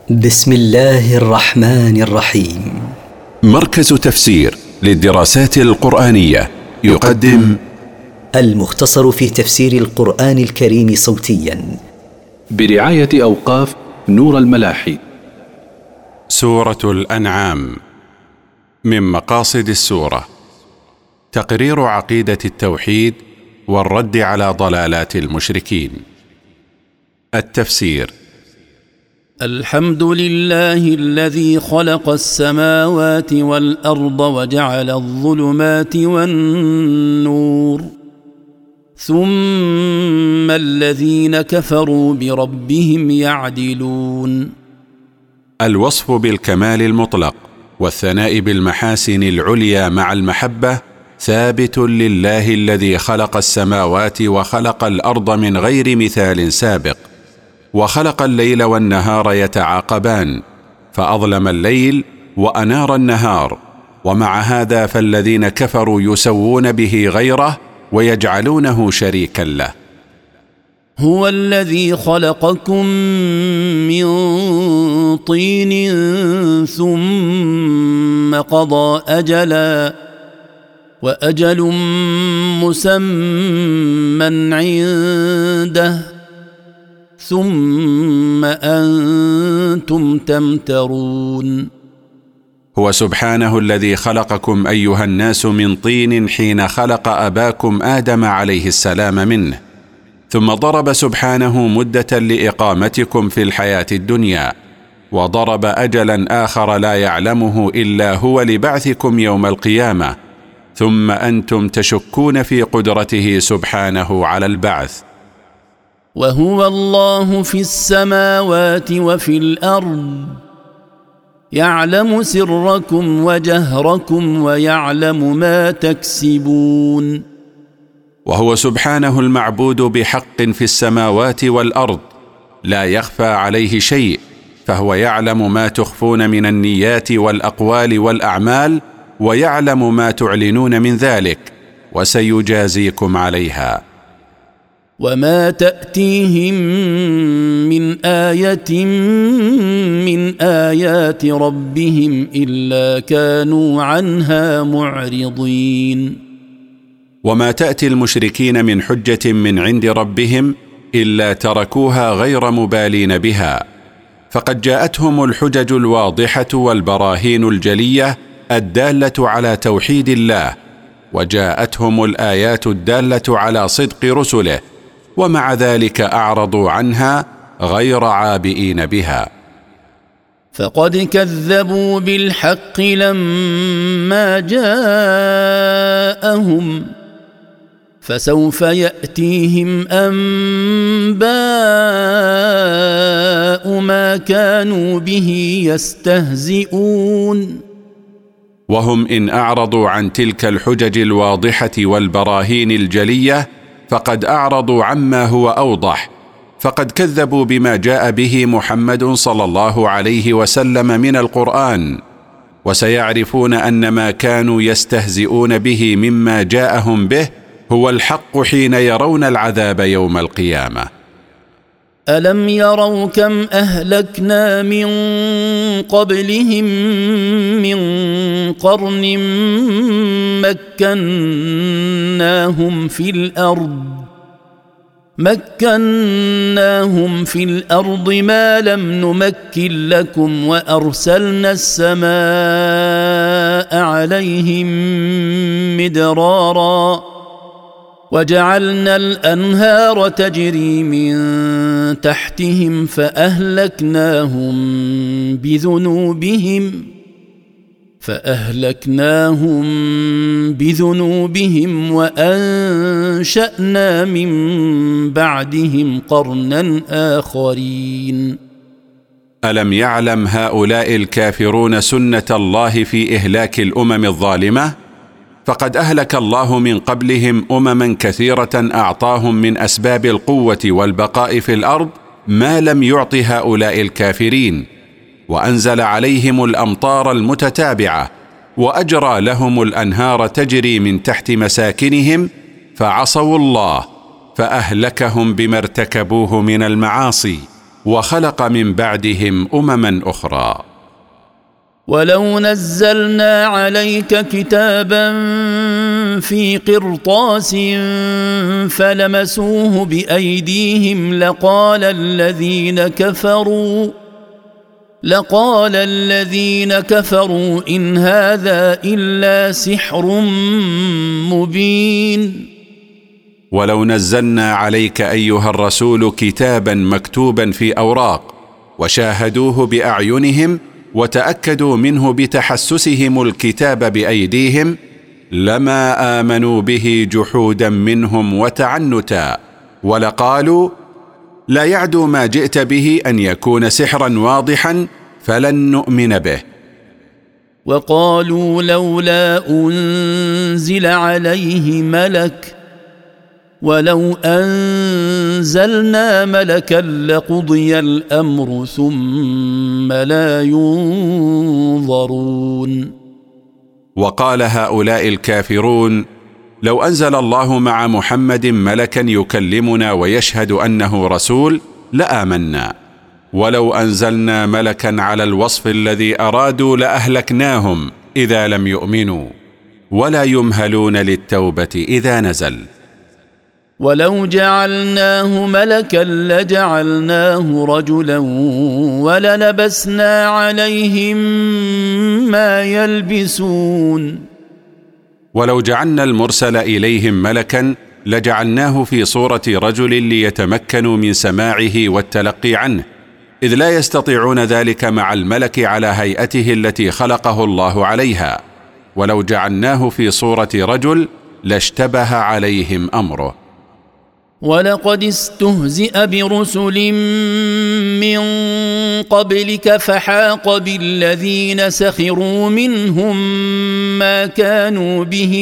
بسم الله الرحمن الرحيم. مركز تفسير للدراسات القرآنية يقدم المختصر في تفسير القرآن الكريم صوتيا برعاية أوقاف نور الملاحي. سورة الأنعام. من مقاصد السورة تقرير عقيدة التوحيد والرد على ضلالات المشركين. التفسير: الحمد لله الذي خلق السماوات والأرض وجعل الظلمات والنور، ثم الذين كفروا بربهم يعدلون. الوصف بالكمال المطلق والثناء بالمحاسن العليا مع المحبة ثابت لله الذي خلق السماوات وخلق الأرض من غير مثال سابق، وخلق الليل والنهار يتعاقبان، فأظلم الليل وأنار النهار، ومع هذا فالذين كفروا يسوون به غيره ويجعلونه شريكا له. هو الذي خلقكم من طين ثم قضى أجلا وأجل مسمى عنده ثم أنتم تمترون. هو سبحانه الذي خلقكم أيها الناس من طين حين خلق أباكم آدم عليه السلام منه، ثم ضرب سبحانه مدة لإقامتكم في الحياة الدنيا، وضرب أجلا آخر لا يعلمه إلا هو لبعثكم يوم القيامة، ثم أنتم تشكون في قدرته سبحانه على البعث. وهو الله في السماوات وفي الأرض، يعلم سركم وجهركم ويعلم ما تكسبون. وهو سبحانه المعبود بحق في السماوات والأرض، لا يخفى عليه شيء، فهو يعلم ما تخفون من النيات والأقوال والأعمال، ويعلم ما تعلنون من ذلك، وسيجازيكم عليها. وما تأتيهم من آية من آيات ربهم إلا كانوا عنها معرضين. وما تأتي المشركين من حجة من عند ربهم إلا تركوها غير مبالين بها، فقد جاءتهم الحجج الواضحة والبراهين الجلية الدالة على توحيد الله، وجاءتهم الآيات الدالة على صدق رسله، ومع ذلك أعرضوا عنها غير عابئين بها. فقد كذبوا بالحق لما جاءهم، فسوف يأتيهم أنباء ما كانوا به يستهزئون. وهم إن أعرضوا عن تلك الحجج الواضحة والبراهين الجلية فقد أعرضوا عما هو أوضح، فقد كذبوا بما جاء به محمد صلى الله عليه وسلم من القرآن، وسيعرفون أن ما كانوا يستهزئون به مما جاءهم به هو الحق حين يرون العذاب يوم القيامة. ألم يروا كم أهلكنا من قبلهم من قرن مكناهم في الأرض ما لم نمكن لكم، وأرسلنا السماء عليهم مدرارا، وجعلنا الأنهار تجري من تحتهم فأهلكناهم بذنوبهم وأنشأنا من بعدهم قرنا آخرين. ألم يعلم هؤلاء الكافرون سنة الله في إهلاك الأمم الظالمة؟ فقد أهلك الله من قبلهم أمما كثيرة أعطاهم من أسباب القوة والبقاء في الأرض ما لم يعط هؤلاء الكافرين، وأنزل عليهم الأمطار المتتابعة، وأجرى لهم الأنهار تجري من تحت مساكنهم، فعصوا الله فأهلكهم بما ارتكبوه من المعاصي، وخلق من بعدهم أمما أخرى. ولو نزلنا عليك كتابا في قرطاس فلمسوه بأيديهم لقال الذين كفروا إن هذا إلا سحر مبين. ولو نزلنا عليك أيها الرسول كتابا مكتوبا في أوراق وشاهدوه بأعينهم وتأكدوا منه بتحسسهم الكتاب بأيديهم لما آمنوا به جحودا منهم وتعنتا، ولقالوا لا يعدو ما جئت به أن يكون سحرا واضحا فلن نؤمن به. وقالوا لولا أنزل عليه ملك ولو أنزلنا ملكا لقضي الأمر ثم لا ينظرون. وقال هؤلاء الكافرون لو أنزل الله مع محمد ملكا يكلمنا ويشهد أنه رسول لآمنا، ولو أنزلنا ملكا على الوصف الذي أرادوا لأهلكناهم إذا لم يؤمنوا، ولا يمهلون للتوبة إذا نزل. ولو جعلناه ملكا لجعلناه رجلا وللبسنا عليهم ما يلبسون. ولو جعلنا المرسل إليهم ملكا لجعلناه في صورة رجل ليتمكنوا من سماعه والتلقي عنه، إذ لا يستطيعون ذلك مع الملك على هيئته التي خلقه الله عليها. ولو جعلناه في صورة رجل لاشتبه عليهم أمره. ولقد استهزئ برسل من قبلك فحاق بالذين سخروا منهم ما كانوا به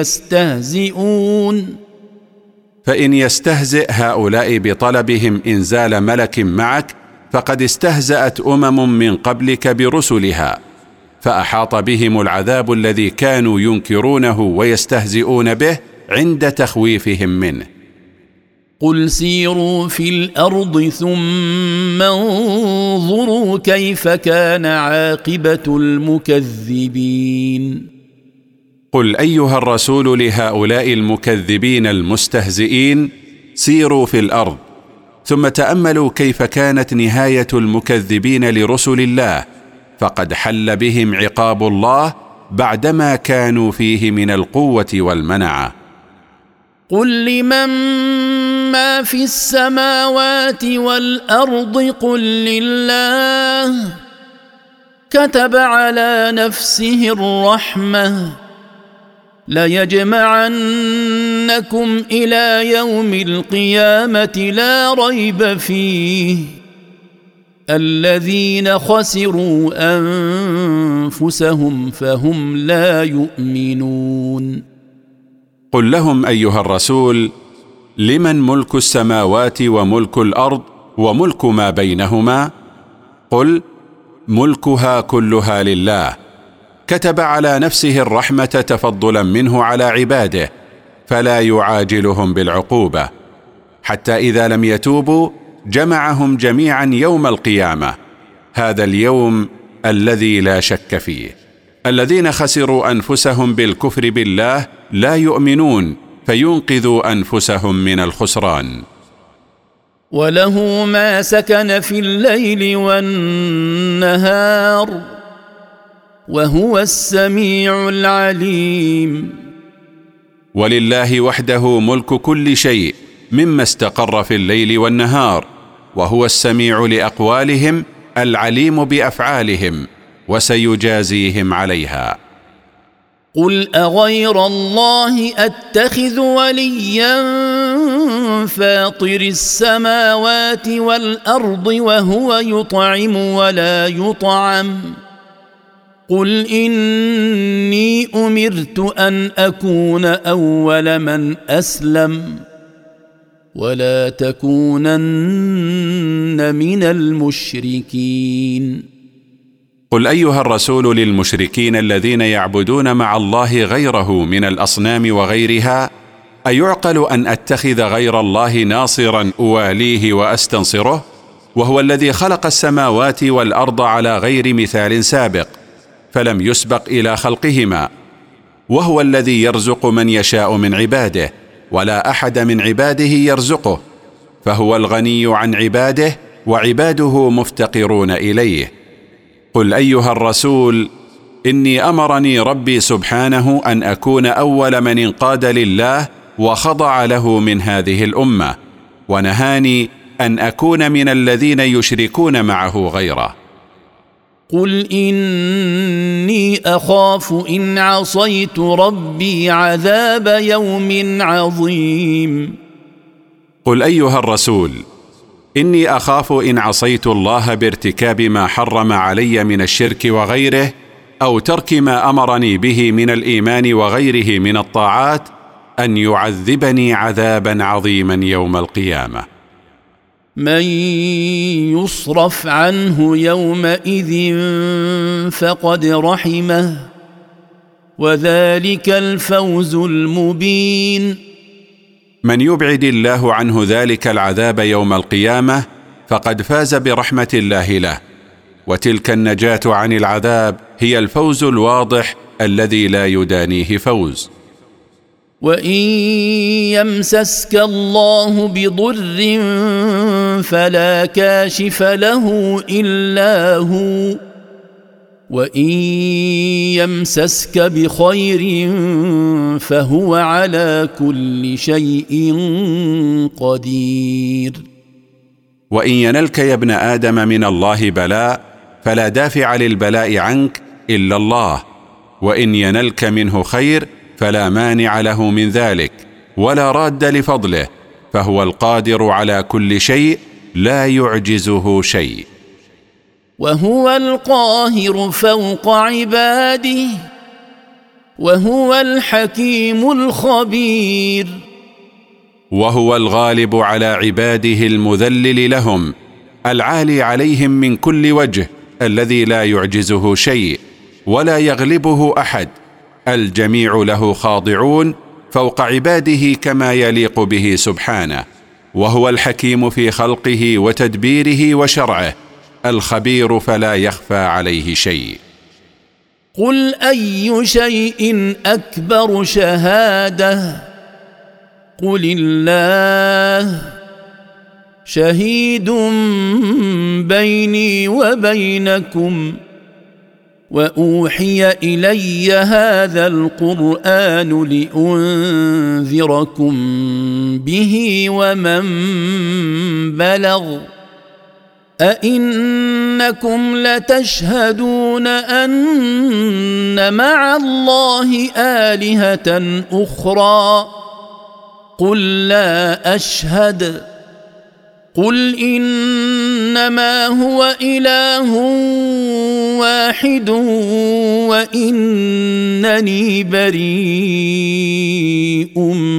يستهزئون. فإن يستهزئ هؤلاء بطلبهم إنزال ملك معك فقد استهزأت أمم من قبلك برسلها، فأحاط بهم العذاب الذي كانوا ينكرونه ويستهزئون به عند تخويفهم منه. قل سيروا في الأرض ثم انظروا كيف كان عاقبة المكذبين. قل أيها الرسول لهؤلاء المكذبين المستهزئين سيروا في الأرض ثم تأملوا كيف كانت نهاية المكذبين لرسل الله، فقد حل بهم عقاب الله بعدما كانوا فيه من القوة والمنعة. قل لمن ما في السماوات والأرض قل لله كتب على نفسه الرحمة ليجمعنكم إلى يوم القيامة لا ريب فيه الذين خسروا أنفسهم فهم لا يؤمنون. قل لهم أيها الرسول لمن ملك السماوات وملك الأرض وملك ما بينهما؟ قل ملكها كلها لله، كتب على نفسه الرحمة تفضلا منه على عباده فلا يعاجلهم بالعقوبة، حتى إذا لم يتوبوا جمعهم جميعا يوم القيامة، هذا اليوم الذي لا شك فيه. الذين خسروا أنفسهم بالكفر بالله لا يؤمنون فينقذوا أنفسهم من الخسران. وله ما سكن في الليل والنهار وهو السميع العليم. ولله وحده ملك كل شيء مما استقر في الليل والنهار، وهو السميع لأقوالهم العليم بأفعالهم وسيجازيهم عليها. قل أغير الله أتخذ وليا فاطر السماوات والأرض وهو يطعم ولا يطعم قل إني أمرت أن أكون أول من أسلم ولا تكونن من المشركين. قل أيها الرسول للمشركين الذين يعبدون مع الله غيره من الأصنام وغيرها أيعقل أن أتخذ غير الله ناصرا أواليه وأستنصره؟ وهو الذي خلق السماوات والأرض على غير مثال سابق فلم يسبق إلى خلقهما، وهو الذي يرزق من يشاء من عباده ولا أحد من عباده يرزقه، فهو الغني عن عباده وعباده مفتقرون إليه. قل أيها الرسول إني أمرني ربي سبحانه أن أكون أول من انقاد لله وخضع له من هذه الأمة، ونهاني أن أكون من الذين يشركون معه غيره. قل إني أخاف إن عصيت ربي عذاب يوم عظيم. قل أيها الرسول إني أخاف إن عصيت الله بارتكاب ما حرم علي من الشرك وغيره، أو ترك ما أمرني به من الإيمان وغيره من الطاعات، أن يعذبني عذابا عظيما يوم القيامة. من يصرف عنه يومئذ فقد رحمه وذلك الفوز المبين. من يبعد الله عنه ذلك العذاب يوم القيامة فقد فاز برحمة الله له، وتلك النجاة عن العذاب هي الفوز الواضح الذي لا يدانيه فوز. وإن يمسسك الله بضر فلا كاشف له إلا هو، وإن يمسسك بخير فهو على كل شيء قدير. وإن ينلك يا ابن آدم من الله بلاء فلا دافع للبلاء عنك إلا الله، وإن ينلك منه خير فلا مانع له من ذلك ولا راد لفضله، فهو القادر على كل شيء لا يعجزه شيء. وهو القاهر فوق عباده وهو الحكيم الخبير. وهو الغالب على عباده المذلل لهم العالي عليهم من كل وجه، الذي لا يعجزه شيء ولا يغلبه أحد، الجميع له خاضعون فوق عباده كما يليق به سبحانه. وهو الحكيم في خلقه وتدبيره وشرعه، الخبير فلا يخفى عليه شيء. قل أي شيء أكبر شهادة؟ قل الله شهيد بيني وبينكم، وأوحي إلي هذا القرآن لأنذركم به ومن بلغ. أئنكم لتشهدون أن مع الله آلهة أخرى؟ قل لا أشهد. قل إنما هو إله واحد وإنني بريء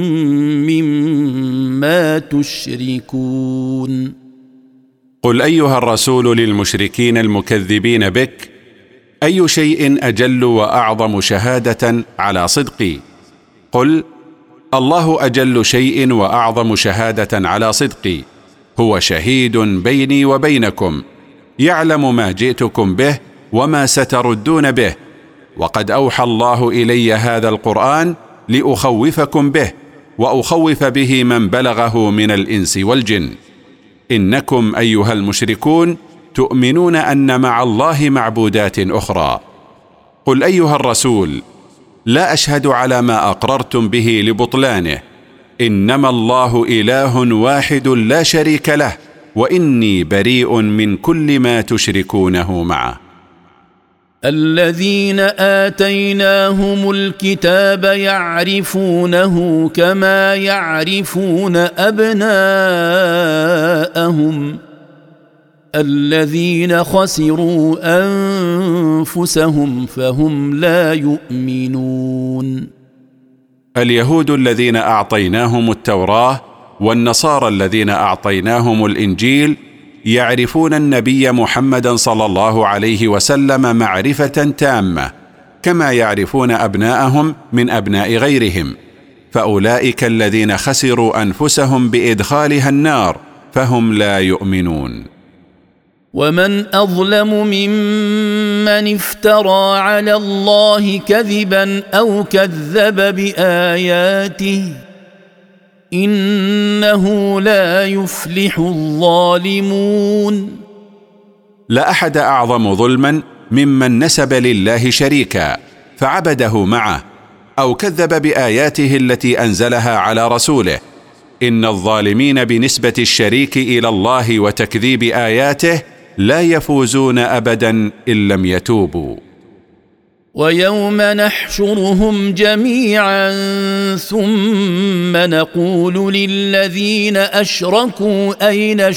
مما تشركون. قل أيها الرسول للمشركين المكذبين بك: أي شيء أجل وأعظم شهادة على صدقي؟ قل: الله أجل شيء وأعظم شهادة على صدقي، هو شهيد بيني وبينكم، يعلم ما جئتكم به وما ستردون به، وقد أوحى الله إلي هذا القرآن لأخوفكم به وأخوف به من بلغه من الإنس والجن. إنكم أيها المشركون تؤمنون أن مع الله معبودات أخرى. قل أيها الرسول: لا أشهد على ما أقررتم به لبطلانه، إنما الله إله واحد لا شريك له، وإني بريء من كل ما تشركونه معه. الذين آتيناهم الكتاب يعرفونه كما يعرفون أبناءهم، الذين خسروا أنفسهم فهم لا يؤمنون. اليهود الذين أعطيناهم التوراة والنصارى الذين أعطيناهم الإنجيل يعرفون النبي محمدا صلى الله عليه وسلم معرفة تامة كما يعرفون أبناءهم من أبناء غيرهم، فأولئك الذين خسروا أنفسهم بإدخالها النار فهم لا يؤمنون. ومن أظلم ممن افترى على الله كذبا أو كذب بآياته إنه لا يفلح الظالمون. لا أحد أعظم ظلما ممن نسب لله شريكا فعبده معه أو كذب بآياته التي أنزلها على رسوله. إن الظالمين بنسبة الشريك إلى الله وتكذيب آياته لا يفوزون أبدا إن لم يتوبوا. ويوم نحشرهم جميعا ثم نقول للذين أشركوا أين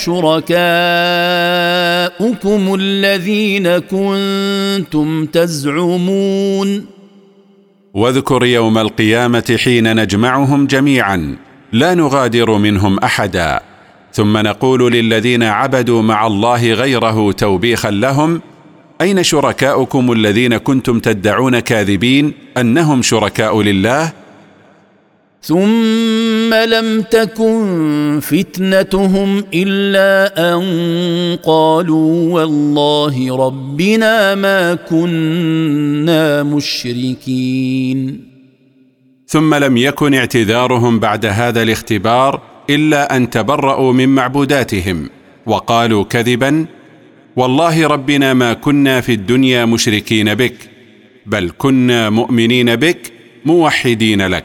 شركاؤكم الذين كنتم تزعمون. واذكر يوم القيامة حين نجمعهم جميعا لا نغادر منهم أحدا، ثم نقول للذين عبدوا مع الله غيره توبيخا لهم: أين شركاؤكم الذين كنتم تدعون كاذبين أنهم شركاء لله؟ ثم لم تكن فتنتهم إلا أن قالوا والله ربنا ما كنا مشركين. ثم لم يكن اعتذارهم بعد هذا الاختبار إلا أن تبرؤوا من معبوداتهم وقالوا كذبا: والله ربنا ما كنا في الدنيا مشركين بك، بل كنا مؤمنين بك موحدين لك.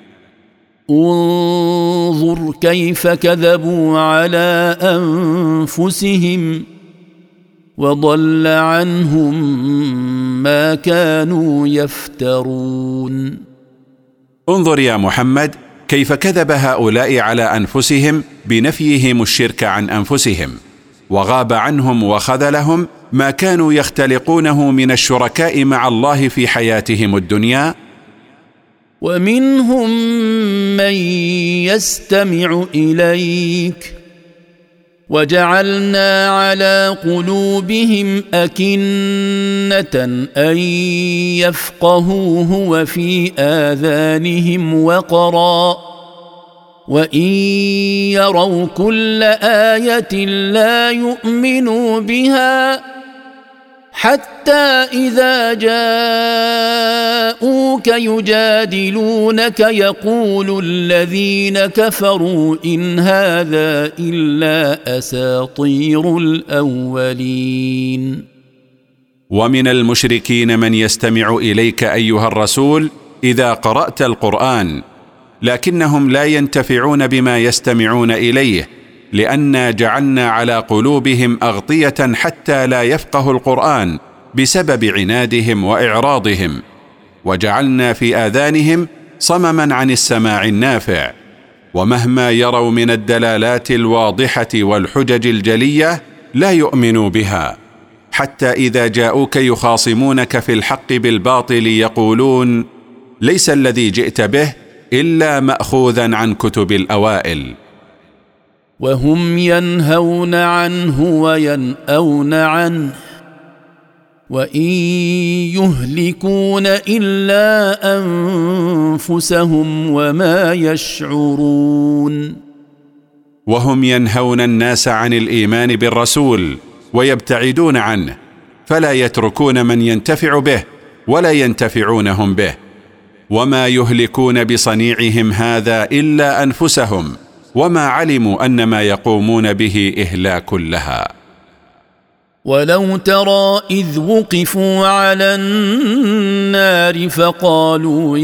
انظر كيف كذبوا على أنفسهم وضل عنهم ما كانوا يفترون. انظر يا محمد كيف كذب هؤلاء على أنفسهم بنفيهم الشرك عن أنفسهم، وغاب عنهم وخذلهم ما كانوا يختلقونه من الشركاء مع الله في حياتهم الدنيا. ومنهم من يستمع إليك وجعلنا على قلوبهم أكنة أن يفقهوه وفي آذانهم وقرا وإن يروا كل آية لا يؤمنوا بها حتى إذا جاءوك يجادلونك يقول الذين كفروا إن هذا إلا أساطير الأولين. ومن المشركين من يستمع إليك أيها الرسول إذا قرأت القرآن، لكنهم لا ينتفعون بما يستمعون إليه، لأننا جعلنا على قلوبهم أغطية حتى لا يفقهوا القرآن بسبب عنادهم وإعراضهم، وجعلنا في آذانهم صمما عن السماع النافع، ومهما يروا من الدلالات الواضحة والحجج الجلية لا يؤمنوا بها، حتى إذا جاءوك يخاصمونك في الحق بالباطل يقولون: ليس الذي جئت به إلا مأخوذا عن كتب الأوائل. وهم ينهون عنه وينأون عنه وإن يهلكون إلا أنفسهم وما يشعرون. وهم ينهون الناس عن الإيمان بالرسول ويبتعدون عنه، فلا يتركون من ينتفع به ولا ينتفعونهم به، وما يهلكون بصنيعهم هذا إلا أنفسهم، وما علموا أن ما يقومون به إهلاك لها. ولو ترى إذ وقفوا على النار فقالوا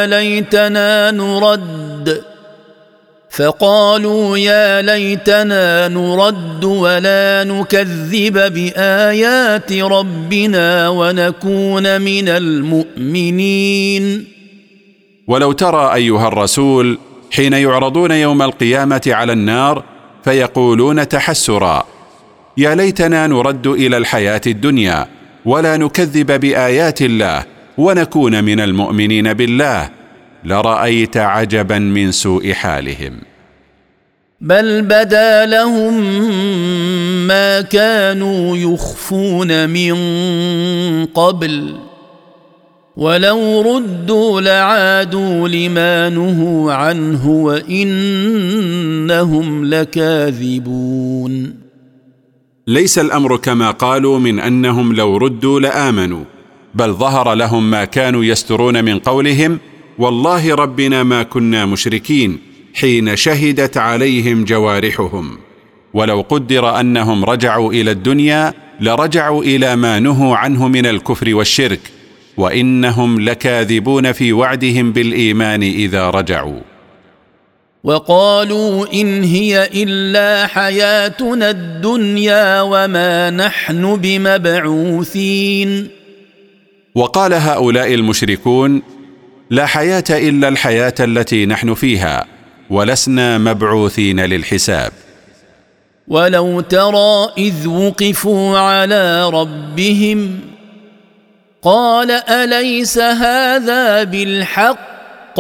يا ليتنا نرد ولا نكذب بآيات ربنا ونكون من المؤمنين. ولو ترى أيها الرسول حين يعرضون يوم القيامة على النار فيقولون تحسرا: يا ليتنا نرد إلى الحياة الدنيا ولا نكذب بآيات الله ونكون من المؤمنين بالله، لرأيت عجبا من سوء حالهم. بل بدا لهم ما كانوا يخفون من قبل ولو ردوا لعادوا لما نهوا عنه وإنهم لكاذبون. ليس الأمر كما قالوا من أنهم لو ردوا لآمنوا، بل ظهر لهم ما كانوا يسترون من قولهم والله ربنا ما كنا مشركين حين شهدت عليهم جوارحهم. ولو قدر أنهم رجعوا إلى الدنيا لرجعوا إلى ما نهوا عنه من الكفر والشرك، وإنهم لكاذبون في وعدهم بالإيمان إذا رجعوا. وقالوا إن هي إلا حياتنا الدنيا وما نحن بمبعوثين. وقال هؤلاء المشركون لا حياة إلا الحياة التي نحن فيها، ولسنا مبعوثين للحساب. ولو ترى إذ وقفوا على ربهم قال أليس هذا بالحق؟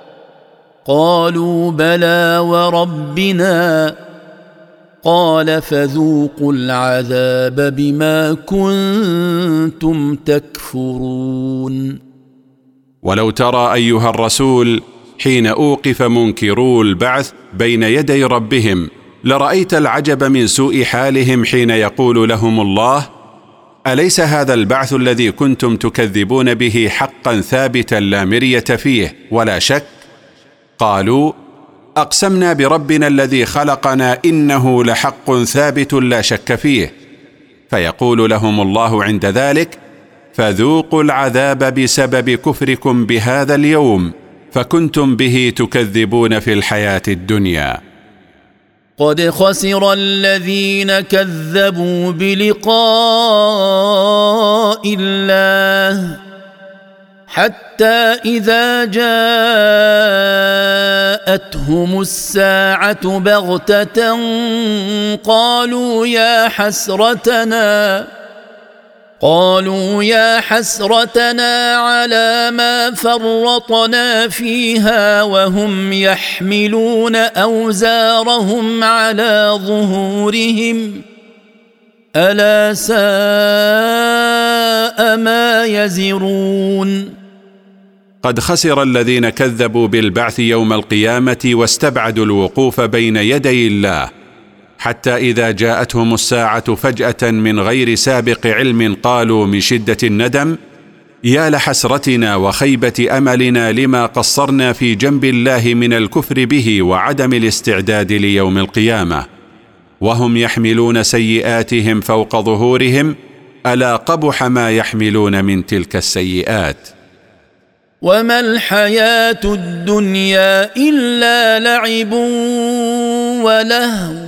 قالوا بلى وربنا. قال فذوقوا العذاب بما كنتم تكفرون. ولو ترى أيها الرسول حين أوقف منكرو البعث بين يدي ربهم لرأيت العجب من سوء حالهم حين يقول لهم الله أليس هذا البعث الذي كنتم تكذبون به حقا ثابتا لا مرية فيه ولا شك؟ قالوا أقسمنا بربنا الذي خلقنا إنه لحق ثابت لا شك فيه. فيقول لهم الله عند ذلك فذوقوا العذاب بسبب كفركم بهذا اليوم فكنتم به تكذبون في الحياة الدنيا. قد خسر الذين كذبوا بلقاء الله حتى إذا جاءتهم الساعة بغتة قالوا يا حسرتنا على ما فرطنا فيها وهم يحملون أوزارهم على ظهورهم ألا ساء ما يزرون. قد خسر الذين كذبوا بالبعث يوم القيامة واستبعدوا الوقوف بين يدي الله حتى إذا جاءتهم الساعة فجأة من غير سابق علم قالوا من شدة الندم يا لحسرتنا وخيبة أملنا لما قصرنا في جنب الله من الكفر به وعدم الاستعداد ليوم القيامة، وهم يحملون سيئاتهم فوق ظهورهم ألا قبح ما يحملون من تلك السيئات. وما الحياة الدنيا إلا لعب ولهو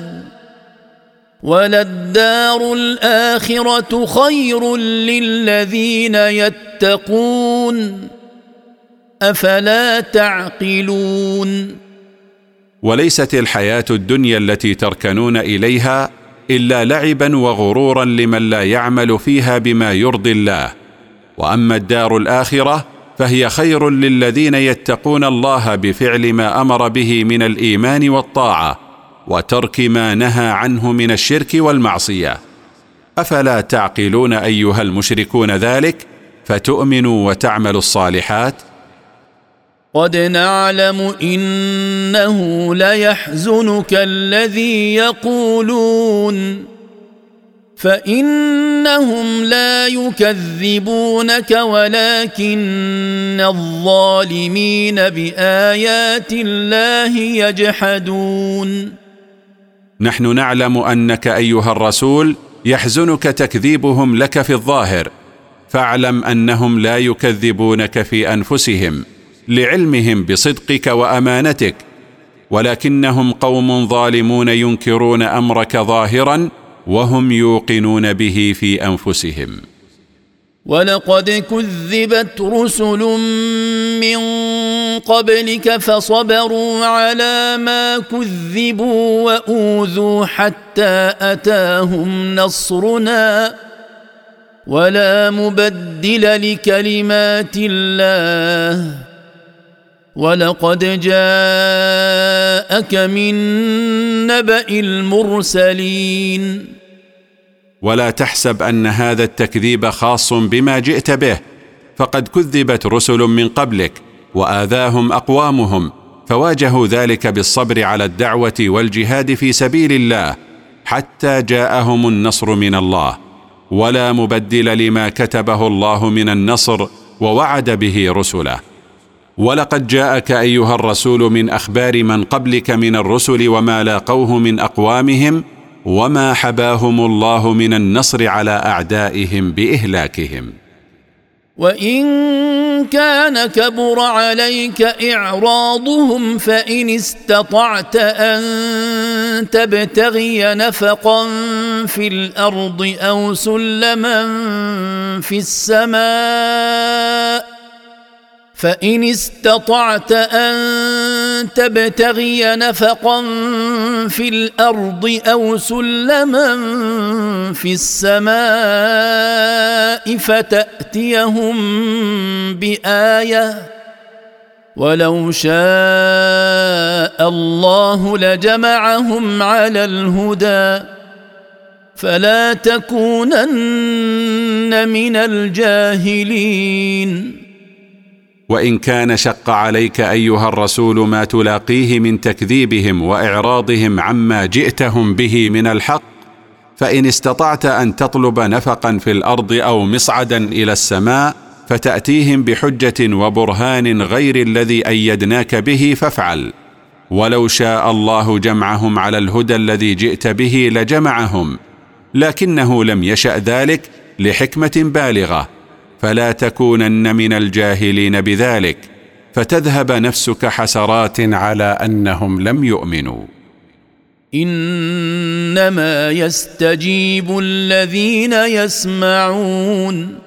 وللدار الآخرة خير للذين يتقون أفلا تعقلون. وليست الحياة الدنيا التي تركنون إليها إلا لعبا وغرورا لمن لا يعمل فيها بما يرضي الله، وأما الدار الآخرة فهي خير للذين يتقون الله بفعل ما أمر به من الإيمان والطاعة وترك ما نهى عنه من الشرك والمعصية. أفلا تعقلون أيها المشركون ذلك فتؤمنوا وتعملوا الصالحات؟ قد نعلم إنه ليحزنك الذي يقولون فإنهم لا يكذبونك ولكن الظالمين بآيات الله يجحدون. نحن نعلم أنك أيها الرسول يحزنك تكذيبهم لك في الظاهر، فاعلم أنهم لا يكذبونك في أنفسهم لعلمهم بصدقك وأمانتك، ولكنهم قوم ظالمون ينكرون أمرك ظاهرا وهم يوقنون به في أنفسهم. ولقد كذبت رسل من قبلك فصبروا على ما كذبوا وأوذوا حتى أتاهم نصرنا ولا مبدل لكلمات الله ولقد جاءك من نبأ المرسلين. ولا تحسب أن هذا التكذيب خاص بما جئت به، فقد كذبت رسل من قبلك وآذاهم أقوامهم فواجهوا ذلك بالصبر على الدعوة والجهاد في سبيل الله حتى جاءهم النصر من الله، ولا مبدل لما كتبه الله من النصر ووعد به رسله. ولقد جاءك أيها الرسول من أخبار من قبلك من الرسل وما لاقوه من أقوامهم، وما حباهم الله من النصر على أعدائهم بإهلاكهم. وإن كان كبر عليك إعراضهم فإن استطعت أن تبتغي نفقا في الأرض أو سلما في السماء فإن استطعت أن تبتغي نفقا في الأرض أو سلما في السماء فتأتيهم بآية ولو شاء الله لجمعهم على الهدى فلا تكونن من الجاهلين. وإن كان شق عليك أيها الرسول ما تلاقيه من تكذيبهم وإعراضهم عما جئتهم به من الحق، فإن استطعت أن تطلب نفقا في الأرض أو مصعدا إلى السماء فتأتيهم بحجة وبرهان غير الذي أيدناك به فافعل، ولو شاء الله جمعهم على الهدى الذي جئت به لجمعهم، لكنه لم يشأ ذلك لحكمة بالغة، فلا تكونن من الجاهلين بذلك فتذهب نفسك حسرات على أنهم لم يؤمنوا. إنما يستجيب الذين يسمعون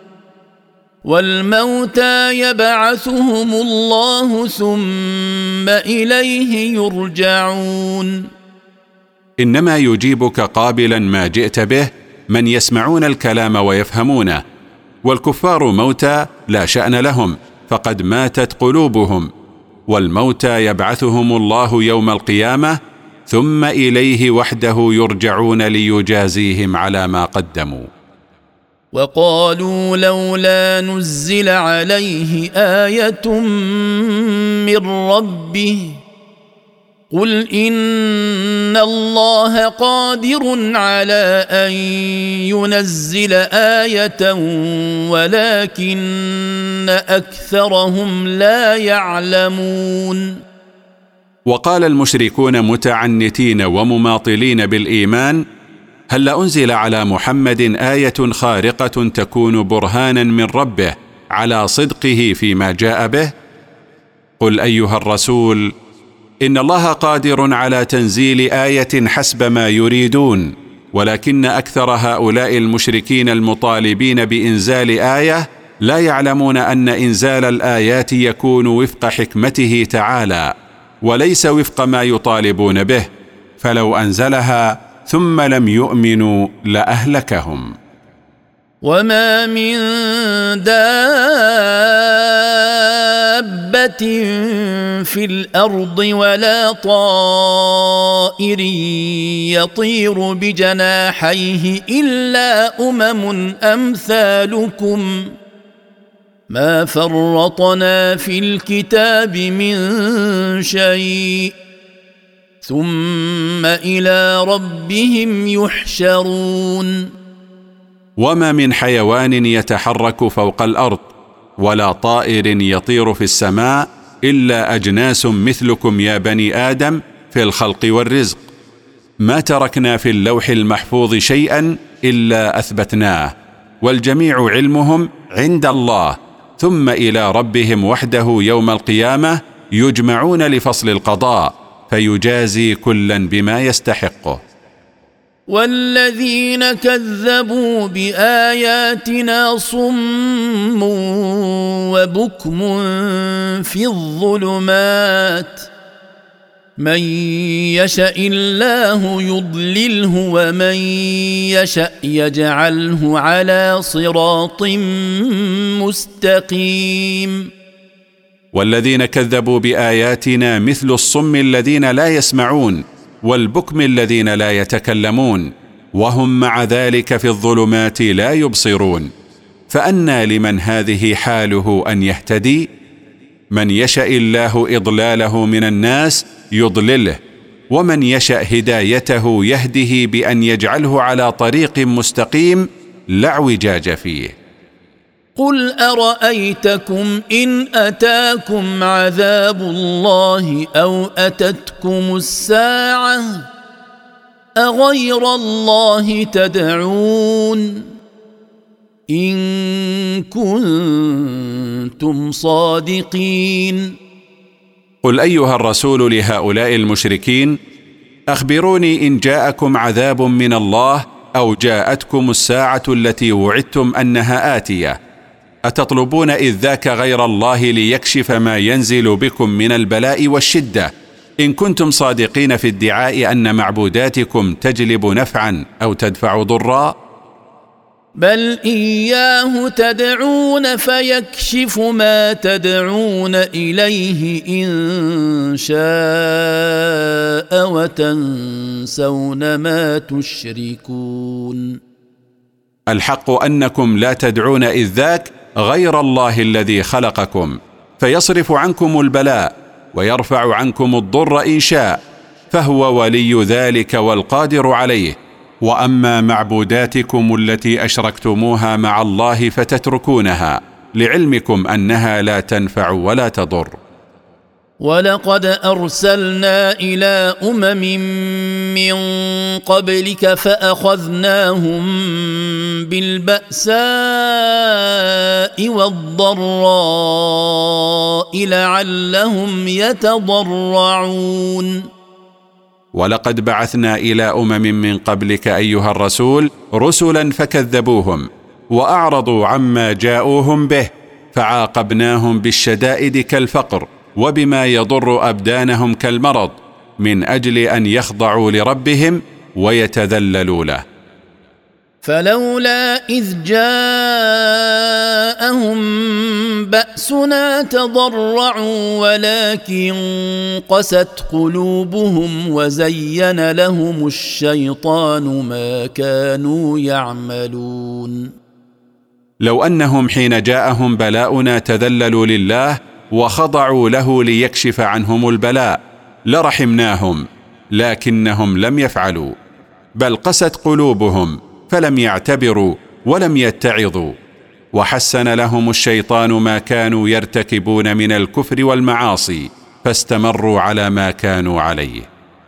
والموتى يبعثهم الله ثم إليه يرجعون. إنما يجيبك قابلا ما جئت به من يسمعون الكلام ويفهمونه، والكفار موتى لا شأن لهم فقد ماتت قلوبهم، والموتى يبعثهم الله يوم القيامة ثم إليه وحده يرجعون ليجازيهم على ما قدموا. وقالوا لولا نزل عليه آية من ربه قل إن الله قادر على أن ينزل آية ولكن أكثرهم لا يعلمون. وقال المشركون متعنتين ومماطلين بالإيمان هل أنزل على محمد آية خارقة تكون برهانا من ربه على صدقه فيما جاء به؟ قل أيها الرسول إن الله قادر على تنزيل آية حسب ما يريدون، ولكن أكثر هؤلاء المشركين المطالبين بإنزال آية لا يعلمون أن إنزال الآيات يكون وفق حكمته تعالى وليس وفق ما يطالبون به، فلو أنزلها ثم لم يؤمنوا لأهلكهم. وما من دابة في الأرض ولا طائر يطير بجناحيه إلا أمم أمثالكم ما فرطنا في الكتاب من شيء ثم إلى ربهم يحشرون. وما من حيوان يتحرك فوق الأرض ولا طائر يطير في السماء إلا أجناس مثلكم يا بني آدم في الخلق والرزق، ما تركنا في اللوح المحفوظ شيئا إلا أثبتناه، والجميع علمهم عند الله، ثم إلى ربهم وحده يوم القيامة يجمعون لفصل القضاء فيجازي كلا بما يستحقه. والذين كذبوا بآياتنا صم وبكم في الظلمات من يشاء الله يضلله ومن يشاء يجعله على صراط مستقيم. والذين كذبوا بآياتنا مثل الصم الذين لا يسمعون والبكم الذين لا يتكلمون وهم مع ذلك في الظلمات لا يبصرون، فأنى لمن هذه حاله أن يهتدي؟ من يشاء الله إضلاله من الناس يضلله، ومن يشأ هدايته يهده بأن يجعله على طريق مستقيم لا اعوجاج فيه. قل أرأيتكم إن أتاكم عذاب الله أو أتتكم الساعة أغير الله تدعون إن كنتم صادقين. قل أيها الرسول لهؤلاء المشركين: أخبروني إن جاءكم عذاب من الله أو جاءتكم الساعة التي وعدتم أنها آتية، أتطلبون إذ ذاك غير الله ليكشف ما ينزل بكم من البلاء والشدة إن كنتم صادقين في ادعاء أن معبوداتكم تجلب نفعا أو تدفع ضرا؟ بل إياه تدعون فيكشف ما تدعون إليه إن شاء وتنسون ما تشركون. الحق أنكم لا تدعون إذ ذاك غير الله الذي خلقكم فيصرف عنكم البلاء ويرفع عنكم الضر إن شاء، فهو ولي ذلك والقادر عليه. وأما معبوداتكم التي أشركتموها مع الله فتتركونها لعلمكم أنها لا تنفع ولا تضر. ولقد أرسلنا إلى من قبلك فأخذناهم بالبأساء والضراء لعلهم يتضرعون. ولقد بعثنا إلى من قبلك أيها الرسول رسلا فكذبوهم وأعرضوا عما جاءوهم به، فعاقبناهم بالشدائد كالفقر وبما يضر أبدانهم كالمرض من أجل أن يخضعوا لربهم ويتذللوا له. فلولا إذ جاءهم بأسنا تضرعوا ولكن قست قلوبهم وزين لهم الشيطان ما كانوا يعملون. لو أنهم حين جاءهم بلاؤنا تذللوا لله وخضعوا له ليكشف عنهم البلاء لرحمناهم، لكنهم لم يفعلوا، بل قست قلوبهم فلم يعتبروا ولم يتعظوا، وحسن لهم الشيطان ما كانوا يرتكبون من الكفر والمعاصي فاستمروا على ما كانوا عليه.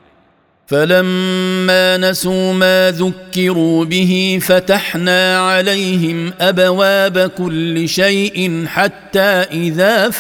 فلما نسوا ما ذكروا به فتحنا عليهم أبواب كل شيء حتى إذا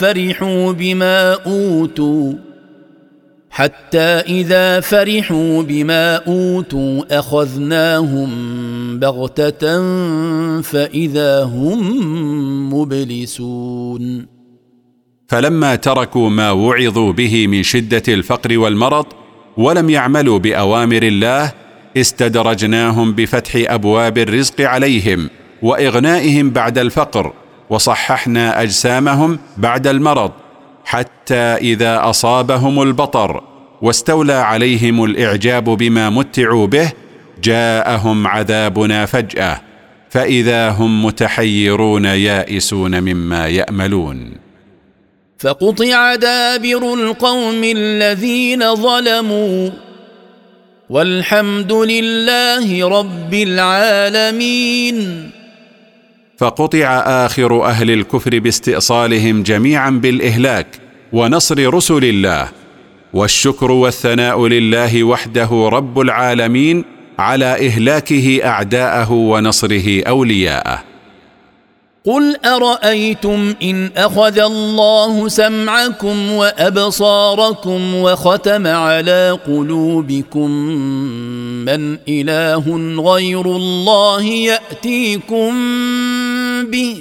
فرحوا بما أوتوا أخذناهم بغتة فإذا هم مبلسون. فلما تركوا ما وعظوا به من شدة الفقر والمرض ولم يعملوا بأوامر الله استدرجناهم بفتح أبواب الرزق عليهم وإغنائهم بعد الفقر، وصححنا أجسامهم بعد المرض، حتى إذا أصابهم البطر واستولى عليهم الإعجاب بما متعوا به جاءهم عذابنا فجأة فإذا هم متحيرون يائسون مما يأملون. فقطع دابر القوم الذين ظلموا والحمد لله رب العالمين. فقطع آخر أهل الكفر باستئصالهم جميعا بالإهلاك ونصر رسل الله، والشكر والثناء لله وحده رب العالمين على إهلاكه أعداءه ونصره أولياءه. قل أرأيتم إن أخذ الله سمعكم وأبصاركم وختم على قلوبكم من إله غير الله يأتيكم به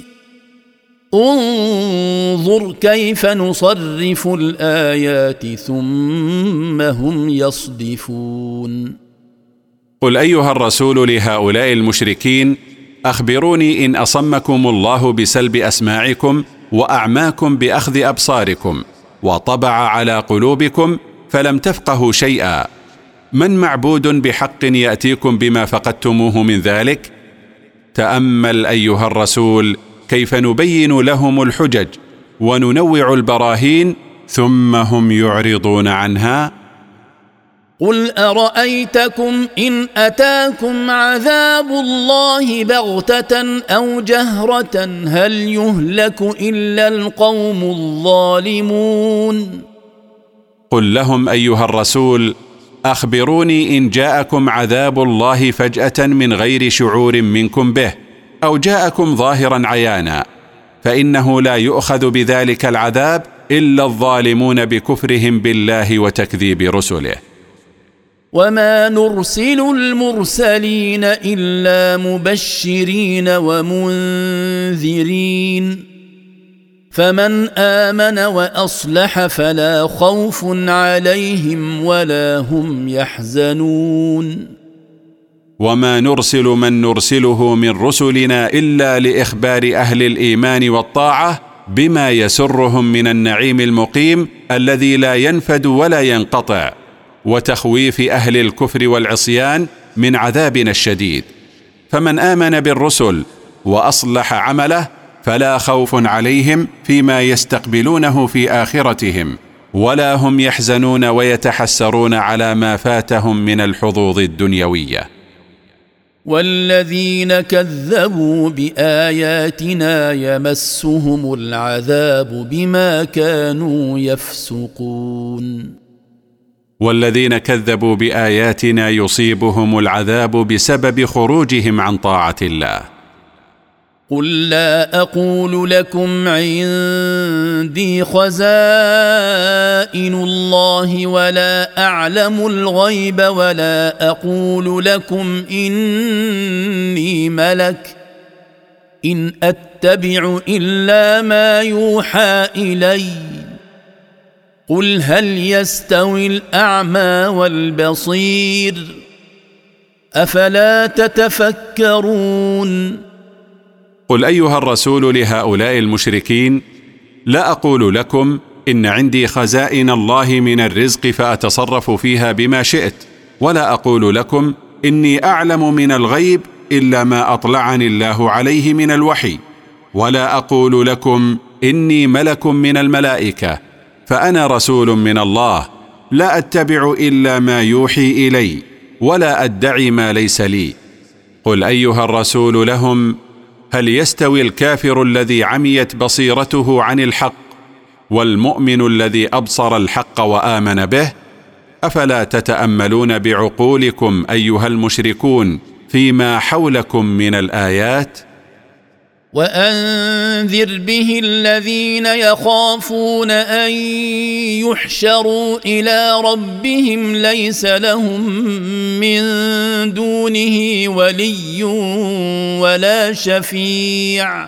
انظر كيف نصرف الآيات ثم هم يصدفون. قل أيها الرسول لهؤلاء المشركين: أخبروني إن أصمكم الله بسلب أسماعكم وأعماكم بأخذ أبصاركم وطبع على قلوبكم فلم تفقهوا شيئا، من معبود بحق يأتيكم بما فقدتموه من ذلك؟ تأمل أيها الرسول كيف نبين لهم الحجج وننوع البراهين ثم هم يعرضون عنها. قل أرأيتكم إن أتاكم عذاب الله بغتة أو جهرة هل يهلك إلا القوم الظالمون. قل لهم أيها الرسول: أخبروني إن جاءكم عذاب الله فجأة من غير شعور منكم به، أو جاءكم ظاهرا عيانا، فإنه لا يؤخذ بذلك العذاب إلا الظالمون بكفرهم بالله وتكذيب رسله. وما نرسل المرسلين إلا مبشرين ومنذرين، فمن آمن وأصلح فلا خوف عليهم ولا هم يحزنون. وما نرسل من نرسله من رسلنا إلا لإخبار أهل الإيمان والطاعة بما يسرهم من النعيم المقيم الذي لا ينفد ولا ينقطع، وتخويف أهل الكفر والعصيان من عذابنا الشديد. فمن آمن بالرسل وأصلح عمله فلا خوف عليهم فيما يستقبلونه في آخرتهم، ولا هم يحزنون ويتحسرون على ما فاتهم من الحظوظ الدنيوية. والذين كذبوا بآياتنا يمسهم العذاب بما كانوا يفسقون. والذين كذبوا بآياتنا يصيبهم العذاب بسبب خروجهم عن طاعة الله. قل لا أقول لكم عندي خزائن الله ولا أعلم الغيب ولا أقول لكم إني ملك إن أتبع إلا ما يوحى إلي. قل هل يستوي الأعمى والبصير أفلا تتفكرون. قل أيها الرسول لهؤلاء المشركين: لا أقول لكم إن عندي خزائن الله من الرزق فأتصرف فيها بما شئت، ولا أقول لكم إني أعلم من الغيب إلا ما أطلعني الله عليه من الوحي، ولا أقول لكم إني ملك من الملائكة، فأنا رسول من الله لا أتبع إلا ما يوحي إلي ولا أدعي ما ليس لي. قل أيها الرسول لهم: هل يستوي الكافر الذي عميت بصيرته عن الحق والمؤمن الذي أبصر الحق وآمن به؟ أفلا تتأملون بعقولكم أيها المشركون فيما حولكم من الآيات؟ وأنذر به الذين يخافون أن يحشروا إلى ربهم ليس لهم من دونه ولي ولا شفيع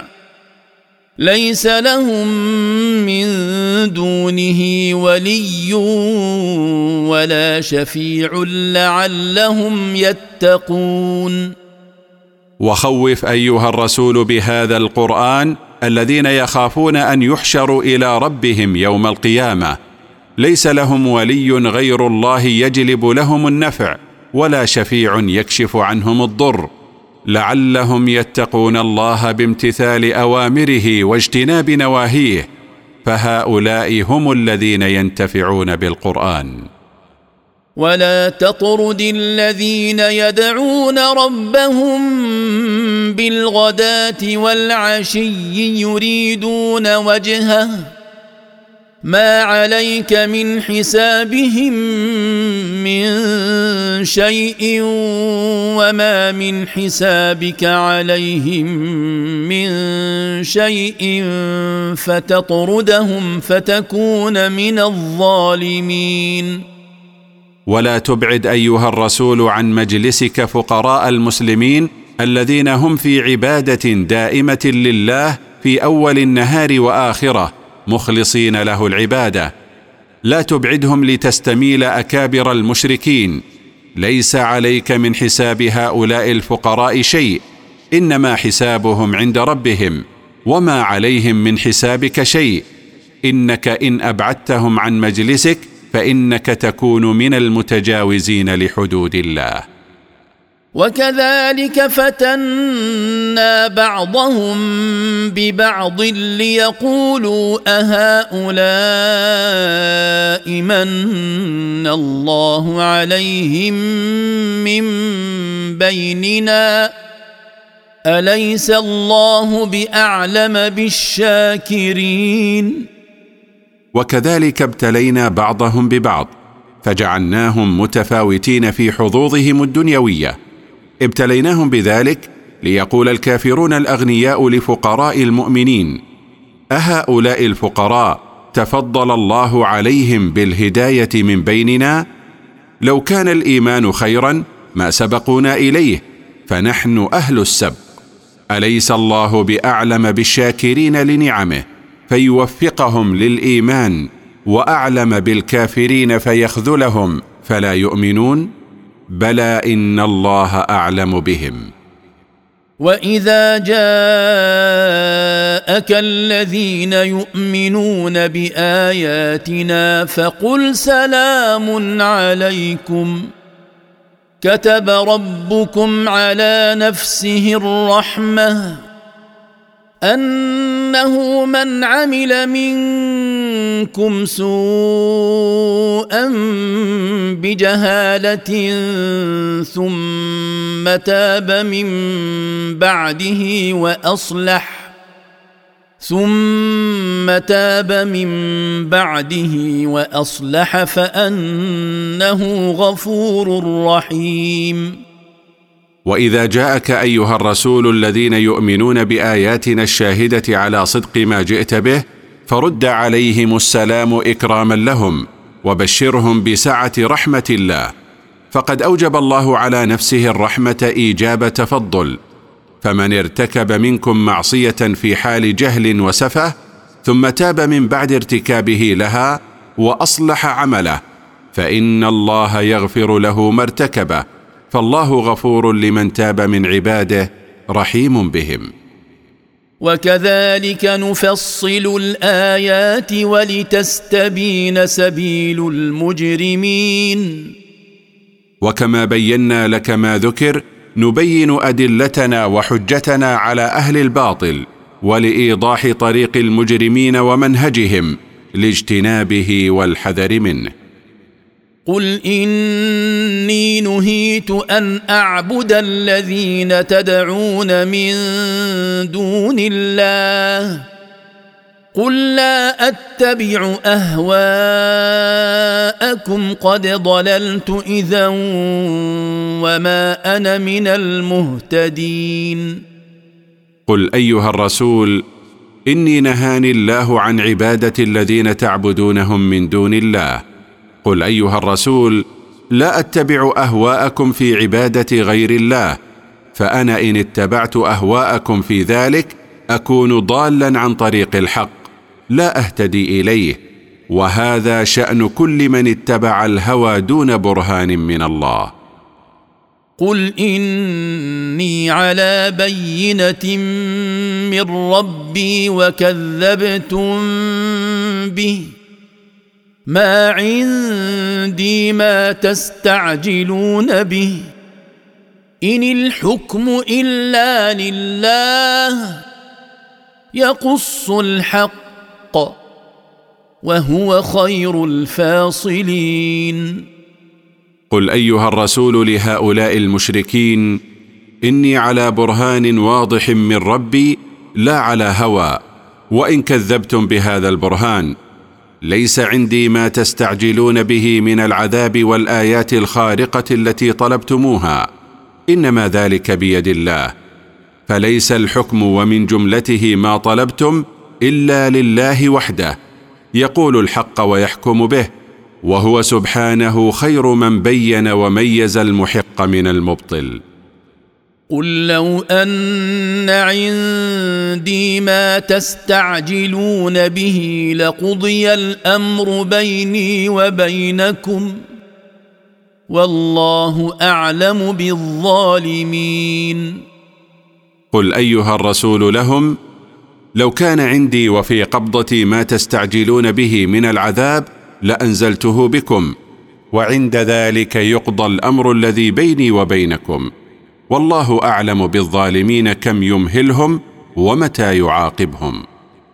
لعلهم يتقون. وخوف أيها الرسول بهذا القرآن الذين يخافون أن يحشروا إلى ربهم يوم القيامة ليس لهم ولي غير الله يجلب لهم النفع ولا شفيع يكشف عنهم الضر، لعلهم يتقون الله بامتثال أوامره واجتناب نواهيه، فهؤلاء هم الذين ينتفعون بالقرآن. ولا تطرد الذين يدعون ربهم بالغداة والعشي يريدون وجهه ما عليك من حسابهم من شيء وما من حسابك عليهم من شيء فتطردهم فتكون من الظالمين. ولا تبعد أيها الرسول عن مجلسك فقراء المسلمين الذين هم في عبادة دائمة لله في أول النهار وآخره مخلصين له العبادة، لا تبعدهم لتستميل أكابر المشركين. ليس عليك من حساب هؤلاء الفقراء شيء، إنما حسابهم عند ربهم، وما عليهم من حسابك شيء. إنك إن أبعدتهم عن مجلسك فإنك تكون من المتجاوزين لحدود الله. وكذلك فتنا بعضهم ببعض ليقولوا أهؤلاء من الله عليهم من بيننا أليس الله بأعلم بالشاكرين. وكذلك ابتلينا بعضهم ببعض فجعلناهم متفاوتين في حظوظهم الدنيوية. ابتليناهم بذلك ليقول الكافرون الأغنياء لفقراء المؤمنين أهؤلاء الفقراء تفضل الله عليهم بالهداية من بيننا؟ لو كان الإيمان خيرا ما سبقونا إليه فنحن أهل السبق. أليس الله بأعلم بالشاكرين لنعمه فيوفقهم للإيمان وأعلم بالكافرين فيخذلهم فلا يؤمنون؟ بلى إن الله أعلم بهم. وإذا جاءك الذين يؤمنون بآياتنا فقل سلام عليكم كتب ربكم على نفسه الرحمة أنه من عمل منكم سوءا بجهالة ثم تاب من بعده وأصلح فأنه غفور رحيم. وإذا جاءك أيها الرسول الذين يؤمنون بآياتنا الشاهدة على صدق ما جئت به فرد عليهم السلام إكراما لهم وبشرهم بسعة رحمة الله، فقد أوجب الله على نفسه الرحمة إيجاب تفضل، فمن ارتكب منكم معصية في حال جهل وسفه ثم تاب من بعد ارتكابه لها وأصلح عمله فإن الله يغفر له ما ارتكبه، فالله غفور لمن تاب من عباده رحيم بهم. وكذلك نفصل الآيات ولتستبين سبيل المجرمين. وكما بينا لك ما ذكر نبين أدلتنا وحجتنا على أهل الباطل ولإيضاح طريق المجرمين ومنهجهم لاجتنابه والحذر منه. قل إني نهيت أن أعبد الذين تدعون من دون الله قل لا أتبع أهواءكم قد ضللت إذا وما أنا من المهتدين. قل أيها الرسول إني نهاني الله عن عبادة الذين تعبدونهم من دون الله. قل أيها الرسول لا أتبع أهواءكم في عبادة غير الله، فأنا إن اتبعت أهواءكم في ذلك أكون ضالا عن طريق الحق لا أهتدي إليه، وهذا شأن كل من اتبع الهوى دون برهان من الله. قل إني على بينة من ربي وكذبتم به ما عندي ما تستعجلون به إن الحكم إلا لله يقص الحق وهو خير الفاصلين. قل أيها الرسول لهؤلاء المشركين إني على برهان واضح من ربي لا على هوى، وإن كذبتم بهذا البرهان ليس عندي ما تستعجلون به من العذاب والآيات الخارقة التي طلبتموها، إنما ذلك بيد الله، فليس الحكم ومن جملته ما طلبتم إلا لله وحده، يقول الحق ويحكم به، وهو سبحانه خير من بين وميز المحق من المبطل. قل لو أن عندي ما تستعجلون به لقضي الأمر بيني وبينكم والله أعلم بالظالمين. قل أيها الرسول لهم لو كان عندي وفي قبضتي ما تستعجلون به من العذاب لأنزلته بكم، وعند ذلك يقضى الأمر الذي بيني وبينكم، والله أعلم بالظالمين كم يمهلهم ومتى يعاقبهم.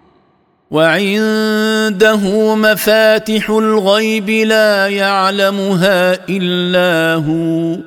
وعنده مفاتح الغيب لا يعلمها إلا هو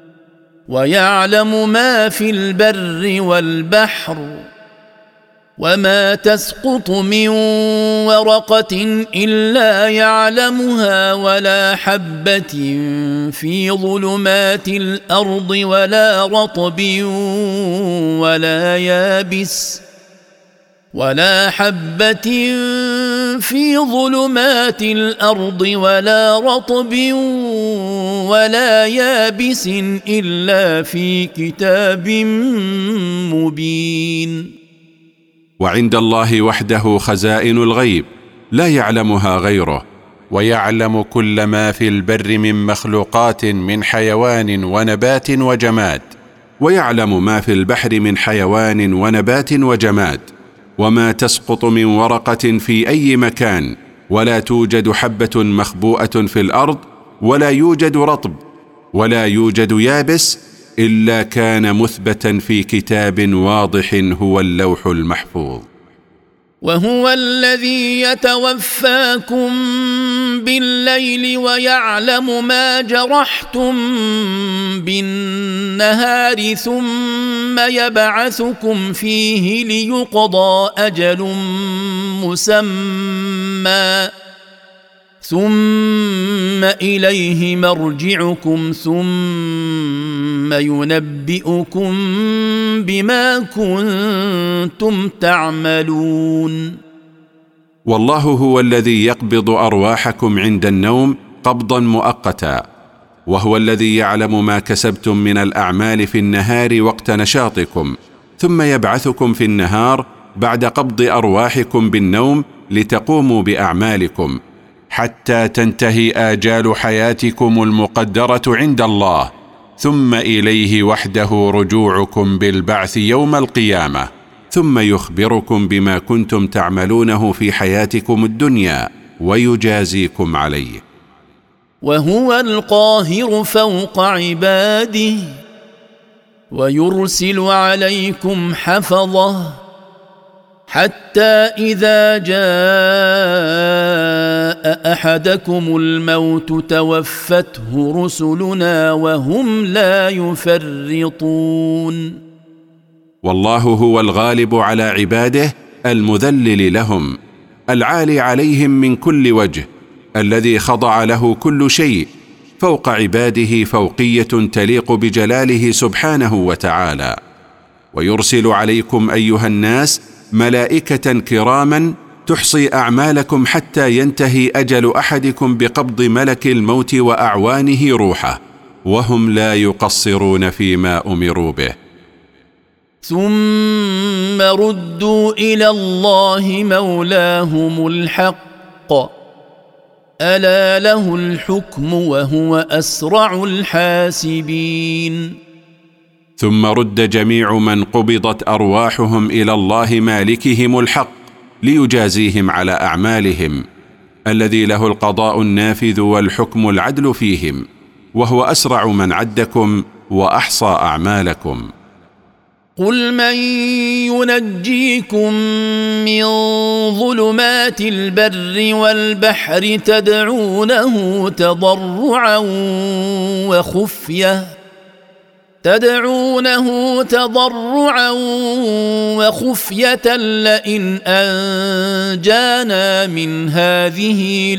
ويعلم ما في البر والبحر وما تسقط من ورقة إلا يعلمها ولا حبة في ظلمات الأرض ولا رطب ولا يابس ولا حبة في ظلمات الأرض ولا رطب ولا يابس إلا في كتاب مبين. وعند الله وحده خزائن الغيب لا يعلمها غيره، ويعلم كل ما في البر من مخلوقات من حيوان ونبات وجماد، ويعلم ما في البحر من حيوان ونبات وجماد، وما تسقط من ورقة في أي مكان، ولا توجد حبة مخبوءة في الأرض، ولا يوجد رطب ولا يوجد يابس إلا كان مثبتا في كتاب واضح هو اللوح المحفوظ. وهو الذي يتوفاكم بالليل ويعلم ما جرحتم بالنهار ثم يبعثكم فيه ليقضى أجل مسمى ثم إليه مرجعكم ثم ينبئكم بما كنتم تعملون. والله هو الذي يقبض أرواحكم عند النوم قبضا مؤقتا، وهو الذي يعلم ما كسبتم من الأعمال في النهار وقت نشاطكم، ثم يبعثكم في النهار بعد قبض أرواحكم بالنوم لتقوموا بأعمالكم حتى تنتهي آجال حياتكم المقدرة عند الله، ثم إليه وحده رجوعكم بالبعث يوم القيامة، ثم يخبركم بما كنتم تعملونه في حياتكم الدنيا ويجازيكم عليه. وهو القاهر فوق عباده ويرسل عليكم حفظه حتى إذا جاء أحدكم الموت توفته رسلنا وهم لا يفرطون. والله هو الغالب على عباده المذلل لهم العالي عليهم من كل وجه، الذي خضع له كل شيء، فوق عباده فوقية تليق بجلاله سبحانه وتعالى. ويرسل عليكم أيها الناس ملائكة كراما تحصي أعمالكم حتى ينتهي أجل أحدكم بقبض ملك الموت وأعوانه روحه، وهم لا يقصرون فيما أمروا به. ثم ردوا إلى الله مولاهم الحق ألا له الحكم وهو أسرع الحاسبين. ثم رد جميع من قبضت أرواحهم إلى الله مالكهم الحق ليجازيهم على أعمالهم، الذي له القضاء النافذ والحكم العدل فيهم، وهو أسرع من عدكم وأحصى أعمالكم. قل من ينجيكم من ظلمات البر والبحر تدعونه تضرعا وخفية لئن أنجانا من هذه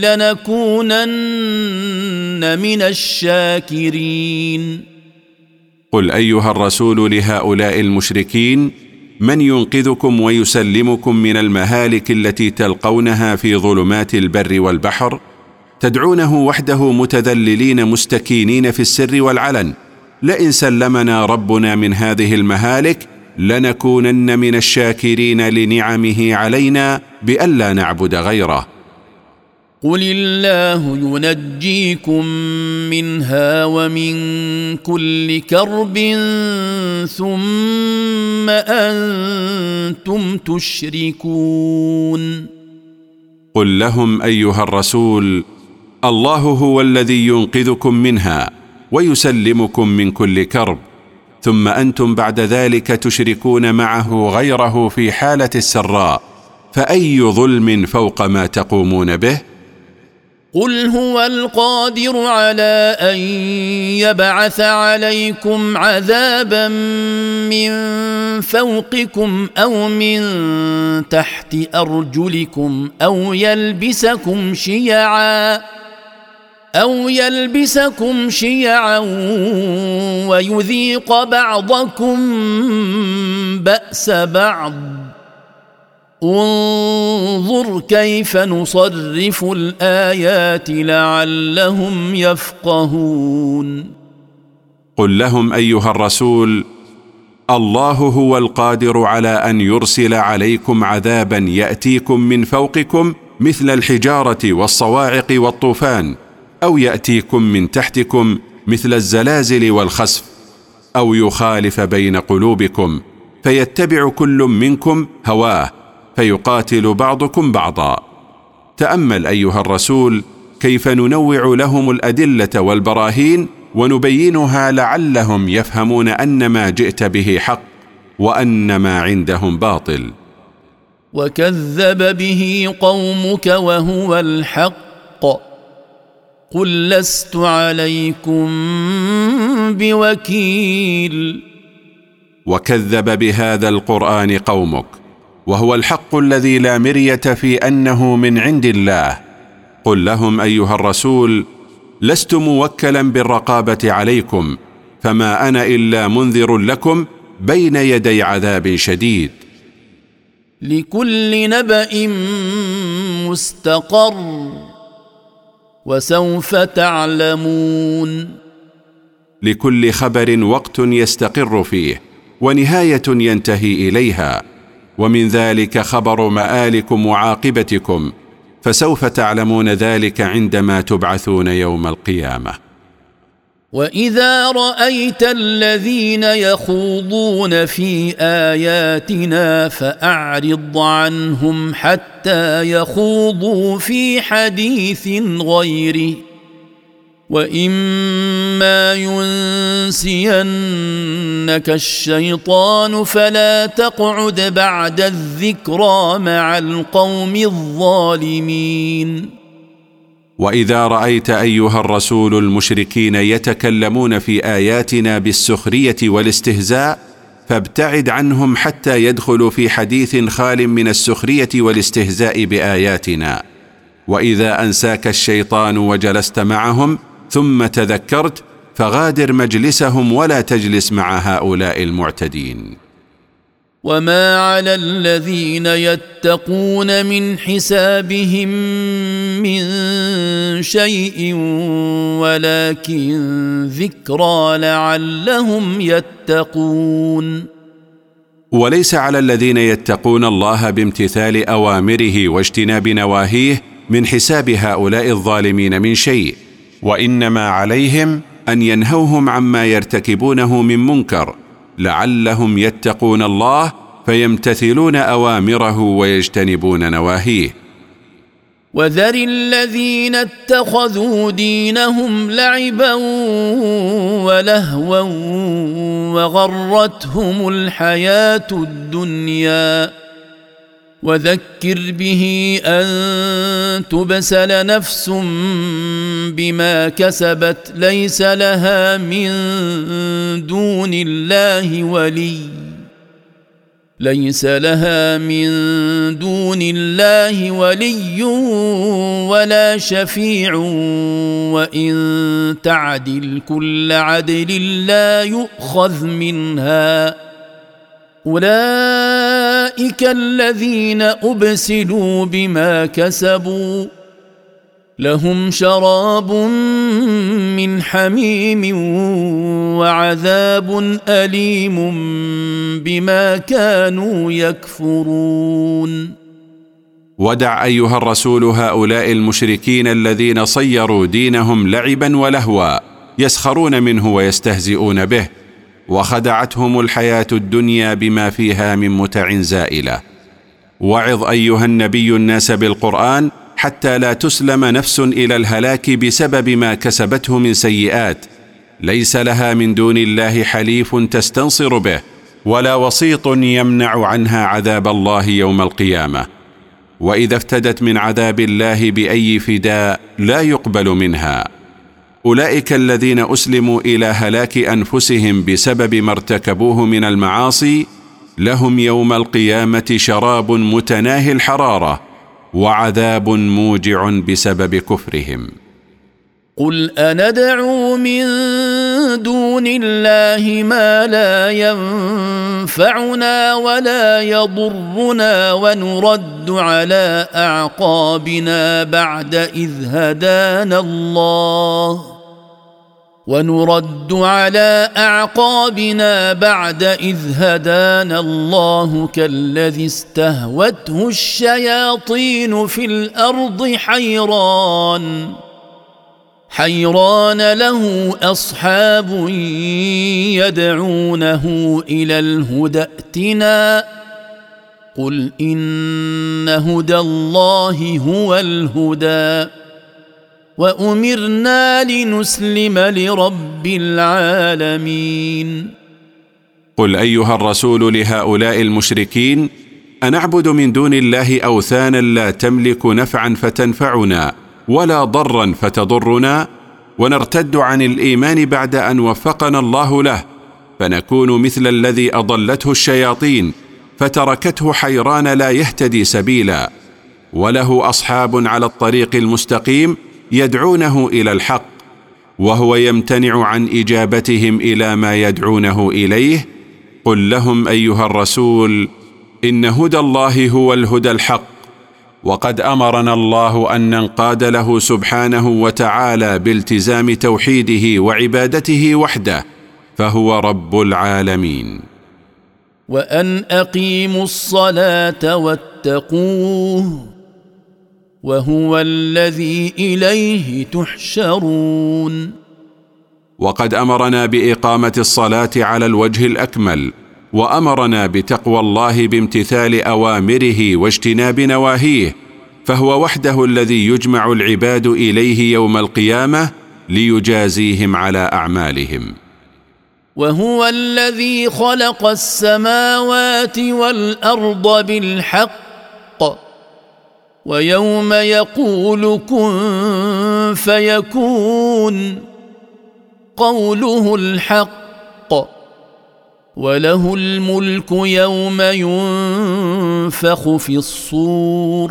لنكونن من الشاكرين. قل أيها الرسول لهؤلاء المشركين: من ينقذكم ويسلمكم من المهالك التي تلقونها في ظلمات البر والبحر؟ تدعونه وحده متذللين مستكينين في السر والعلن، لئن سلمنا ربنا من هذه المهالك لنكونن من الشاكرين لنعمه علينا بألا نعبد غيره. قل الله ينجيكم منها ومن كل كرب ثم أنتم تشركون. قل لهم أيها الرسول: الله هو الذي ينقذكم منها ويسلمكم من كل كرب، ثم أنتم بعد ذلك تشركون معه غيره في حالة السراء، فأي ظلم فوق ما تقومون به؟ قل هو القادر على أن يبعث عليكم عذابا من فوقكم أو من تحت أرجلكم أو يلبسكم شيعا ويذيق بعضكم بأس بعض. انظر كيف نصرف الآيات لعلهم يفقهون. قل لهم أيها الرسول: الله هو القادر على أن يرسل عليكم عذابا يأتيكم من فوقكم مثل الحجارة والصواعق والطوفان، أو يأتيكم من تحتكم مثل الزلازل والخسف، أو يخالف بين قلوبكم فيتبع كل منكم هواه فيقاتل بعضكم بعضا. تأمل أيها الرسول كيف ننوع لهم الأدلة والبراهين ونبينها لعلهم يفهمون أن ما جئت به حق وأن ما عندهم باطل. وكذب به قومك وهو الحق قل لست عليكم بوكيل. وكذب بهذا القرآن قومك وهو الحق الذي لا مرية في أنه من عند الله. قل لهم أيها الرسول: لست موكلا بالرقابة عليكم، فما أنا إلا منذر لكم بين يدي عذاب شديد. لكل نبأ مستقر وسوف تعلمون. لكل خبر وقت يستقر فيه ونهاية ينتهي إليها، ومن ذلك خبر مآلكم وعاقبتكم، فسوف تعلمون ذلك عندما تبعثون يوم القيامة. وإذا رأيت الذين يخوضون في آياتنا فأعرض عنهم حتى يخوضوا في حديث غيره، وإما ينسينك الشيطان فلا تقعد بعد الذكرى مع القوم الظالمين. وإذا رأيت أيها الرسول المشركين يتكلمون في آياتنا بالسخرية والاستهزاء فابتعد عنهم حتى يدخلوا في حديث خال من السخرية والاستهزاء بآياتنا. وإذا أنساك الشيطان وجلست معهم ثم تذكرت فغادر مجلسهم ولا تجلس مع هؤلاء المعتدين. وما على الذين يتقون من حسابهم من شيء ولكن ذكرى لعلهم يتقون. وليس على الذين يتقون الله بامتثال أوامره واجتناب نواهيه من حساب هؤلاء الظالمين من شيء، وإنما عليهم أن ينهوهم عما يرتكبونه من منكر لعلهم يتقون الله فيمتثلون أوامره ويجتنبون نواهيه. وذر الذين اتخذوا دينهم لعبا ولهوا وغرتهم الحياة الدنيا، وذكر به أن تبسل نفس بما كسبت ليس لها من دون الله ولي ولا شفيع، وإن تعدل كل عدل لا يؤخذ منها. أولئك الذين أبسلوا بما كسبوا لهم شراب من حميم وعذاب أليم بما كانوا يكفرون. ودع أيها الرسول هؤلاء المشركين الذين صيروا دينهم لعبا ولهوا يسخرون منه ويستهزئون به، وخدعتهم الحياة الدنيا بما فيها من متع زائلة. وعظ أيها النبي الناس بالقرآن حتى لا تسلم نفس إلى الهلاك بسبب ما كسبته من سيئات، ليس لها من دون الله حليف تستنصر به، ولا وسيط يمنع عنها عذاب الله يوم القيامة. وإذا افتدت من عذاب الله بأي فداء لا يقبل منها. أولئك الذين أسلموا إلى هلاك أنفسهم بسبب ما ارتكبوه من المعاصي، لهم يوم القيامة شراب متناهي الحرارة وعذاب موجع بسبب كفرهم. قل أندعو من دون الله ما لا ينفعنا ولا يضرنا ونرد على أعقابنا بعد إذ هدانا الله كالذي استهوته الشياطين في الأرض حيران له أصحاب يدعونه إلى الهدى ائتنا قل إن هدى الله هو الهدى وأمرنا لنسلم لرب العالمين. قل أيها الرسول لهؤلاء المشركين: أنعبد من دون الله أوثانا لا تملك نفعا فتنفعنا ولا ضرا فتضرنا، ونرتد عن الإيمان بعد أن وفقنا الله له، فنكون مثل الذي أضلته الشياطين فتركته حيران لا يهتدي سبيلا، وله أصحاب على الطريق المستقيم يدعونه إلى الحق، وهو يمتنع عن إجابتهم إلى ما يدعونه إليه. قل لهم أيها الرسول: إن هدى الله هو الهدى الحق، وقد أمرنا الله أن ننقاد له سبحانه وتعالى بالتزام توحيده وعبادته وحده، فهو رب العالمين. وأن أقيموا الصلاة واتقوه وهو الذي إليه تحشرون. وقد أمرنا بإقامة الصلاة على الوجه الأكمل، وأمرنا بتقوى الله بامتثال أوامره واجتناب نواهيه، فهو وحده الذي يجمع العباد إليه يوم القيامة ليجازيهم على أعمالهم. وهو الذي خلق السماوات والأرض بالحق، ويوم يقول كن فيكون قوله الحق، وله الملك يوم ينفخ في الصور،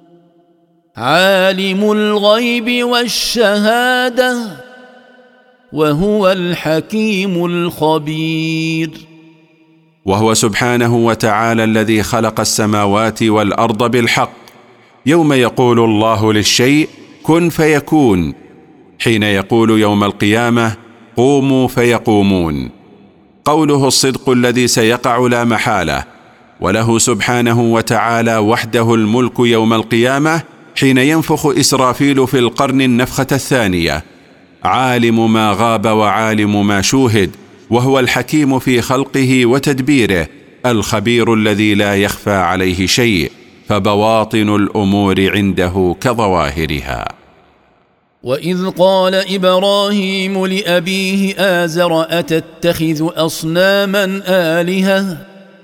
عالم الغيب والشهادة وهو الحكيم الخبير. وهو سبحانه وتعالى الذي خلق السماوات والأرض بالحق، يوم يقول الله للشيء كن فيكون، حين يقول يوم القيامة قوموا فيقومون. قوله الصدق الذي سيقع لا محالة، وله سبحانه وتعالى وحده الملك يوم القيامة حين ينفخ إسرافيل في القرن النفخة الثانية، عالم ما غاب وعالم ما شوهد، وهو الحكيم في خلقه وتدبيره، الخبير الذي لا يخفى عليه شيء، فبواطن الأمور عنده كظواهرها. وإذ قال إبراهيم لأبيه آزر أتتخذ أصناما آلهة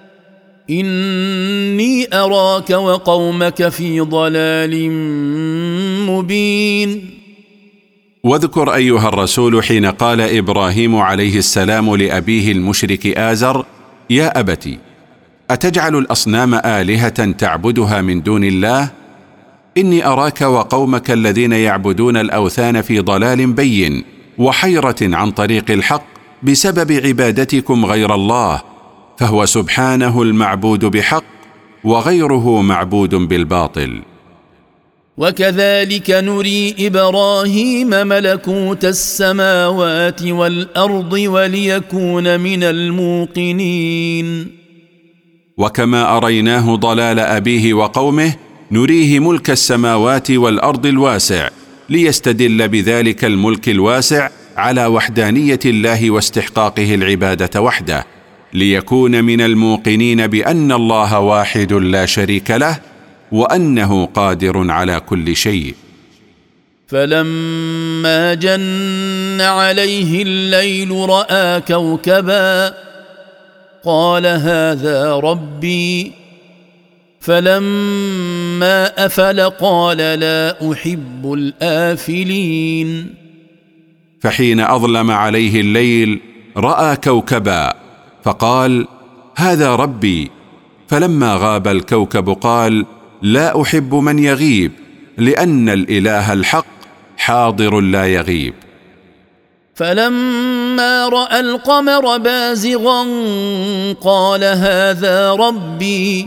إني أراك وقومك في ضلال مبين. واذكر أيها الرسول حين قال إبراهيم عليه السلام لأبيه المشرك آزر: يا أبت أتجعل الأصنام آلهة تعبدها من دون الله؟ إني أراك وقومك الذين يعبدون الأوثان في ضلال بين وحيرة عن طريق الحق بسبب عبادتكم غير الله، فهو سبحانه المعبود بحق وغيره معبود بالباطل. وكذلك نري إبراهيم ملكوت السماوات والأرض وليكون من الموقنين. وكما أريناه ضلال أبيه وقومه نريه ملك السماوات والأرض الواسع، ليستدل بذلك الملك الواسع على وحدانية الله واستحقاقه العبادة وحده، ليكون من الموقنين بأن الله واحد لا شريك له، وأنه قادر على كل شيء. فلما جن عليه الليل رأى كوكبا قال هذا ربي فلما أفل قال لا أحب الآفلين. فحين أظلم عليه الليل رأى كوكبا فقال هذا ربي، فلما غاب الكوكب قال لا أحب من يغيب، لأن الإله الحق حاضر لا يغيب. فلما رأى القمر بازغا قال هذا ربي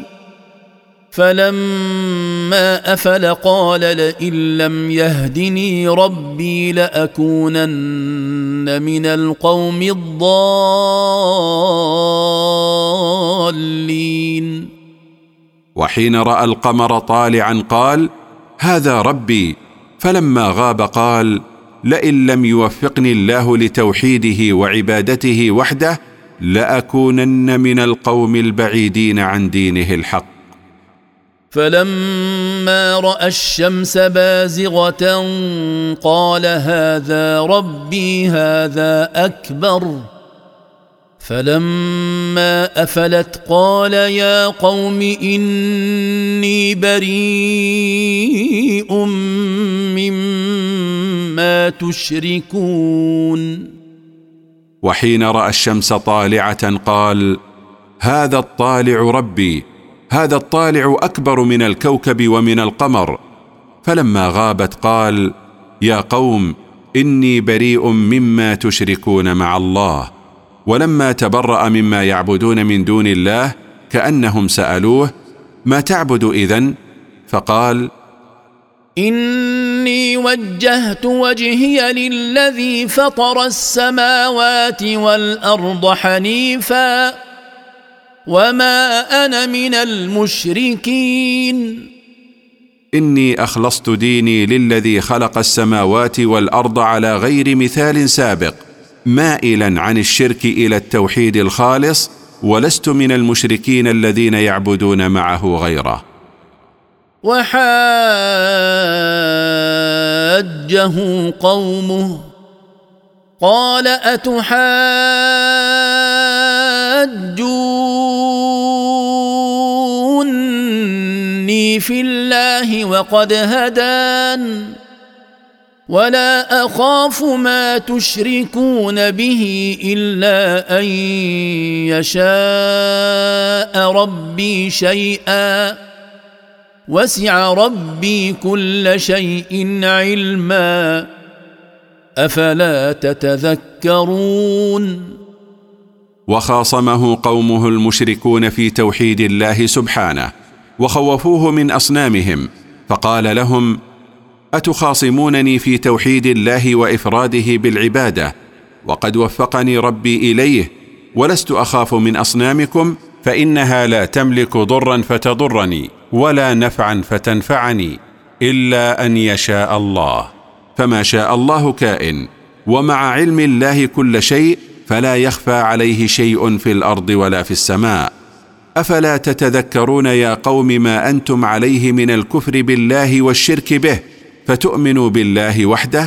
فلما أفل قال لئن لم يهدني ربي لأكونن من القوم الضالين. وحين رأى القمر طالعا قال هذا ربي، فلما غاب قال لئن لم يوفقني الله لتوحيده وعبادته وحده لأكونن من القوم البعيدين عن دينه الحق. فلما رأى الشمس بازغة قال هذا ربي هذا أكبر فلما أفلت قال يا قوم إني بريء مما تشركون. وحين رأى الشمس طالعة قال هذا الطالع ربي، هذا الطالع أكبر من الكوكب ومن القمر. فلما غابت قال يا قوم إني بريء مما تشركون مع الله. ولما تبرأ مما يعبدون من دون الله كأنهم سألوه ما تعبد إذن؟ فقال إني وجهت وجهي للذي فطر السماوات والأرض حنيفا وما أنا من المشركين. إني أخلصت ديني للذي خلق السماوات والأرض على غير مثال سابق، مائلا عن الشرك إلى التوحيد الخالص، ولست من المشركين الذين يعبدون معه غيره. وحاجه قومه قال أتحاجوني في الله وقد هدان ولا أخاف ما تشركون به إلا أن يشاء ربي شيئا وسع ربي كل شيء علما أفلا تتذكرون. وخاصمه قومه المشركون في توحيد الله سبحانه وخوفوه من أصنامهم، فقال لهم أتخاصمونني في توحيد الله وإفراده بالعبادة وقد وفقني ربي إليه، ولست أخاف من أصنامكم فإنها لا تملك ضرا فتضرني ولا نفعا فتنفعني إلا أن يشاء الله، فما شاء الله كائن، ومع علم الله كل شيء فلا يخفى عليه شيء في الأرض ولا في السماء. أفلا تتذكرون يا قوم ما أنتم عليه من الكفر بالله والشرك به فتؤمنوا بالله وحده؟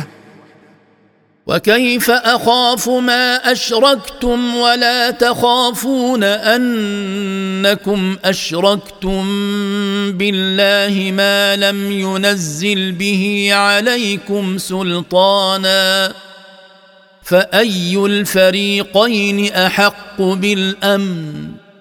وكيف أخاف ما أشركتم ولا تخافون أنكم أشركتم بالله ما لم ينزل به عليكم سلطانا فأي الفريقين أحق بالأمن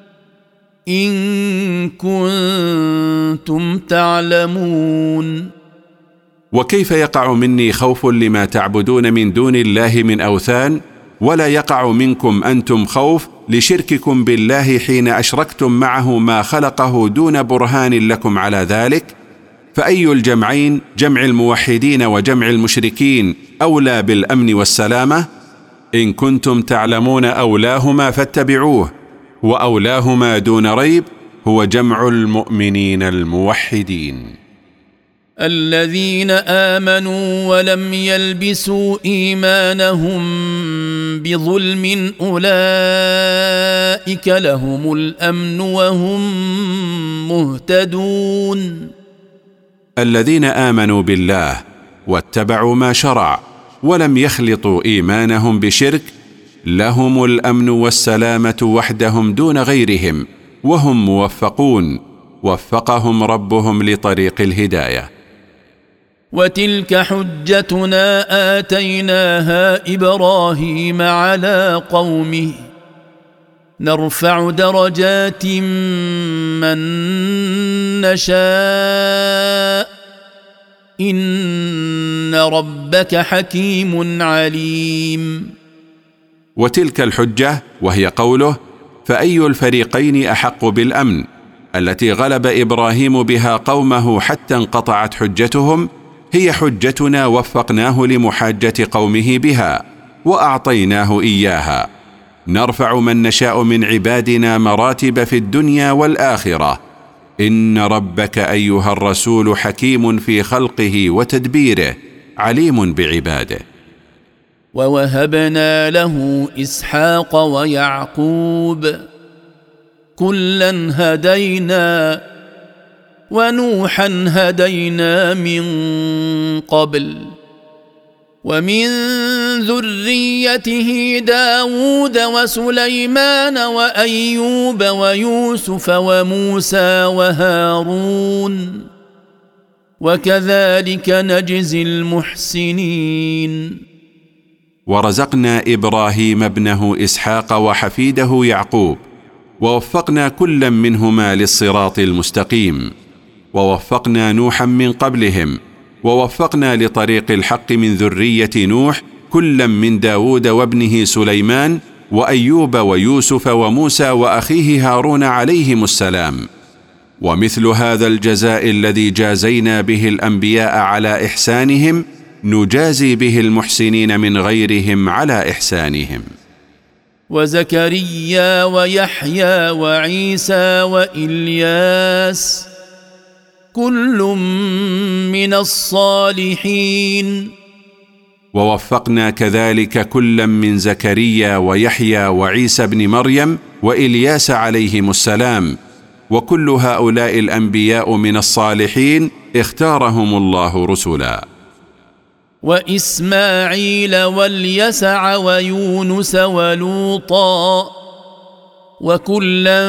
إن كنتم تعلمون. وكيف يقع مني خوف لما تعبدون من دون الله من أوثان، ولا يقع منكم أنتم خوف لشرككم بالله حين أشركتم معه ما خلقه دون برهان لكم على ذلك؟ فأي الجمعين، جمع الموحدين وجمع المشركين، أولى بالأمن والسلامة؟ إن كنتم تعلمون أولاهما فاتبعوه، وأولاهما دون ريب هو جمع المؤمنين الموحدين. الذين آمنوا ولم يلبسوا إيمانهم بظلم أولئك لهم الأمن وهم مهتدون. الذين آمنوا بالله واتبعوا ما شرع ولم يخلطوا إيمانهم بشرك لهم الأمن والسلامة وحدهم دون غيرهم، وهم موفقون وفقهم ربهم لطريق الهداية. وتلك حجتنا آتيناها إبراهيم على قومه نرفع درجات من نشاء إن ربك حكيم عليم. وتلك الحجة وهي قوله: فأي الفريقين أحق بالأمن، التي غلب إبراهيم بها قومه حتى انقطعت حجتهم، هي حجتنا وفقناه لمحاجة قومه بها وأعطيناه إياها. نرفع من نشاء من عبادنا مراتب في الدنيا والآخرة. إن ربك أيها الرسول حكيم في خلقه وتدبيره، عليم بعباده. ووهبنا له إسحاق ويعقوب كلا هدينا ونوحا هدينا من قبل ومن ذريته داود وسليمان وأيوب ويوسف وموسى وهارون وكذلك نجزي المحسنين. ورزقنا إبراهيم ابنه إسحاق وحفيده يعقوب، ووفقنا كلا منهما للصراط المستقيم، ووفقنا نوحا من قبلهم، ووفقنا لطريق الحق من ذرية نوح كلا من داود وابنه سليمان وأيوب ويوسف وموسى وأخيه هارون عليهم السلام. ومثل هذا الجزاء الذي جازينا به الأنبياء على إحسانهم نجازي به المحسنين من غيرهم على إحسانهم. وزكريا ويحيى وعيسى وإلياس كل من الصالحين. ووفقنا كذلك كلا من زكريا ويحيى وعيسى بن مريم وإلياس عليهم السلام، وكل هؤلاء الأنبياء من الصالحين اختارهم الله رسلا. وإسماعيل واليسع ويونس ولوطا وكلا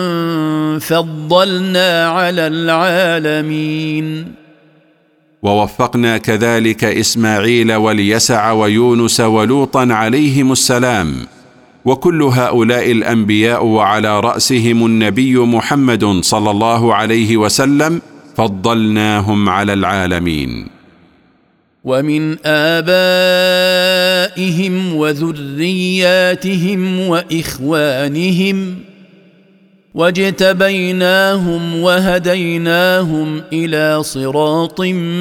فضلنا على العالمين. ووفقنا كذلك إسماعيل واليسع ويونس ولوطا عليهم السلام، وكل هؤلاء الأنبياء وعلى رأسهم النبي محمد صلى الله عليه وسلم فضلناهم على العالمين. ومن آبائهم وذرياتهم وإخوانهم واجتبيناهم وهديناهم إلى صراط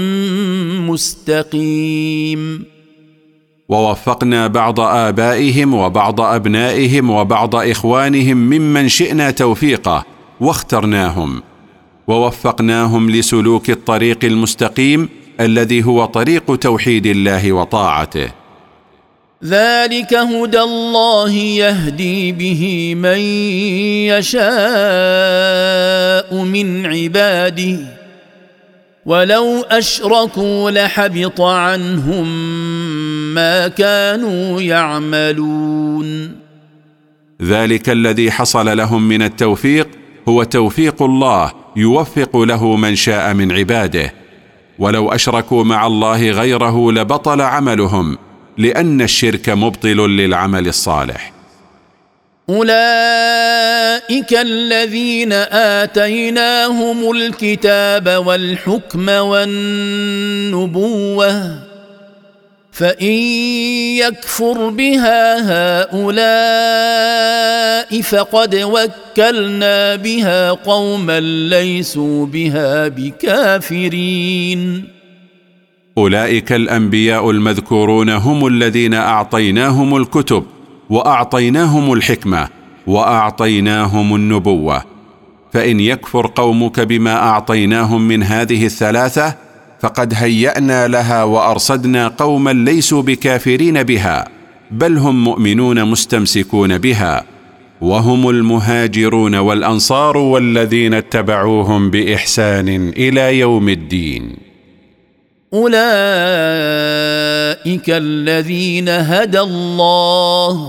مستقيم. ووفقنا بعض آبائهم وبعض أبنائهم وبعض إخوانهم ممن شئنا توفيقه واخترناهم، ووفقناهم لسلوك الطريق المستقيم الذي هو طريق توحيد الله وطاعته. ذلك هدى الله يهدي به من يشاء من عباده ولو أشركوا لحبط عنهم ما كانوا يعملون. ذلك الذي حصل لهم من التوفيق هو توفيق الله يوفق له من شاء من عباده، ولو أشركوا مع الله غيره لبطل عملهم، لأن الشرك مبطل للعمل الصالح. أولئك الذين آتيناهم الكتاب والحكم والنبوة فإن يكفر بها هؤلاء فقد وكلنا بها قوما ليسوا بها بكافرين. أولئك الأنبياء المذكورون هم الذين أعطيناهم الكتب وأعطيناهم الحكمة وأعطيناهم النبوة، فإن يكفر قومك بما أعطيناهم من هذه الثلاثة فقد هيأنا لها وأرصدنا قوما ليسوا بكافرين بها، بل هم مؤمنون مستمسكون بها، وهم المهاجرون والأنصار والذين اتبعوهم بإحسان إلى يوم الدين. أولئك الذين هدى الله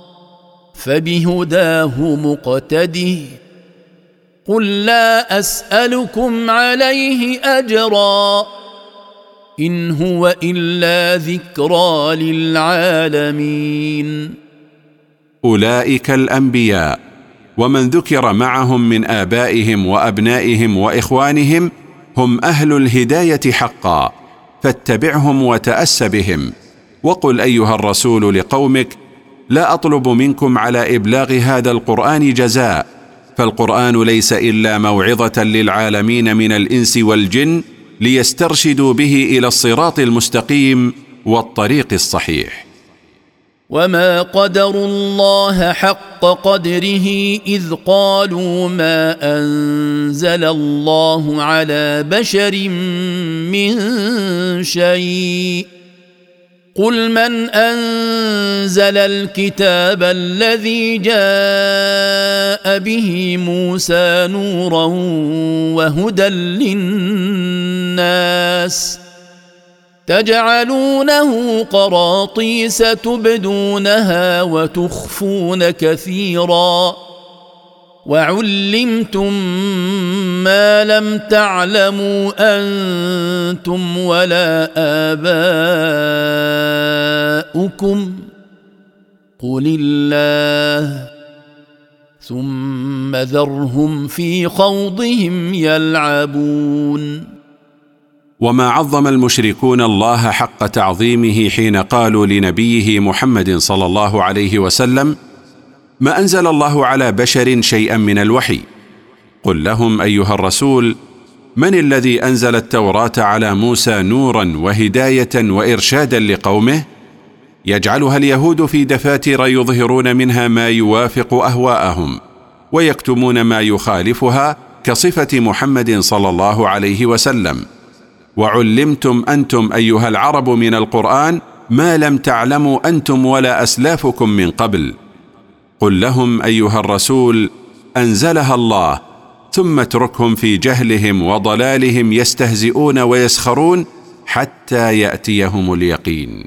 فبهداه مقتده قل لا أسألكم عليه أجرا إن هو إلا ذكرى للعالمين. أولئك الأنبياء ومن ذكر معهم من آبائهم وأبنائهم وإخوانهم هم أهل الهداية حقا، فاتبعهم وتأس بهم. وقل أيها الرسول لقومك لا أطلب منكم على إبلاغ هذا القرآن جزاء، فالقرآن ليس إلا موعظة للعالمين من الإنس والجن ليسترشدوا به إلى الصراط المستقيم والطريق الصحيح. وما قدروا الله حق قدره إذ قالوا ما أنزل الله على بشر من شيء قل من أنزل الكتاب الذي جاء به موسى نورا وهدى للناس تجعلونه قراطيس تبدونها وتخفون كثيرا وعلمتم ما لم تعلموا أنتم ولا آباؤكم قل الله ثم ذرهم في خوضهم يلعبون. وما عظم المشركون الله حق تعظيمه حين قالوا لنبيه محمد صلى الله عليه وسلم ما أنزل الله على بشر شيئا من الوحي. قل لهم أيها الرسول من الذي أنزل التوراة على موسى نورا وهداية وإرشادا لقومه يجعلها اليهود في دفاتر يظهرون منها ما يوافق أهواءهم ويكتمون ما يخالفها كصفة محمد صلى الله عليه وسلم. وعلمتم أنتم أيها العرب من القرآن ما لم تعلموا أنتم ولا أسلافكم من قبل. قل لهم أيها الرسول أنزلها الله ثم اتركهم في جهلهم وضلالهم يستهزئون ويسخرون حتى يأتيهم اليقين.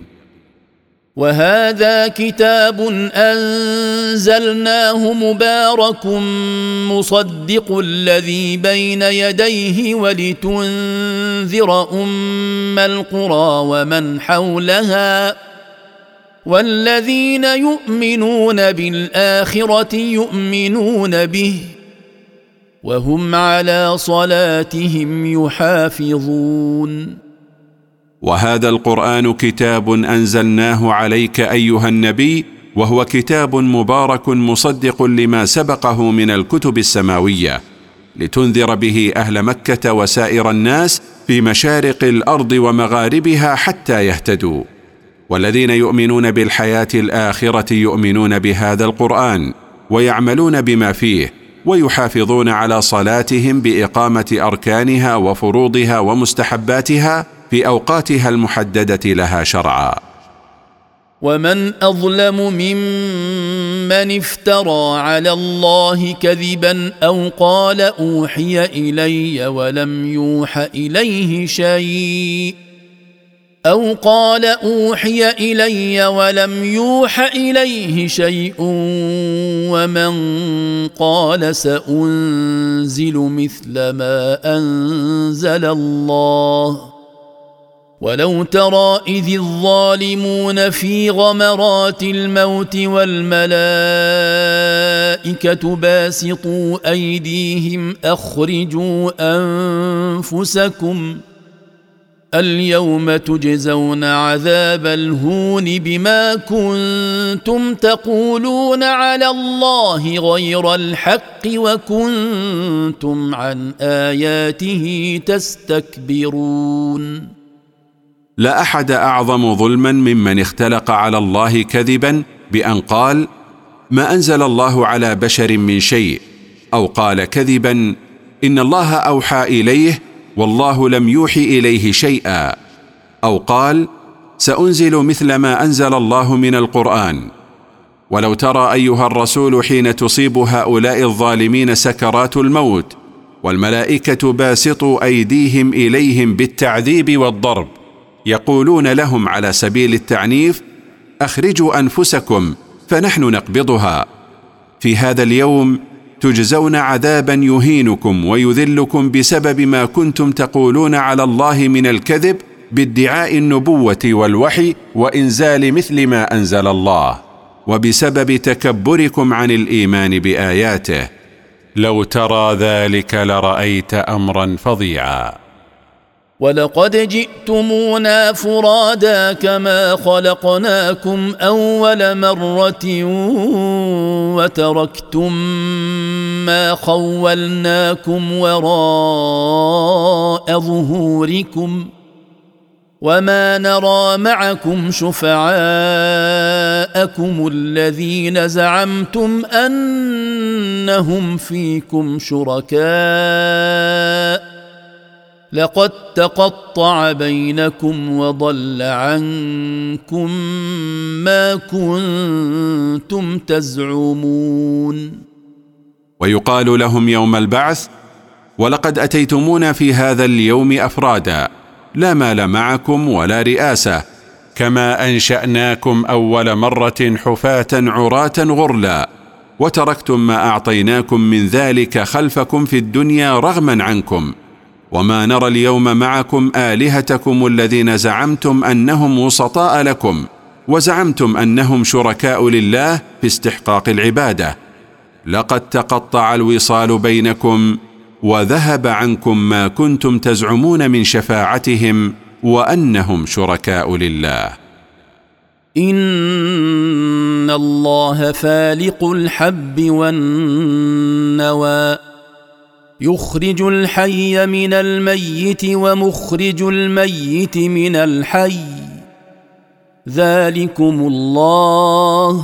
وهذا كتاب أنزلناه مبارك مصدق الذي بين يديه ولتنذر أم القرى ومن حولها والذين يؤمنون بالآخرة يؤمنون به وهم على صلاتهم يحافظون. وهذا القرآن كتاب أنزلناه عليك أيها النبي وهو كتاب مبارك مصدق لما سبقه من الكتب السماوية لتنذر به أهل مكة وسائر الناس في مشارق الأرض ومغاربها حتى يهتدوا. والذين يؤمنون بالحياة الآخرة يؤمنون بهذا القرآن ويعملون بما فيه ويحافظون على صلاتهم بإقامة أركانها وفروضها ومستحباتها في أوقاتها المحددة لها شرعا. ومن أظلم ممن افترى على الله كذبا أو قال أوحي إلي ولم يوح إليه شيء ومن قال سأنزل مثل ما أنزل الله ولو ترى إذ الظالمون في غمرات الموت والملائكة باسطوا أيديهم أخرجوا أنفسكم اليوم تجزون عذاب الهون بما كنتم تقولون على الله غير الحق وكنتم عن آياته تستكبرون. لا أحد أعظم ظلما ممن اختلق على الله كذبا بأن قال ما أنزل الله على بشر من شيء أو قال كذبا إن الله أوحى إليه والله لم يوحي إليه شيئا أو قال سأنزل مثل ما أنزل الله من القرآن. ولو ترى أيها الرسول حين تصيب هؤلاء الظالمين سكرات الموت والملائكة باسطوا أيديهم إليهم بالتعذيب والضرب يقولون لهم على سبيل التعنيف: أخرجوا أنفسكم فنحن نقبضها. في هذا اليوم تجزون عذابا يهينكم ويذلكم بسبب ما كنتم تقولون على الله من الكذب بادعاء النبوة والوحي وإنزال مثل ما أنزل الله، وبسبب تكبركم عن الإيمان بآياته. لو ترى ذلك لرأيت أمرا فظيعا. ولقد جئتمونا فرادا كما خلقناكم أول مرة وتركتم ما خولناكم وراء ظهوركم وما نرى معكم شفعاءكم الذين زعمتم أنهم فيكم شركاء لقد تقطع بينكم وضل عنكم ما كنتم تزعمون. ويقال لهم يوم البعث: ولقد أتيتمونا في هذا اليوم أفرادا لا مال معكم ولا رئاسة، كما أنشأناكم أول مرة حفاة عراة غرلا، وتركتم ما أعطيناكم من ذلك خلفكم في الدنيا رغما عنكم، وما نرى اليوم معكم آلهتكم الذين زعمتم أنهم وسطاء لكم وزعمتم أنهم شركاء لله في استحقاق العبادة. لقد تقطع الوصال بينكم وذهب عنكم ما كنتم تزعمون من شفاعتهم وأنهم شركاء لله. إن الله فالق الحب والنوى يخرج الحي من الميت ومخرج الميت من الحي ذلكم الله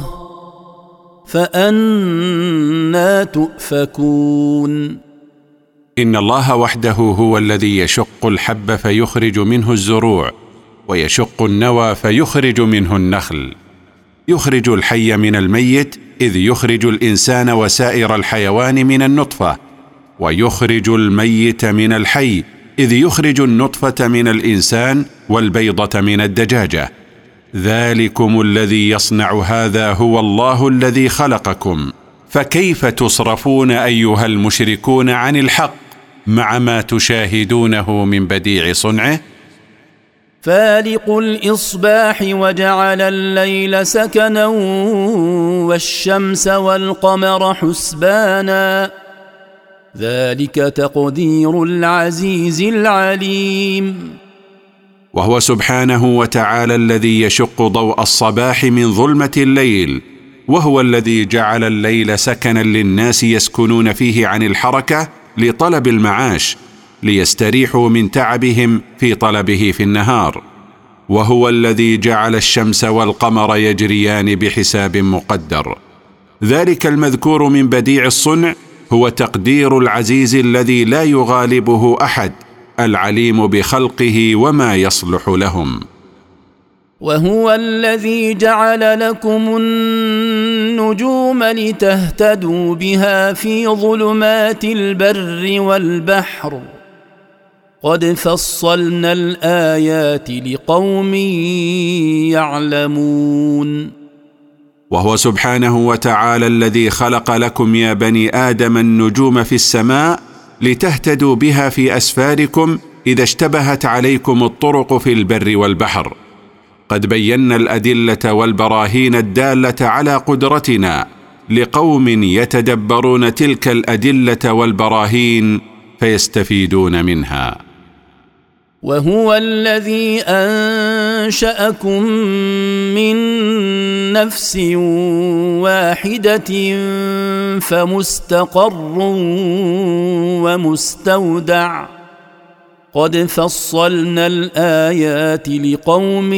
فأنى تؤفكون. إن الله وحده هو الذي يشق الحب فيخرج منه الزروع، ويشق النوى فيخرج منه النخل. يخرج الحي من الميت إذ يخرج الإنسان وسائر الحيوان من النطفة، ويخرج الميت من الحي إذ يخرج النطفة من الإنسان والبيضة من الدجاجة. ذلكم الذي يصنع هذا هو الله الذي خلقكم، فكيف تصرفون أيها المشركون عن الحق مع ما تشاهدونه من بديع صنعه؟ فالق الإصباح وجعل الليل سكنا والشمس والقمر حسبانا ذلك تقدير العزيز العليم. وهو سبحانه وتعالى الذي يشق ضوء الصباح من ظلمة الليل، وهو الذي جعل الليل سكنا للناس يسكنون فيه عن الحركة لطلب المعاش، ليستريحوا من تعبهم في طلبه في النهار. وهو الذي جعل الشمس والقمر يجريان بحساب مقدر. ذلك المذكور من بديع الصنع هو تقدير العزيز الذي لا يغالبه أحد، العليم بخلقه وما يصلح لهم. وهو الذي جعل لكم النجوم لتهتدوا بها في ظلمات البر والبحر قد فصلنا الآيات لقوم يعلمون. وهو سبحانه وتعالى الذي خلق لكم يا بني آدم النجوم في السماء لتهتدوا بها في أسفاركم إذا اشتبهت عليكم الطرق في البر والبحر. قد بينا الأدلة والبراهين الدالة على قدرتنا لقوم يتدبرون تلك الأدلة والبراهين فيستفيدون منها. وهو الذي أنشأكم من نفس واحدة فمستقر ومستودع قد فصلنا الآيات لقوم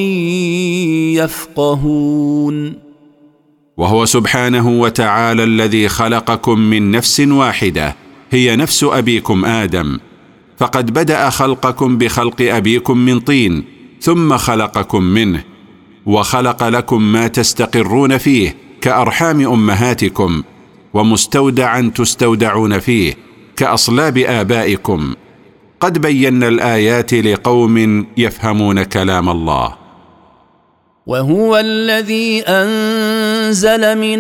يفقهون. وهو سبحانه وتعالى الذي خلقكم من نفس واحدة هي نفس أبيكم آدم، فقد بدأ خلقكم بخلق أبيكم من طين، ثم خلقكم منه، وخلق لكم ما تستقرون فيه كأرحام أمهاتكم، ومستودعا تستودعون فيه كأصلاب آبائكم. قد بينا الآيات لقوم يفهمون كلام الله. وهو الذي أنزل من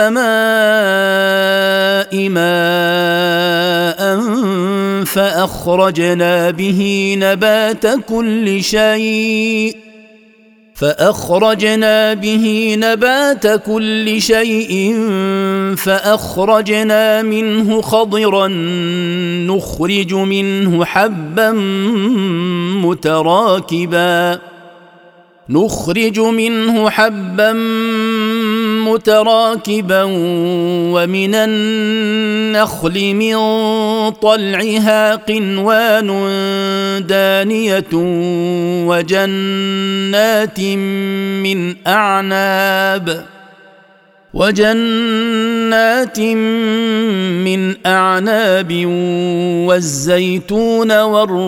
السماء ماء فأخرجنا به نبات كل شيء فأخرجنا منه خضرا نخرج منه حبا متراكبا ومن النخل من طلعها قنوان دانية وجنات من أعناب والزيتون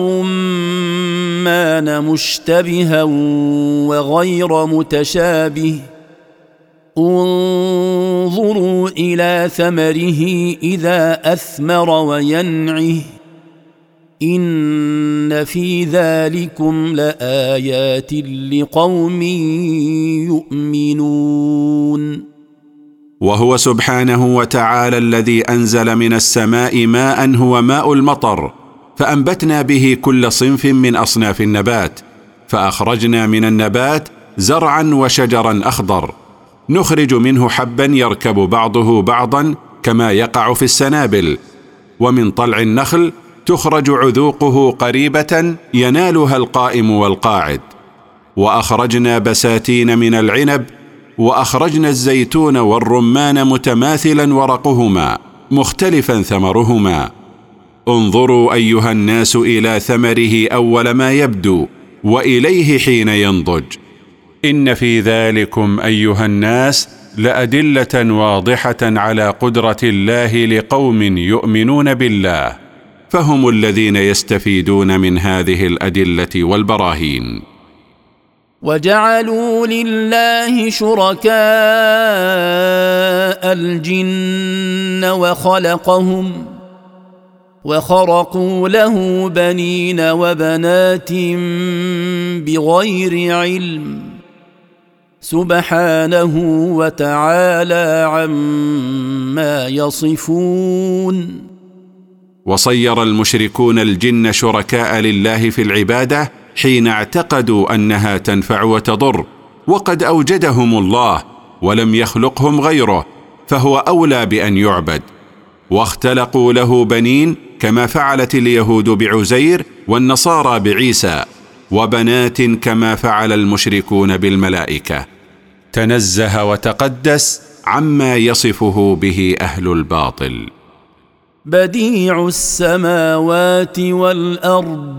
والرمان مشتبها وغير متشابه انظروا إلى ثمره إذا أثمر وينعه إن في ذلكم لآيات لقوم يؤمنون. وهو سبحانه وتعالى الذي أنزل من السماء ماء هو ماء المطر، فأنبتنا به كل صنف من أصناف النبات، فأخرجنا من النبات زرعا وشجرا أخضر، نخرج منه حبا يركب بعضه بعضا كما يقع في السنابل، ومن طلع النخل تخرج عذوقه قريبة ينالها القائم والقاعد، وأخرجنا بساتين من العنب، وأخرجنا الزيتون والرمان متماثلا ورقهما مختلفا ثمرهما. انظروا أيها الناس إلى ثمره أول ما يبدو وإليه حين ينضج، إن في ذلكم أيها الناس لأدلة واضحة على قدرة الله لقوم يؤمنون بالله، فهم الذين يستفيدون من هذه الأدلة والبراهين. وجعلوا لله شركاء الجن وخرقوا له بنين وبنات بغير علم سبحانه وتعالى عما يصفون. وصير المشركون الجن شركاء لله في العبادة حين اعتقدوا أنها تنفع وتضر، وقد أوجدهم الله ولم يخلقهم غيره، فهو أولى بأن يعبد. واختلقوا له بنين كما فعلت اليهود بعزير والنصارى بعيسى، وبنات كما فعل المشركون بالملائكة. تنزه وتقدس عما يصفه به أهل الباطل. بديع السماوات والأرض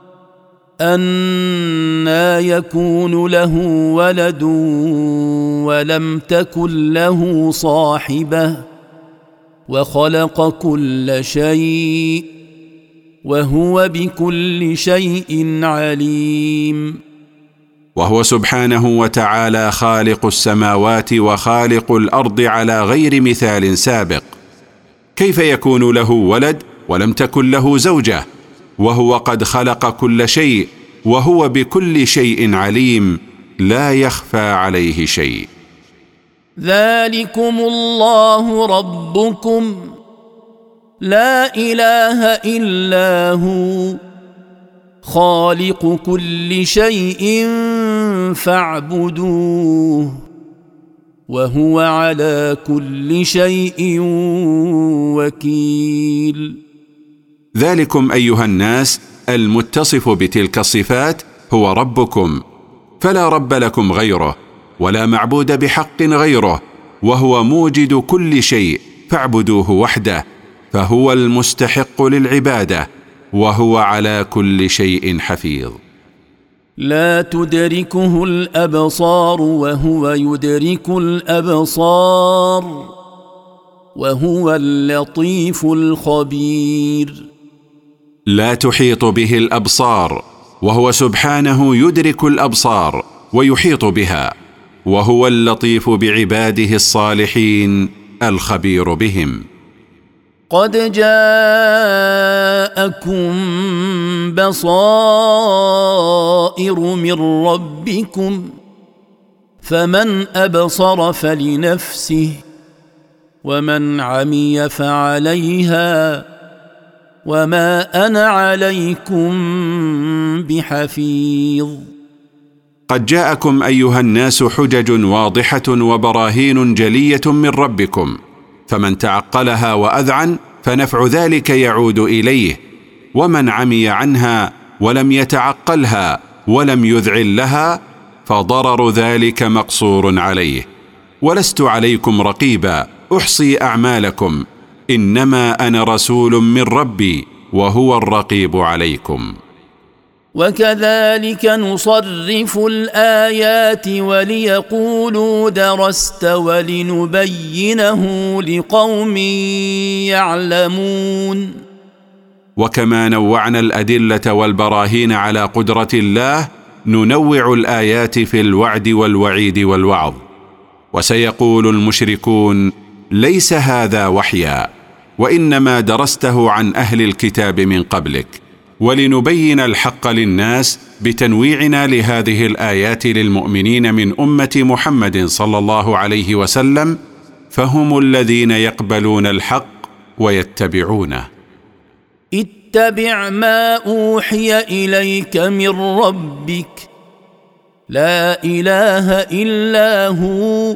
أنى يكون له ولد ولم تكن له صاحبة وخلق كل شيء وهو بكل شيء عليم. وهو سبحانه وتعالى خالق السماوات وخالق الأرض على غير مثال سابق. كيف يكون له ولد ولم تكن له زوجة وهو قد خلق كل شيء وهو بكل شيء عليم لا يخفى عليه شيء. ذلكم الله ربكم لا إله إلا هو خالق كل شيء فاعبدوه وهو على كل شيء وكيل. ذلكم أيها الناس المتصف بتلك الصفات هو ربكم، فلا رب لكم غيره ولا معبود بحق غيره، وهو موجد كل شيء فاعبدوه وحده، فهو المستحق للعبادة وهو على كل شيء حفيظ. لا تدركه الأبصار وهو يدرك الأبصار وهو اللطيف الخبير. لا تحيط به الأبصار وهو سبحانه يدرك الأبصار ويحيط بها، وهو اللطيف بعباده الصالحين الخبير بهم. قد جاءكم بصائر من ربكم فمن أبصر فلنفسه ومن عمي فعليها وما أنا عليكم بحفيظ. قد جاءكم أيها الناس حجج واضحة وبراهين جلية من ربكم، فمن تعقلها وأذعن فنفع ذلك يعود إليه، ومن عمي عنها ولم يتعقلها ولم يذعن لها فضرر ذلك مقصور عليه. ولست عليكم رقيبا أحصي أعمالكم، إنما أنا رسول من ربي وهو الرقيب عليكم. وكذلك نصرف الآيات وليقولوا درست ولنبينه لقوم يعلمون. وكما نوعنا الأدلة والبراهين على قدرة الله ننوع الآيات في الوعد والوعيد والوعظ. وسيقول المشركون ليس هذا وحيا، وإنما درسته عن أهل الكتاب من قبلك، ولنبين الحق للناس بتنويعنا لهذه الآيات للمؤمنين من أمة محمد صلى الله عليه وسلم، فهم الذين يقبلون الحق ويتبعونه. اتبع ما أوحي إليك من ربك لا إله إلا هو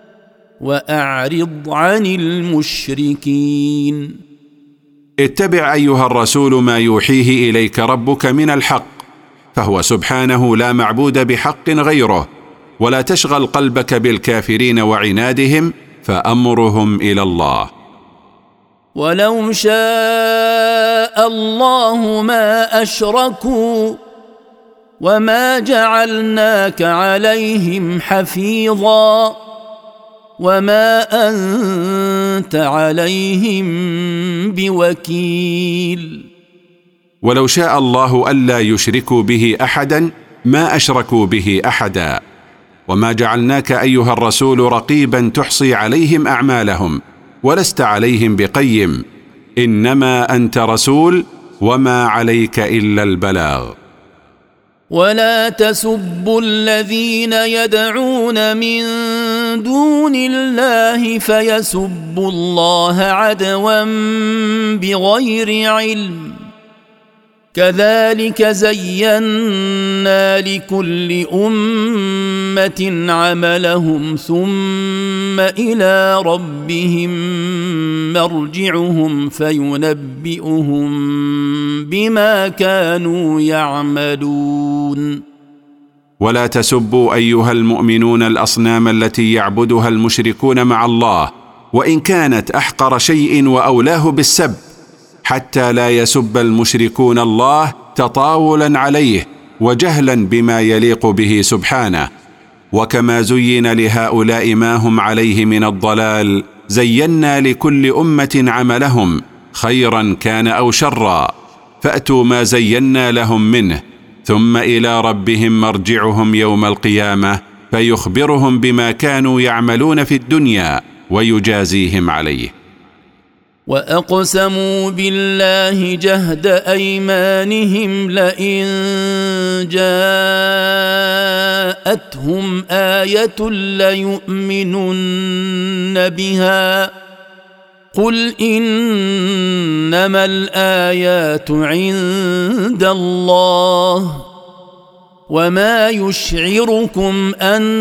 وأعرض عن المشركين. اتبع أيها الرسول ما يوحيه إليك ربك من الحق، فهو سبحانه لا معبود بحق غيره، ولا تشغل قلبك بالكافرين وعنادهم، فأمرهم إلى الله. ولو شاء الله ما أشركوا وما جعلناك عليهم حفيظا وما أنت عليهم بوكيل. ولو شاء الله ألا يشركوا به أحدا ما أشركوا به أحدا، وما جعلناك أيها الرسول رقيبا تحصي عليهم أعمالهم، ولست عليهم بقيم، إنما أنت رسول وما عليك إلا البلاغ. ولا تسبوا الذين يدعون من دون الله فيسبوا الله عدوا بغير علم، كذلك زينا لكل أمة عملهم ثم إلى ربهم مرجعهم فينبئهم بما كانوا يعملون. ولا تسبوا أيها المؤمنون الأصنام التي يعبدها المشركون مع الله، وإن كانت أحقر شيء وأولاه بالسب، حتى لا يسب المشركون الله تطاولا عليه وجهلا بما يليق به سبحانه. وكما زين لهؤلاء ما هم عليه من الضلال، زينا لكل أمة عملهم خيرا كان أو شرا، فأتوا ما زينا لهم منه، ثم إلى ربهم مرجعهم يوم القيامة فيخبرهم بما كانوا يعملون في الدنيا ويجازيهم عليه. وأقسموا بالله جهد أيمانهم لئن جاءتهم آية ليؤمنن بها قل إنما الآيات عند الله وما يشعركم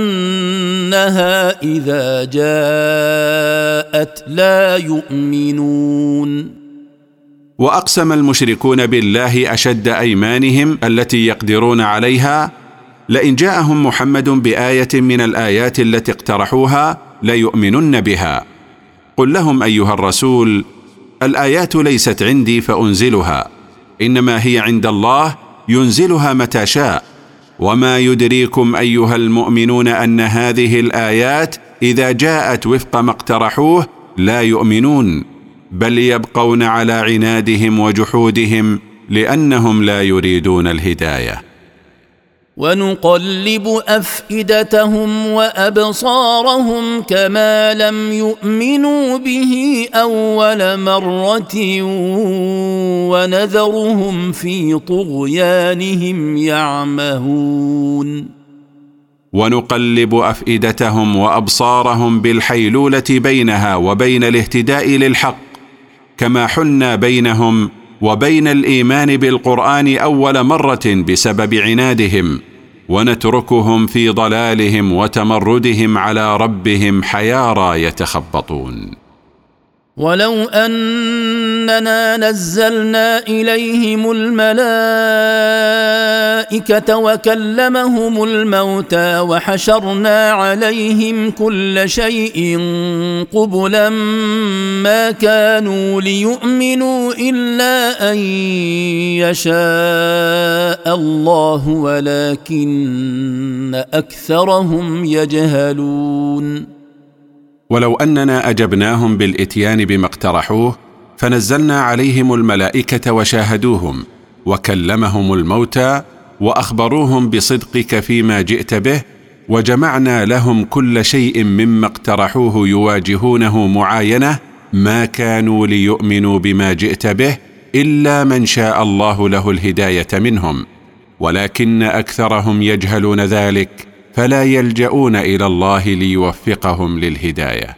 أنها إذا جاءت لا يؤمنون. وأقسم المشركون بالله أشد أيمانهم التي يقدرون عليها لئن جاءهم محمد بآية من الآيات التي اقترحوها ليؤمنن بها. قل لهم أيها الرسول الآيات ليست عندي فأنزلها، إنما هي عند الله ينزلها متى شاء، وما يدريكم أيها المؤمنون أن هذه الآيات إذا جاءت وفق ما اقترحوه لا يؤمنون، بل يبقون على عنادهم وجحودهم لأنهم لا يريدون الهداية. ونقلب أفئدتهم وأبصارهم كما لم يؤمنوا به أول مرة ونذرهم في طغيانهم يعمهون. ونقلب أفئدتهم وأبصارهم بالحيلولة بينها وبين الاهتداء للحق، كما حلنا بينهم وبين الإيمان بالقرآن أول مرة بسبب عنادهم، ونتركهم في ضلالهم وتمردهم على ربهم حيارى يتخبطون. ولو أننا نزلنا إليهم الملائكة وكلمهم الموتى وحشرنا عليهم كل شيء قبلا ما كانوا ليؤمنوا إلا أن يشاء الله ولكن أكثرهم يجهلون. ولو أننا أجبناهم بالإتيان بما اقترحوه فنزلنا عليهم الملائكة وشاهدوهم وكلمهم الموتى وأخبروهم بصدقك فيما جئت به، وجمعنا لهم كل شيء مما اقترحوه يواجهونه معاينة، ما كانوا ليؤمنوا بما جئت به إلا من شاء الله له الهداية منهم، ولكن أكثرهم يجهلون ذلك فلا يلجؤون إلى الله ليوفقهم للهداية.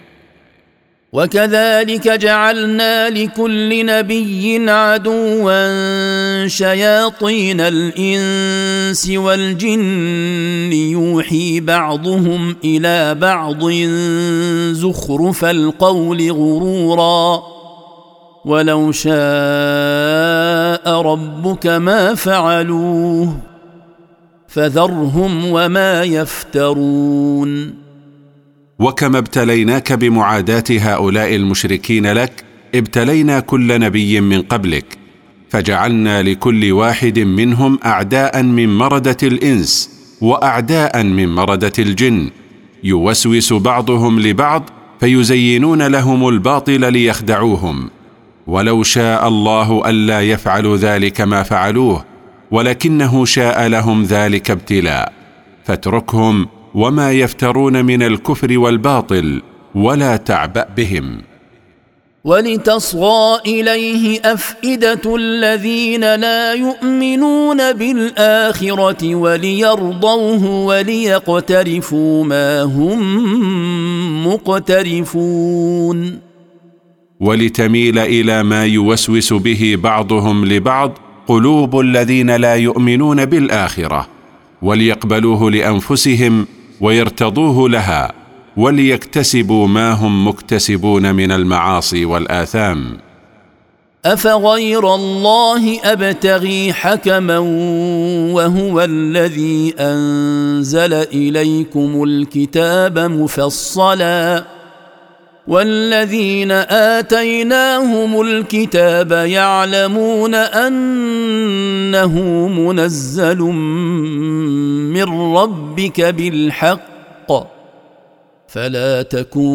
وكذلك جعلنا لكل نبي عدوا شياطين الإنس والجن يوحي بعضهم إلى بعض زخرف القول غرورا ولو شاء ربك ما فعلوه فذرهم وما يفترون. وكما ابتليناك بمعاداة هؤلاء المشركين لك، ابتلينا كل نبي من قبلك، فجعلنا لكل واحد منهم أعداء من مردة الإنس وأعداء من مردة الجن، يوسوس بعضهم لبعض فيزينون لهم الباطل ليخدعوهم، ولو شاء الله ألا يفعلوا ذلك ما فعلوه، ولكنه شاء لهم ذلك ابتلاء، فاتركهم وما يفترون من الكفر والباطل ولا تعبأ بهم. ولتصغى إليه أفئدة الذين لا يؤمنون بالآخرة وليرضوه وليقترفوا ما هم مقترفون. ولتميل إلى ما يوسوس به بعضهم لبعض قلوب الذين لا يؤمنون بالآخرة، وليقبلوه لأنفسهم ويرتضوه لها، وليكتسبوا ما هم مكتسبون من المعاصي والآثام. أفغير الله أبتغي حكما وهو الذي أنزل إليكم الكتاب مفصلا والذين آتيناهم الكتاب يعلمون أنه منزل من ربك بالحق فلا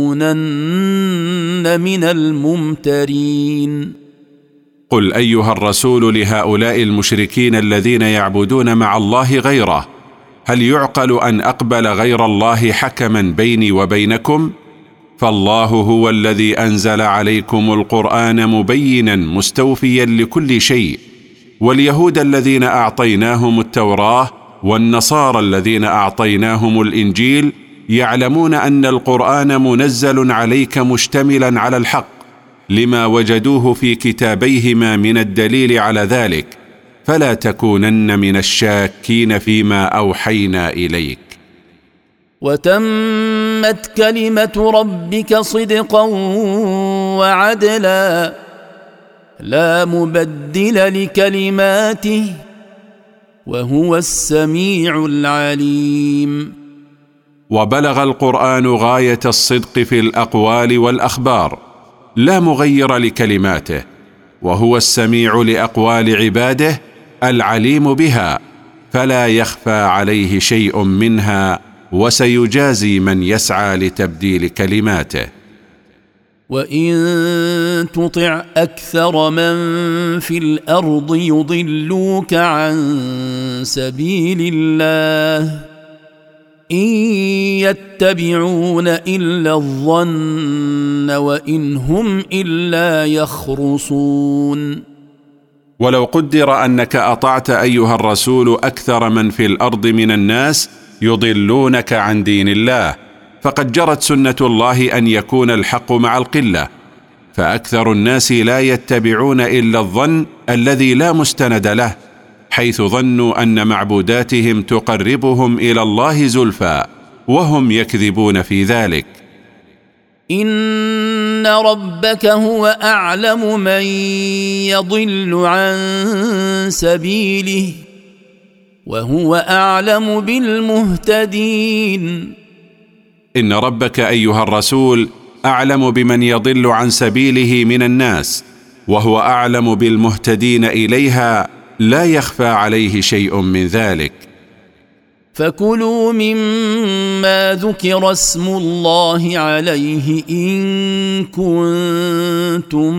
تكونن من الممترين. قل أيها الرسول لهؤلاء المشركين الذين يعبدون مع الله غيره: هل يعقل أن أقبل غير الله حكما بيني وبينكم؟ فالله هو الذي أنزل عليكم القرآن مبينا مستوفيا لكل شيء، واليهود الذين أعطيناهم التوراة والنصارى الذين أعطيناهم الإنجيل يعلمون أن القرآن منزل عليك مشتملا على الحق لما وجدوه في كتابيهما من الدليل على ذلك، فلا تكونن من الشاكين فيما أوحينا إليك. وتمت كلمة ربك صدقا وعدلا لا مبدل لكلماته وهو السميع العليم. وبلغ القرآن غاية الصدق في الأقوال والأخبار لا مغير لكلماته، وهو السميع لأقوال عباده العليم بها، فلا يخفى عليه شيء منها، وسيجازي من يسعى لتبديل كلماته. وإن تطع أكثر من في الأرض يضلوك عن سبيل الله إن يتبعون إلا الظن وإن هم إلا يخرصون. ولو قدر أنك أطعت أيها الرسول أكثر من في الأرض من الناس يضلونك عن دين الله، فقد جرت سنة الله أن يكون الحق مع القلة، فأكثر الناس لا يتبعون إلا الظن الذي لا مستند له، حيث ظنوا أن معبوداتهم تقربهم إلى الله زلفى، وهم يكذبون في ذلك. إن ربك هو أعلم من يضل عن سبيله وهو أعلم بالمهتدين. إن ربك أيها الرسول أعلم بمن يضل عن سبيله من الناس، وهو أعلم بالمهتدين إليها، لا يخفى عليه شيء من ذلك. فكلوا مما ذكر اسم الله عليه إن كنتم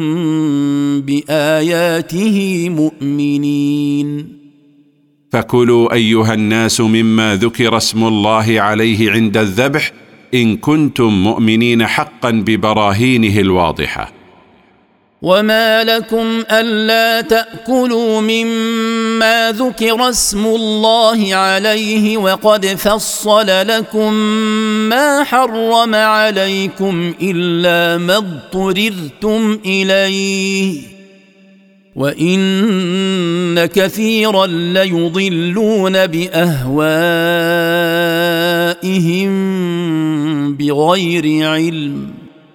بآياته مؤمنين. فكلوا أيها الناس مما ذكر اسم الله عليه عند الذبح إن كنتم مؤمنين حقا ببراهينه الواضحة. وما لكم ألا تأكلوا مما ذكر اسم الله عليه وقد فصل لكم ما حرم عليكم إلا ما اضطررتم إليه وإن كثيرا ليضلون بأهوائهم بغير علم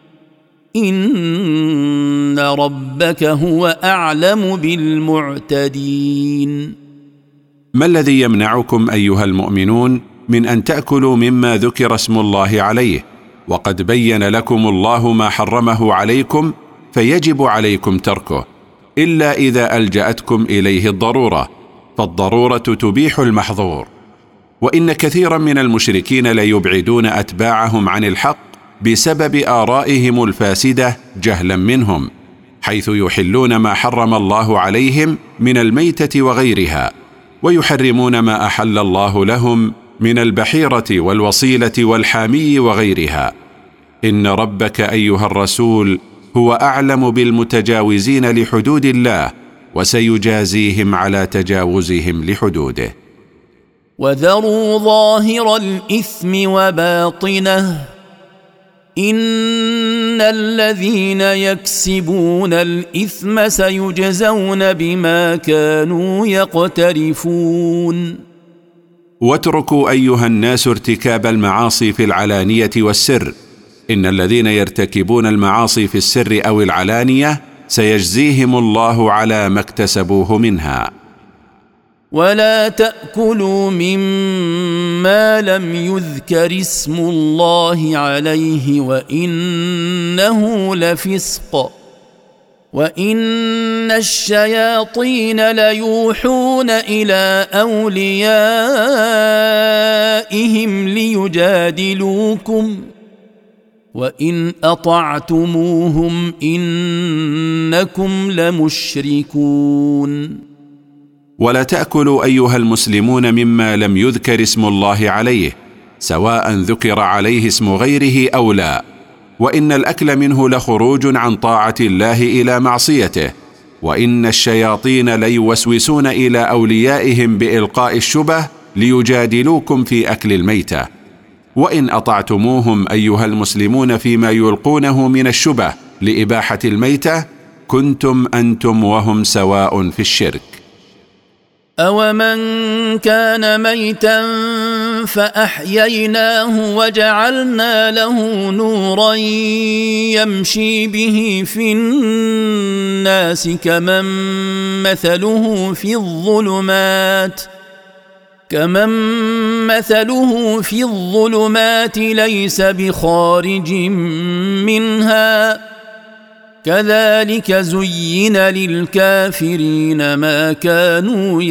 إن ربك هو أعلم بالمعتدين. ما الذي يمنعكم أيها المؤمنون من أن تأكلوا مما ذكر اسم الله عليه وقد بين لكم الله ما حرمه عليكم فيجب عليكم تركه، إلا إذا ألجأتكم إليه الضرورة، فالضرورة تبيح المحظور. وإن كثيرا من المشركين ليبعدون أتباعهم عن الحق بسبب آرائهم الفاسدة جهلا منهم، حيث يحلون ما حرم الله عليهم من الميتة وغيرها، ويحرمون ما أحل الله لهم من البحيرة والوصيلة والحامي وغيرها. إن ربك أيها الرسول هو أعلم بالمتجاوزين لحدود الله، وسيجازيهم على تجاوزهم لحدوده. وذروا ظاهر الإثم وباطنه إن الذين يكسبون الإثم سيجزون بما كانوا يقترفون. واتركوا أيها الناس ارتكاب المعاصي في العلانية والسر، إن الذين يرتكبون المعاصي في السر أو العلانية سيجزيهم الله على ما اكتسبوه منها. ولا تأكلوا مما لم يذكر اسم الله عليه وإنه لفسق وإن الشياطين ليوحون إلى أوليائهم ليجادلوكم وإن أطعتموهم إنكم لمشركون. ولا تأكلوا أيها المسلمون مما لم يذكر اسم الله عليه، سواء ذكر عليه اسم غيره أو لا، وإن الأكل منه لخروج عن طاعة الله إلى معصيته، وإن الشياطين ليوسوسون إلى أوليائهم بإلقاء الشبه ليجادلوكم في أكل الميتة، وإن أطعتموهم أيها المسلمون فيما يلقونه من الشبه لإباحة الميتة كنتم أنتم وهم سواء في الشرك. أومن كان ميتا فأحييناه وجعلنا له نورا يمشي به في الناس كمن مثله في الظلمات ليس بخارج منها كذلك زين للكافرين ما كانوا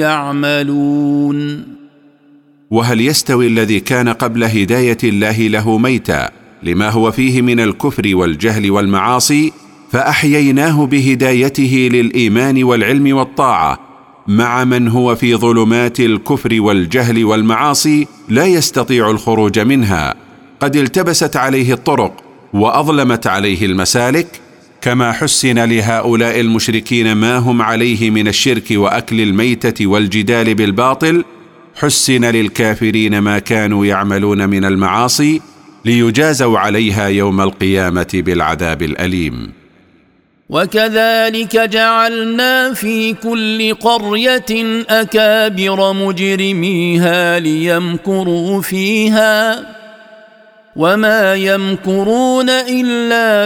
يعملون. وهل يستوي الذي كان قبل هداية الله له ميتا لما هو فيه من الكفر والجهل والمعاصي، فأحييناه بهدايته للإيمان والعلم والطاعة، مع من هو في ظلمات الكفر والجهل والمعاصي لا يستطيع الخروج منها، قد التبست عليه الطرق وأظلمت عليه المسالك، كما حسن لهؤلاء المشركين ما هم عليه من الشرك وأكل الميتة والجدال بالباطل، حسن للكافرين ما كانوا يعملون من المعاصي ليجازوا عليها يوم القيامة بالعذاب الأليم. وكذلك جعلنا في كل قرية أكابر مجرميها ليمكروا فيها وما يمكرون إلا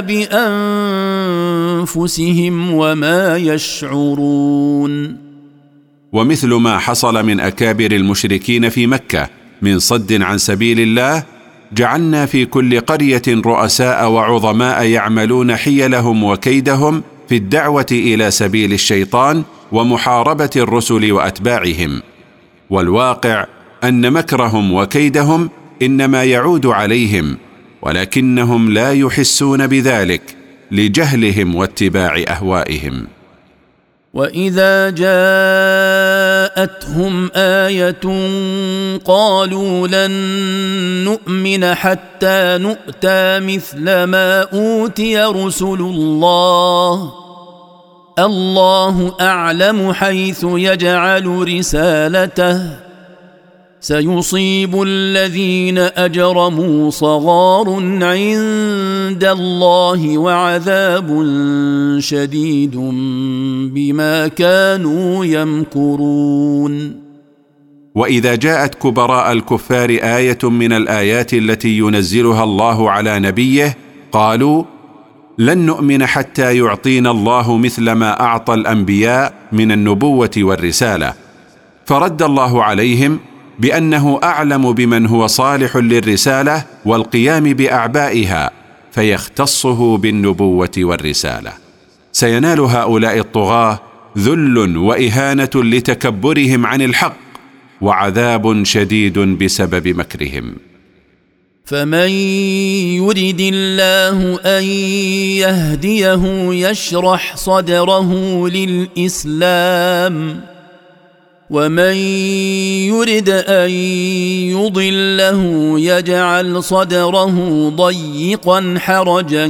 بأنفسهم وما يشعرون. ومثل ما حصل من أكابر المشركين في مكة من صد عن سبيل الله، جعلنا في كل قرية رؤساء وعظماء يعملون حيلهم وكيدهم في الدعوة إلى سبيل الشيطان ومحاربة الرسل وأتباعهم، والواقع أن مكرهم وكيدهم إنما يعود عليهم، ولكنهم لا يحسون بذلك لجهلهم واتباع أهوائهم. وإذا جاءتهم آية قالوا لن نؤمن حتى نؤتى مثل ما أوتي رسل الله، الله أعلم حيث يجعل رسالته، سيصيب الذين أجرموا صغار عند الله وعذاب شديد بما كانوا يمكرون. وإذا جاءت كبراء الكفار آية من الآيات التي ينزلها الله على نبيه قالوا لن نؤمن حتى يعطينا الله مثل ما أعطى الأنبياء من النبوة والرسالة، فرد الله عليهم بأنه أعلم بمن هو صالح للرسالة والقيام بأعبائها، فيختصه بالنبوة والرسالة. سينال هؤلاء الطغاة ذل وإهانة لتكبرهم عن الحق، وعذاب شديد بسبب مكرهم. فمن يرد الله أن يهديه يشرح صدره للإسلام، ومن يرد أن يضله يجعل صدره ضيقا حرجا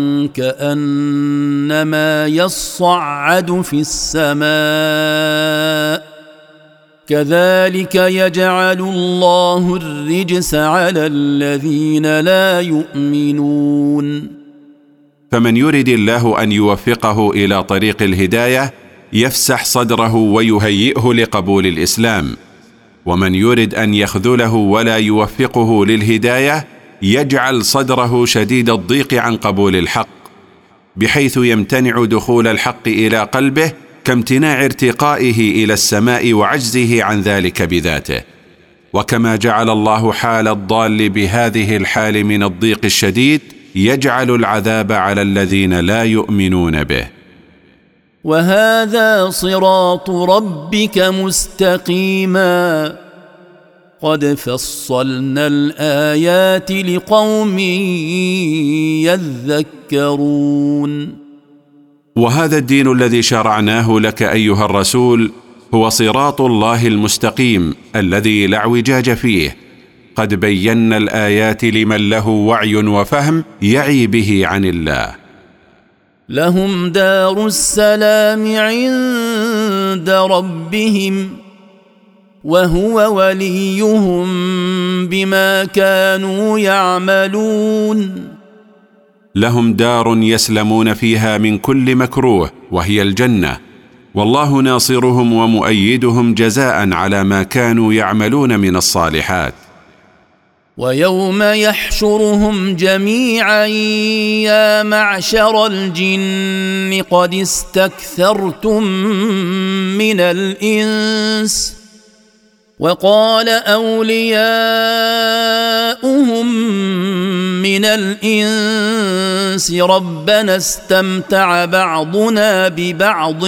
كأنما يصعد في السماء، كذلك يجعل الله الرجس على الذين لا يؤمنون. فمن يرد الله أن يوفقه إلى طريق الهداية يفسح صدره ويهيئه لقبول الإسلام، ومن يرد أن يخذله ولا يوفقه للهداية يجعل صدره شديد الضيق عن قبول الحق، بحيث يمتنع دخول الحق إلى قلبه كامتناع ارتقائه إلى السماء وعجزه عن ذلك بذاته. وكما جعل الله حال الضال بهذه الحال من الضيق الشديد، يجعل العذاب على الذين لا يؤمنون به. وهذا صراط ربك مستقيما قد فصلنا الآيات لقوم يذكرون. وهذا الدين الذي شرعناه لك أيها الرسول هو صراط الله المستقيم الذي لا اعوجاج فيه، قد بينا الآيات لمن له وعي وفهم يعي به عن الله. لهم دار السلام عند ربهم وهو وليهم بما كانوا يعملون. لهم دار يسلمون فيها من كل مكروه وهي الجنة، والله ناصرهم ومؤيدهم جزاء على ما كانوا يعملون من الصالحات. ويوم يحشرهم جميعا يا معشر الجن قد استكثرتم من الإنس، وقال أولياؤهم من الإنس ربنا استمتع بعضنا ببعض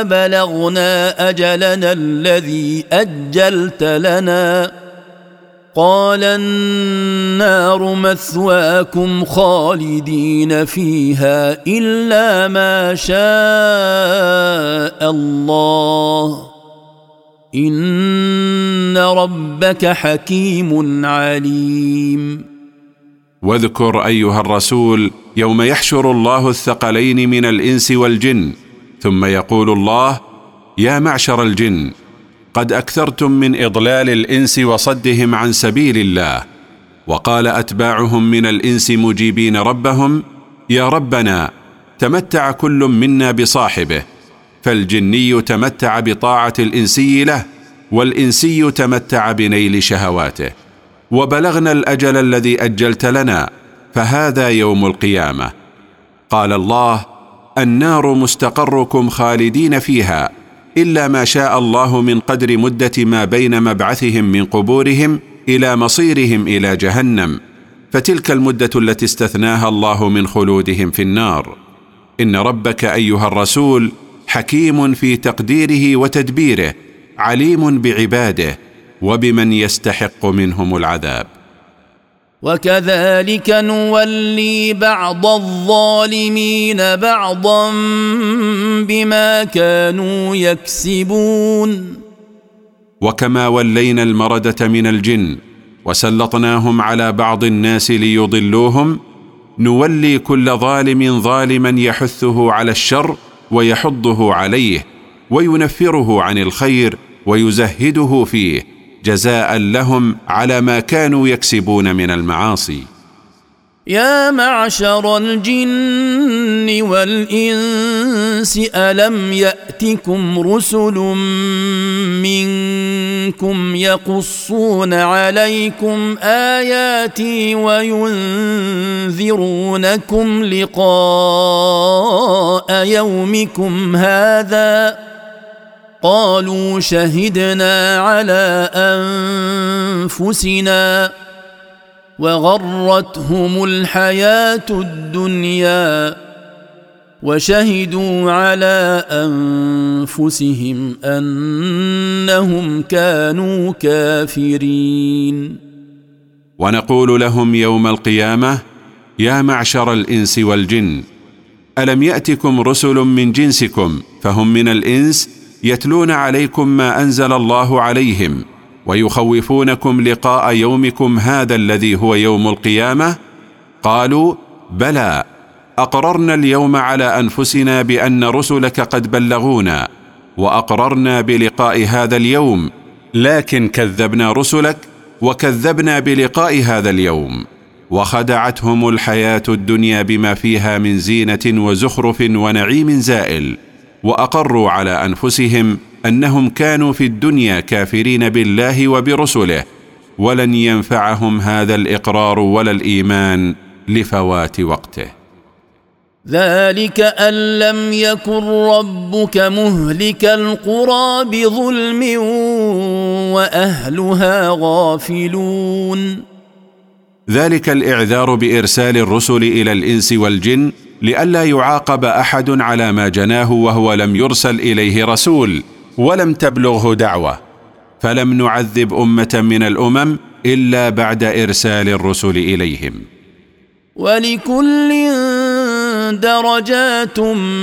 وبلغنا أجلنا الذي أجلت لنا قال النار مثواكم خالدين فيها إلا ما شاء الله إن ربك حكيم عليم. واذكر أيها الرسول يوم يحشر الله الثقلين من الإنس والجن، ثم يقول الله: يا معشر الجن، قد أكثرتم من إضلال الإنس وصدهم عن سبيل الله. وقال أتباعهم من الإنس مجيبين ربهم: يا ربنا، تمتع كل منا بصاحبه، فالجني تمتع بطاعة الإنسي له، والإنسي تمتع بنيل شهواته، وبلغنا الأجل الذي أجلت لنا، فهذا يوم القيامة. قال الله: النار مستقركم خالدين فيها إلا ما شاء الله من قدر مدة ما بين مبعثهم من قبورهم إلى مصيرهم إلى جهنم، فتلك المدة التي استثناها الله من خلودهم في النار. إن ربك أيها الرسول حكيم في تقديره وتدبيره، عليم بعباده وبمن يستحق منهم العذاب. وكذلك نولي بعض الظالمين بعضا بما كانوا يكسبون. وكما ولينا المردة من الجن وسلطناهم على بعض الناس ليضلوهم، نولي كل ظالم ظالما يحثه على الشر ويحضه عليه وينفره عن الخير ويزهده فيه، جزاء لهم على ما كانوا يكسبون من المعاصي. يا معشر الجن والإنس ألم يأتكم رسل منكم يقصون عليكم آياتي وينذرونكم لقاء يومكم هذا؟ قالوا شهدنا على أنفسنا وغرتهم الحياة الدنيا وشهدوا على أنفسهم أنهم كانوا كافرين. ونقول لهم يوم القيامة: يا معشر الإنس والجن، ألم يأتكم رسل من جنسكم فهم من الإنس يتلون عليكم ما أنزل الله عليهم ويخوفونكم لقاء يومكم هذا الذي هو يوم القيامة؟ قالوا: بلى، أقررنا اليوم على أنفسنا بأن رسلك قد بلغونا، وأقررنا بلقاء هذا اليوم، لكن كذبنا رسلك وكذبنا بلقاء هذا اليوم. وخدعتهم الحياة الدنيا بما فيها من زينة وزخرف ونعيم زائل، وأقروا على أنفسهم أنهم كانوا في الدنيا كافرين بالله وبرسله، ولن ينفعهم هذا الإقرار ولا الإيمان لفوات وقته. ذلك أن لم يكن ربك مهلك القرى بظلم وأهلها غافلون. ذلك الإعذار بإرسال الرسل إلى الإنس والجن لئلا يعاقب أحد على ما جناه وهو لم يرسل إليه رسول ولم تبلغه دعوة، فلم نعذب أمة من الأمم إلا بعد إرسال الرسل إليهم. ولكل درجات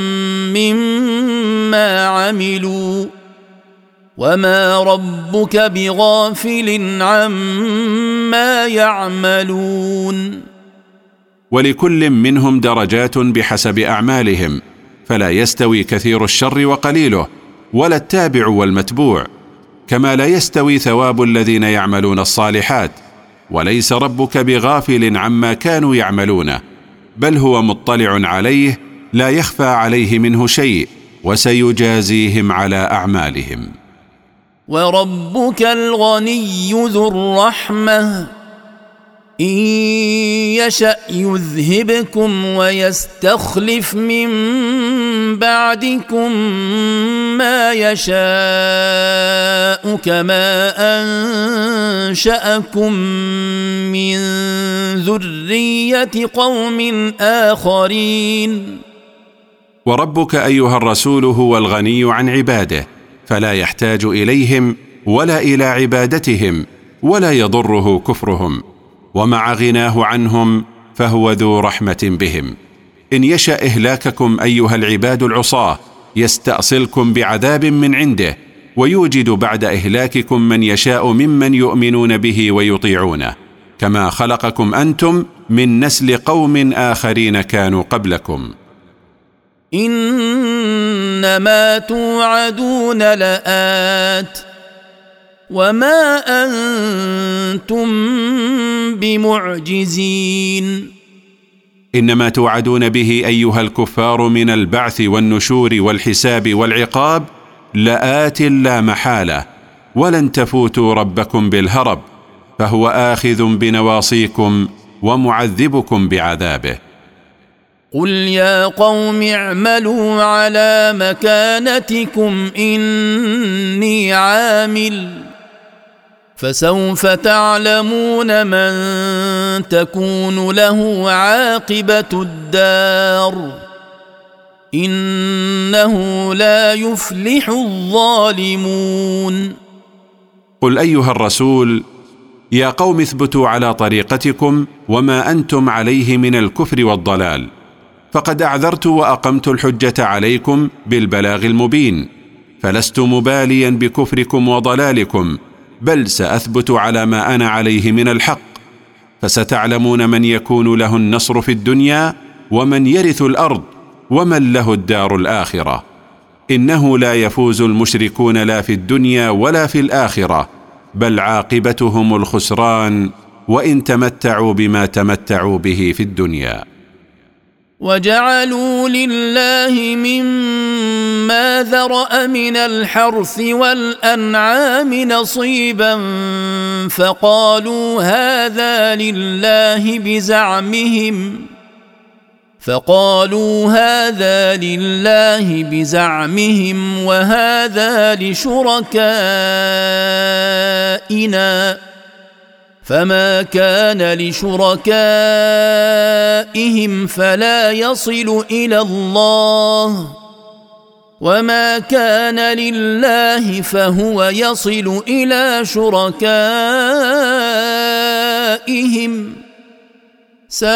مما عملوا وما ربك بغافل عما يعملون. ولكل منهم درجات بحسب أعمالهم، فلا يستوي كثير الشر وقليله، ولا التابع والمتبوع، كما لا يستوي ثواب الذين يعملون الصالحات. وليس ربك بغافل عما كانوا يعملونه، بل هو مطلع عليه، لا يخفى عليه منه شيء، وسيجازيهم على أعمالهم. وربك الغني ذو الرحمة إن يشأ يذهبكم ويستخلف من بعدكم ما يشاء كما أنشأكم من ذرية قوم آخرين. وربك أيها الرسول هو الغني عن عباده، فلا يحتاج إليهم ولا إلى عبادتهم، ولا يضره كفرهم، ومع غناه عنهم فهو ذو رحمة بهم. إن يشأ إهلاككم أيها العباد العصاة يستأصلكم بعذاب من عنده، ويوجد بعد إهلاككم من يشاء ممن يؤمنون به ويطيعونه، كما خلقكم أنتم من نسل قوم آخرين كانوا قبلكم. إنما توعدون لآت وما أنتم بمعجزين. إنما توعدون به أيها الكفار من البعث والنشور والحساب والعقاب لآت لا محالة، ولن تفوتوا ربكم بالهرب، فهو آخذ بنواصيكم ومعذبكم بعذابه. قل يا قوم اعملوا على مكانتكم إني عامل، فسوف تعلمون من تكون له عاقبة الدار، إنه لا يفلح الظالمون. قل أيها الرسول يا قوم اثبتوا على طريقتكم وما أنتم عليه من الكفر والضلال، فقد أعذرت وأقمت الحجة عليكم بالبلاغ المبين، فلست مباليا بكفركم وضلالكم، بل سأثبت على ما أنا عليه من الحق، فستعلمون من يكون له النصر في الدنيا ومن يرث الأرض ومن له الدار الآخرة. إنه لا يفوز المشركون لا في الدنيا ولا في الآخرة، بل عاقبتهم الخسران وإن تمتعوا بما تمتعوا به في الدنيا. وجعلوا لله مما ذرأ من الحرث والأنعام نصيبا فقالوا هذا لله بزعمهم وهذا لشركائنا، فما كان لشركائهم فلا يصل إلى الله، وما كان لله فهو يصل إلى شركائهم، ساء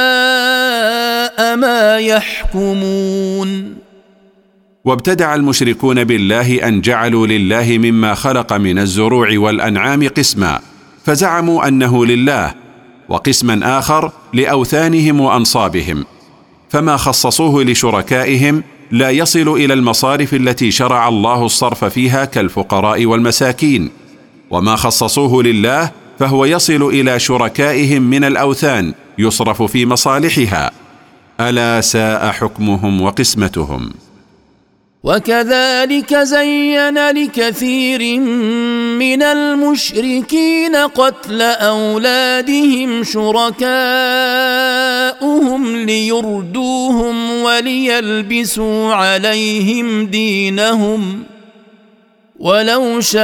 ما يحكمون. وابتدع المشركون بالله أن جعلوا لله مما خلق من الزروع والأنعام قسما، فزعموا أنه لله، وقسما آخر لأوثانهم وأنصابهم، فما خصصوه لشركائهم لا يصل إلى المصارف التي شرع الله الصرف فيها كالفقراء والمساكين، وما خصصوه لله فهو يصل إلى شركائهم من الأوثان يصرف في مصالحها. ألا ساء حكمهم وقسمتهم. وكذلك زين لكثير من المشركين قتل أولادهم شركاؤهم ليردوهم وليلبسوا عليهم دينهم، ولو شاء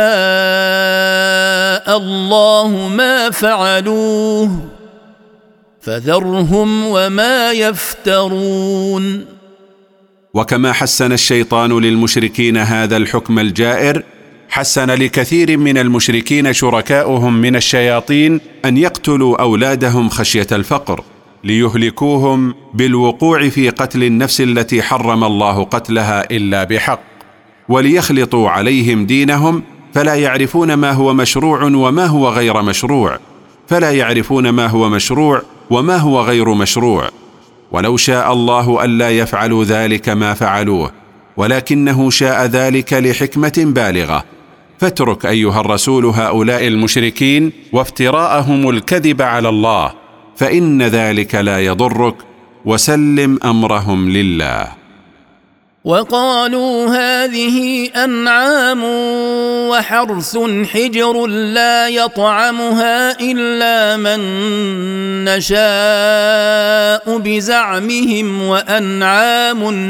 الله ما فعلوه فذرهم وما يفترون. وكما حسن الشيطان للمشركين هذا الحكم الجائر، حسن لكثير من المشركين شركاؤهم من الشياطين أن يقتلوا أولادهم خشية الفقر، ليهلكوهم بالوقوع في قتل النفس التي حرم الله قتلها إلا بحق، وليخلطوا عليهم دينهم، فلا يعرفون ما هو مشروع وما هو غير مشروع، فلا يعرفون ما هو مشروع وما هو غير مشروع. ولو شاء الله ألا يفعلوا ذلك ما فعلوه، ولكنه شاء ذلك لحكمة بالغة. فاترك أيها الرسول هؤلاء المشركين وافتراءهم الكذب على الله، فإن ذلك لا يضرك، وسلم أمرهم لله. وقالوا هذه أنعام وحرث حجر لا يطعمها إلا من نشاء بزعمهم، وأنعام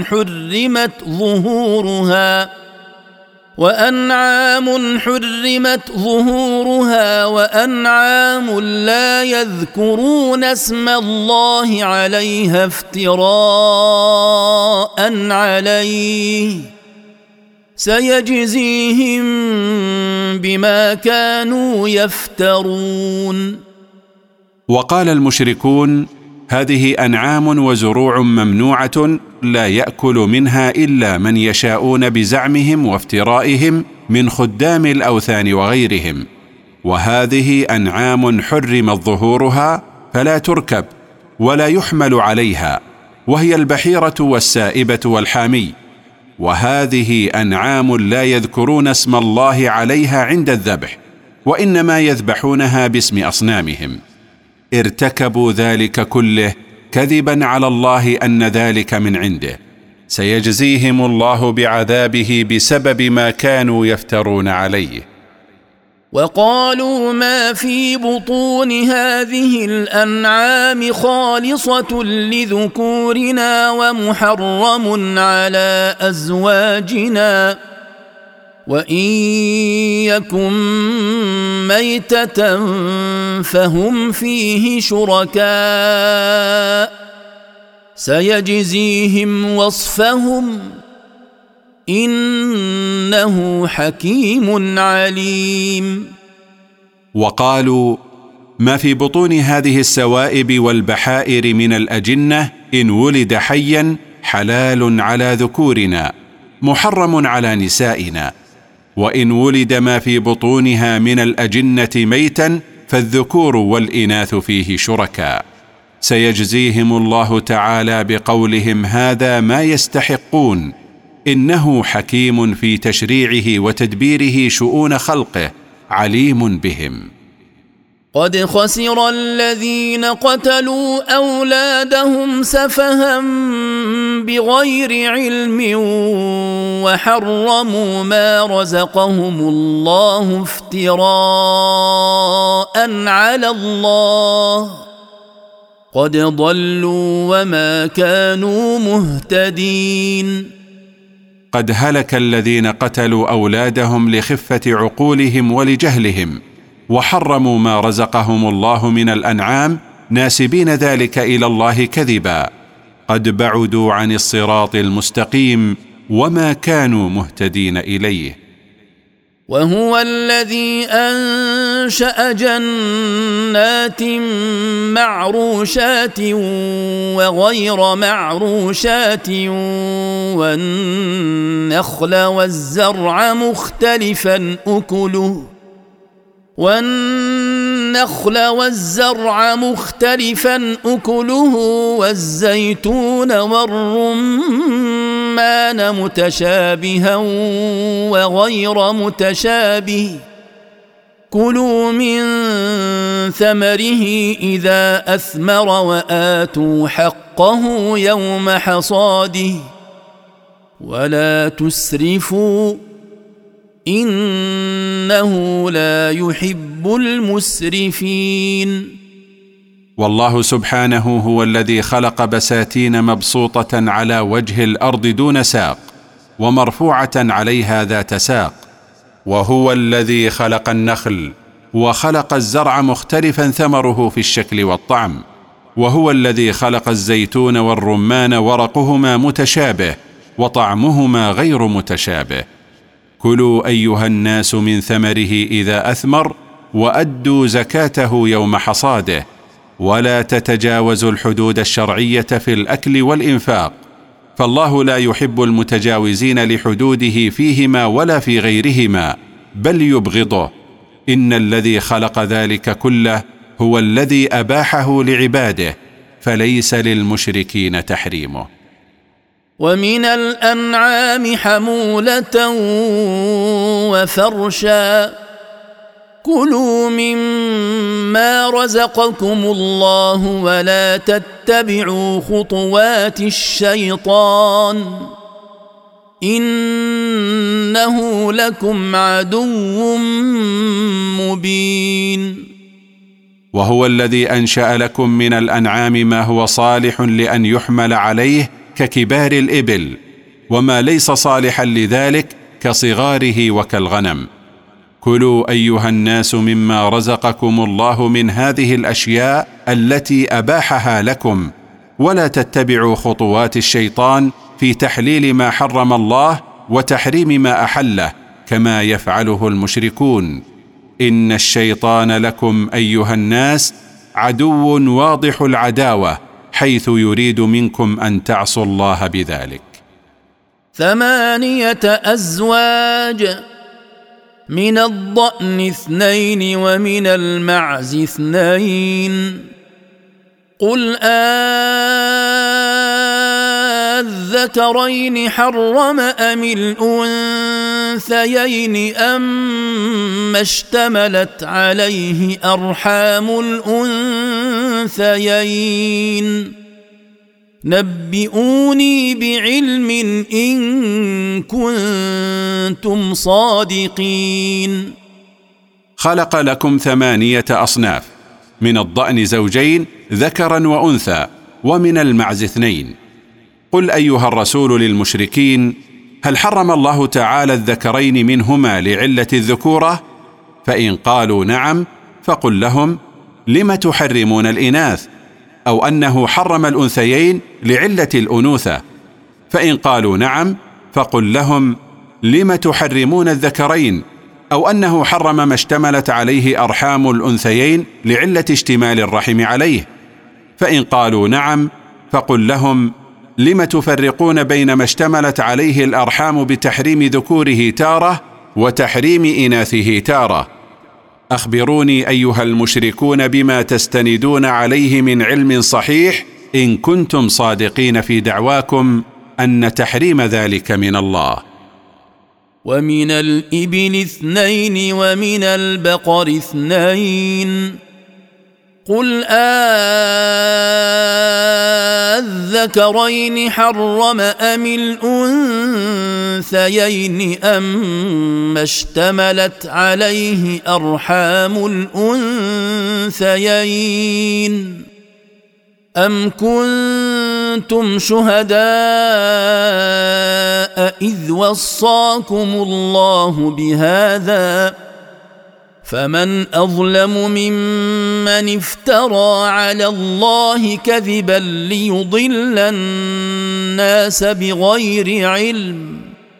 حرمت ظهورها وأنعام لا يذكرون اسم الله عليها افتراء عليه، سيجزيهم بما كانوا يفترون. وقال المشركون: هذه أنعام وزروع ممنوعة لا يأكل منها إلا من يشاءون بزعمهم وافترائهم من خدام الأوثان وغيرهم، وهذه أنعام حرمت ظهورها فلا تركب ولا يحمل عليها، وهي البحيرة والسائبة والحامي، وهذه أنعام لا يذكرون اسم الله عليها عند الذبح، وإنما يذبحونها باسم أصنامهم. ارتكبوا ذلك كله كذبا على الله أن ذلك من عنده، سيجزيهم الله بعذابه بسبب ما كانوا يفترون عليه. وقالوا: ما في بطون هذه الأنعام خالصة لذكورنا ومحرم على أزواجنا، وإن يكن ميتة فهم فيه شركاء، سيجزيهم وصفهم إنه حكيم عليم. وقالوا: ما في بطون هذه السوائب والبحائر من الأجنة إن ولد حيا حلال على ذكورنا محرم على نسائنا، وإن ولد ما في بطونها من الأجنة ميتا فالذكور والإناث فيه شركاء، سيجزيهم الله تعالى بقولهم هذا ما يستحقون، إنه حكيم في تشريعه وتدبيره شؤون خلقه عليم بهم. قد خسر الذين قتلوا أولادهم سفها بغير علم وحرموا ما رزقهم الله افتراء على الله، قد ضلوا وما كانوا مهتدين. قد هلك الذين قتلوا أولادهم لخفة عقولهم ولجهلهم، وحرموا ما رزقهم الله من الأنعام ناسبين ذلك إلى الله كذبا، قد بعدوا عن الصراط المستقيم وما كانوا مهتدين إليه. وهو الذي أنشأ جنات معروشات وغير معروشات والنخل والزرع مختلفا أكله والزيتون والرمان متشابها وغير متشابه، كلوا من ثمره إذا أثمر وآتوا حقه يوم حصاده ولا تسرفوا إنه لا يحب المسرفين. والله سبحانه هو الذي خلق بساتين مبسوطة على وجه الأرض دون ساق ومرفوعة عليها ذات ساق، وهو الذي خلق النخل وخلق الزرع مختلفا ثمره في الشكل والطعم، وهو الذي خلق الزيتون والرمان ورقهما متشابه وطعمهما غير متشابه. كلوا أيها الناس من ثمره إذا أثمر وأدوا زكاته يوم حصاده، ولا تتجاوزوا الحدود الشرعية في الأكل والإنفاق، فالله لا يحب المتجاوزين لحدوده فيهما ولا في غيرهما، بل يبغضه. إن الذي خلق ذلك كله هو الذي أباحه لعباده، فليس للمشركين تحريمه. ومن الأنعام حمولة وفرشا، كلوا مما رزقكم الله ولا تتبعوا خطوات الشيطان إنه لكم عدو مبين. وهو الذي أنشأ لكم من الأنعام ما هو صالح لأن يحمل عليه ككبار الإبل، وما ليس صالحا لذلك كصغاره وكالغنم. كلوا أيها الناس مما رزقكم الله من هذه الأشياء التي أباحها لكم، ولا تتبعوا خطوات الشيطان في تحليل ما حرم الله وتحريم ما أحله كما يفعله المشركون. إن الشيطان لكم أيها الناس عدو واضح العداوة، حيث يريد منكم أن تعصوا الله بذلك. 8 أزواج، من الضأن 2 ومن المعز 2. قل الذكرين حرم أم الأنثيين أم اشتملت عليه أرحام الأنثيين؟ نبئوني بعلم إن كنتم صادقين. خلق لكم 8 أصناف، من الضأن 2 ذكرا وأنثى، ومن المعز 2. قل أيها الرسول للمشركين: هل حرم الله تعالى الذكرين منهما لعلة الذكورة؟ فإن قالوا نعم فقل لهم: لم تحرمون الإناث؟ أو أنه حرم الأنثيين لعلة الأنوثة. فإن قالوا نعم فقل لهم: لم تحرمون الذكرين؟ أو أنه حرم ما اشتملت عليه أرحام الأنثيين لعلة اشتمال الرحم عليه. فإن قالوا نعم فقل لهم: لم تفرقون بين ما اشتملت عليه الأرحام بتحريم ذكوره تارة وتحريم إناثه تارة؟ أخبروني أيها المشركون بما تستندون عليه من علم صحيح إن كنتم صادقين في دعواكم أن تحريم ذلك من الله. ومن الإبل 2 ومن البقر 2. قل الذكرين حرم أم الأنثيين أم اشتملت عليه أرحام الأنثيين؟ أم كنتم شهداء إذ وصاكم الله بهذا؟ فمن أظلم ممن افترى على الله كذبا ليضل الناس بغير علم،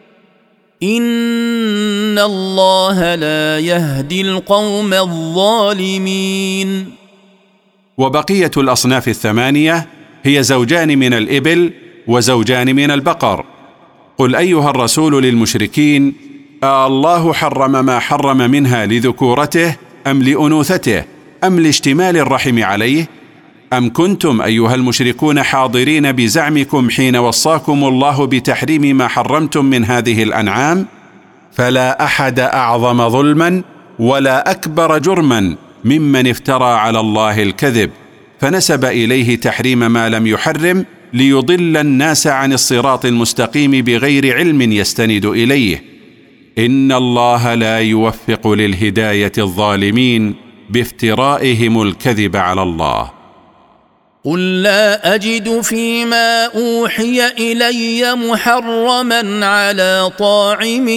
إن الله لا يهدي القوم الظالمين. وبقية الأصناف 8 هي 2 من الإبل و2 من البقر. قل أيها الرسول للمشركين: الله حرم ما حرم منها لذكورته أم لأنوثته أم لاشتمال الرحم عليه؟ أم كنتم أيها المشركون حاضرين بزعمكم حين وصاكم الله بتحريم ما حرمتم من هذه الأنعام؟ فلا أحد أعظم ظلما ولا أكبر جرما ممن افترى على الله الكذب فنسب إليه تحريم ما لم يحرم ليضل الناس عن الصراط المستقيم بغير علم يستند إليه. إن الله لا يوفق للهداية الظالمين بافترائهم الكذب على الله. قل لا أجد فيما أوحي إلي محرما على طاعم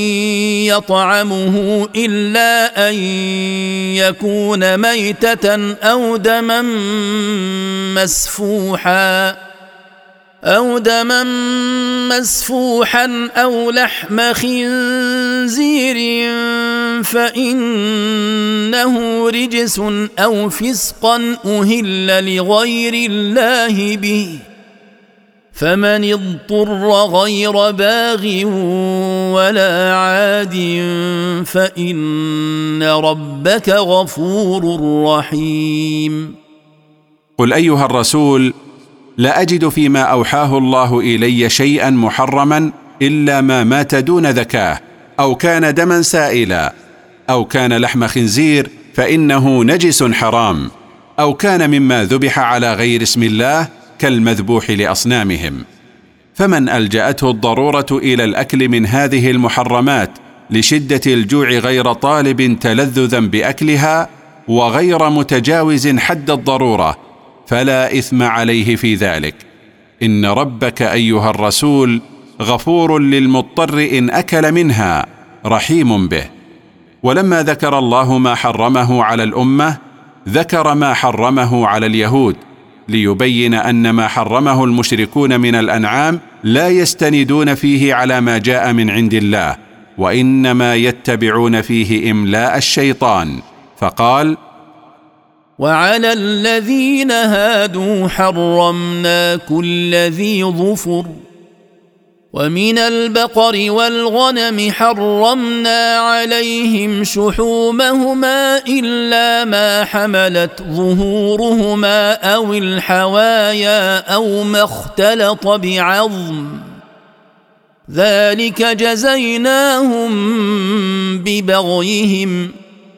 يطعمه إلا أن يكون ميتة أو دما مسفوحا أو لحم خنزير فإنه رجس أو فسقا أهل لغير الله به، فمن اضطر غير باغ ولا عاد فإن ربك غفور رحيم. قل أيها الرسول: لا أجد فيما أوحاه الله إلي شيئا محرما إلا ما مات دون ذكاه، أو كان دما سائلا، أو كان لحم خنزير فإنه نجس حرام، أو كان مما ذبح على غير اسم الله كالمذبوح لأصنامهم. فمن ألجأته الضرورة إلى الأكل من هذه المحرمات لشدة الجوع غير طالب تلذذا بأكلها وغير متجاوز حد الضرورة فلا إثم عليه في ذلك. إن ربك أيها الرسول غفور للمضطر إن أكل منها رحيم به. ولما ذكر الله ما حرمه على الأمة ذكر ما حرمه على اليهود ليبين أن ما حرمه المشركون من الأنعام لا يستندون فيه على ما جاء من عند الله، وإنما يتبعون فيه إملاء الشيطان. فقال: وعلى الذين هادوا حرمنا كل ذي ظفر، ومن البقر والغنم حرمنا عليهم شحومهما إلا ما حملت ظهورهما أو الحوايا أو ما اختلط بعظم، ذلك جزيناهم ببغيهم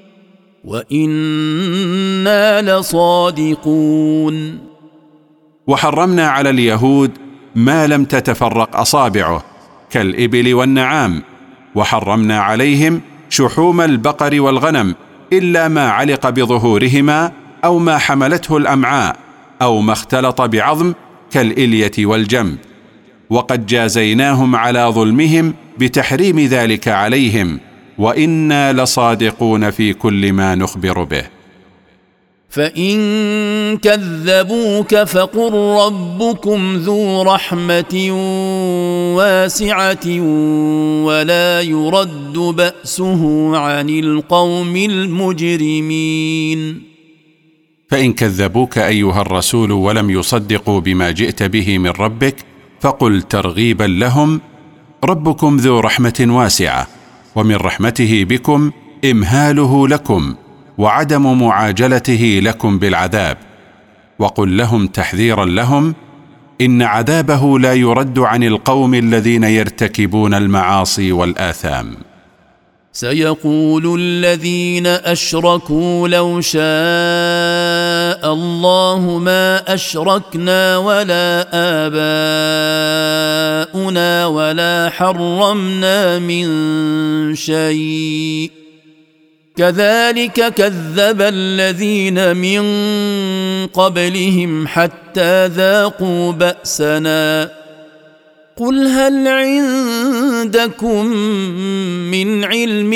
وإنا لصادقون. وحرمنا على اليهود ما لم تتفرق أصابعه كالإبل والنعام، وحرمنا عليهم شحوم البقر والغنم إلا ما علق بظهورهما أو ما حملته الأمعاء أو ما اختلط بعظم كالإلية والجنب، وقد جازيناهم على ظلمهم بتحريم ذلك عليهم، وإنا لصادقون في كل ما نخبر به. فإن كذبوك فقل ربكم ذو رحمة واسعة ولا يرد بأسه عن القوم المجرمين. فإن كذبوك أيها الرسول ولم يصدقوا بما جئت به من ربك فقل ترغيبا لهم: ربكم ذو رحمة واسعة، ومن رحمته بكم إمهاله لكم وعدم معاجلته لكم بالعذاب. وقل لهم تحذيرا لهم: إن عذابه لا يرد عن القوم الذين يرتكبون المعاصي والآثام. سيقول الذين أشركوا لو شاء الله ما أشركنا ولا آباؤنا ولا حرمنا من شيء كذلك كذب الذين من قبلهم حتى ذاقوا بأسنا. قل هل عندكم من علم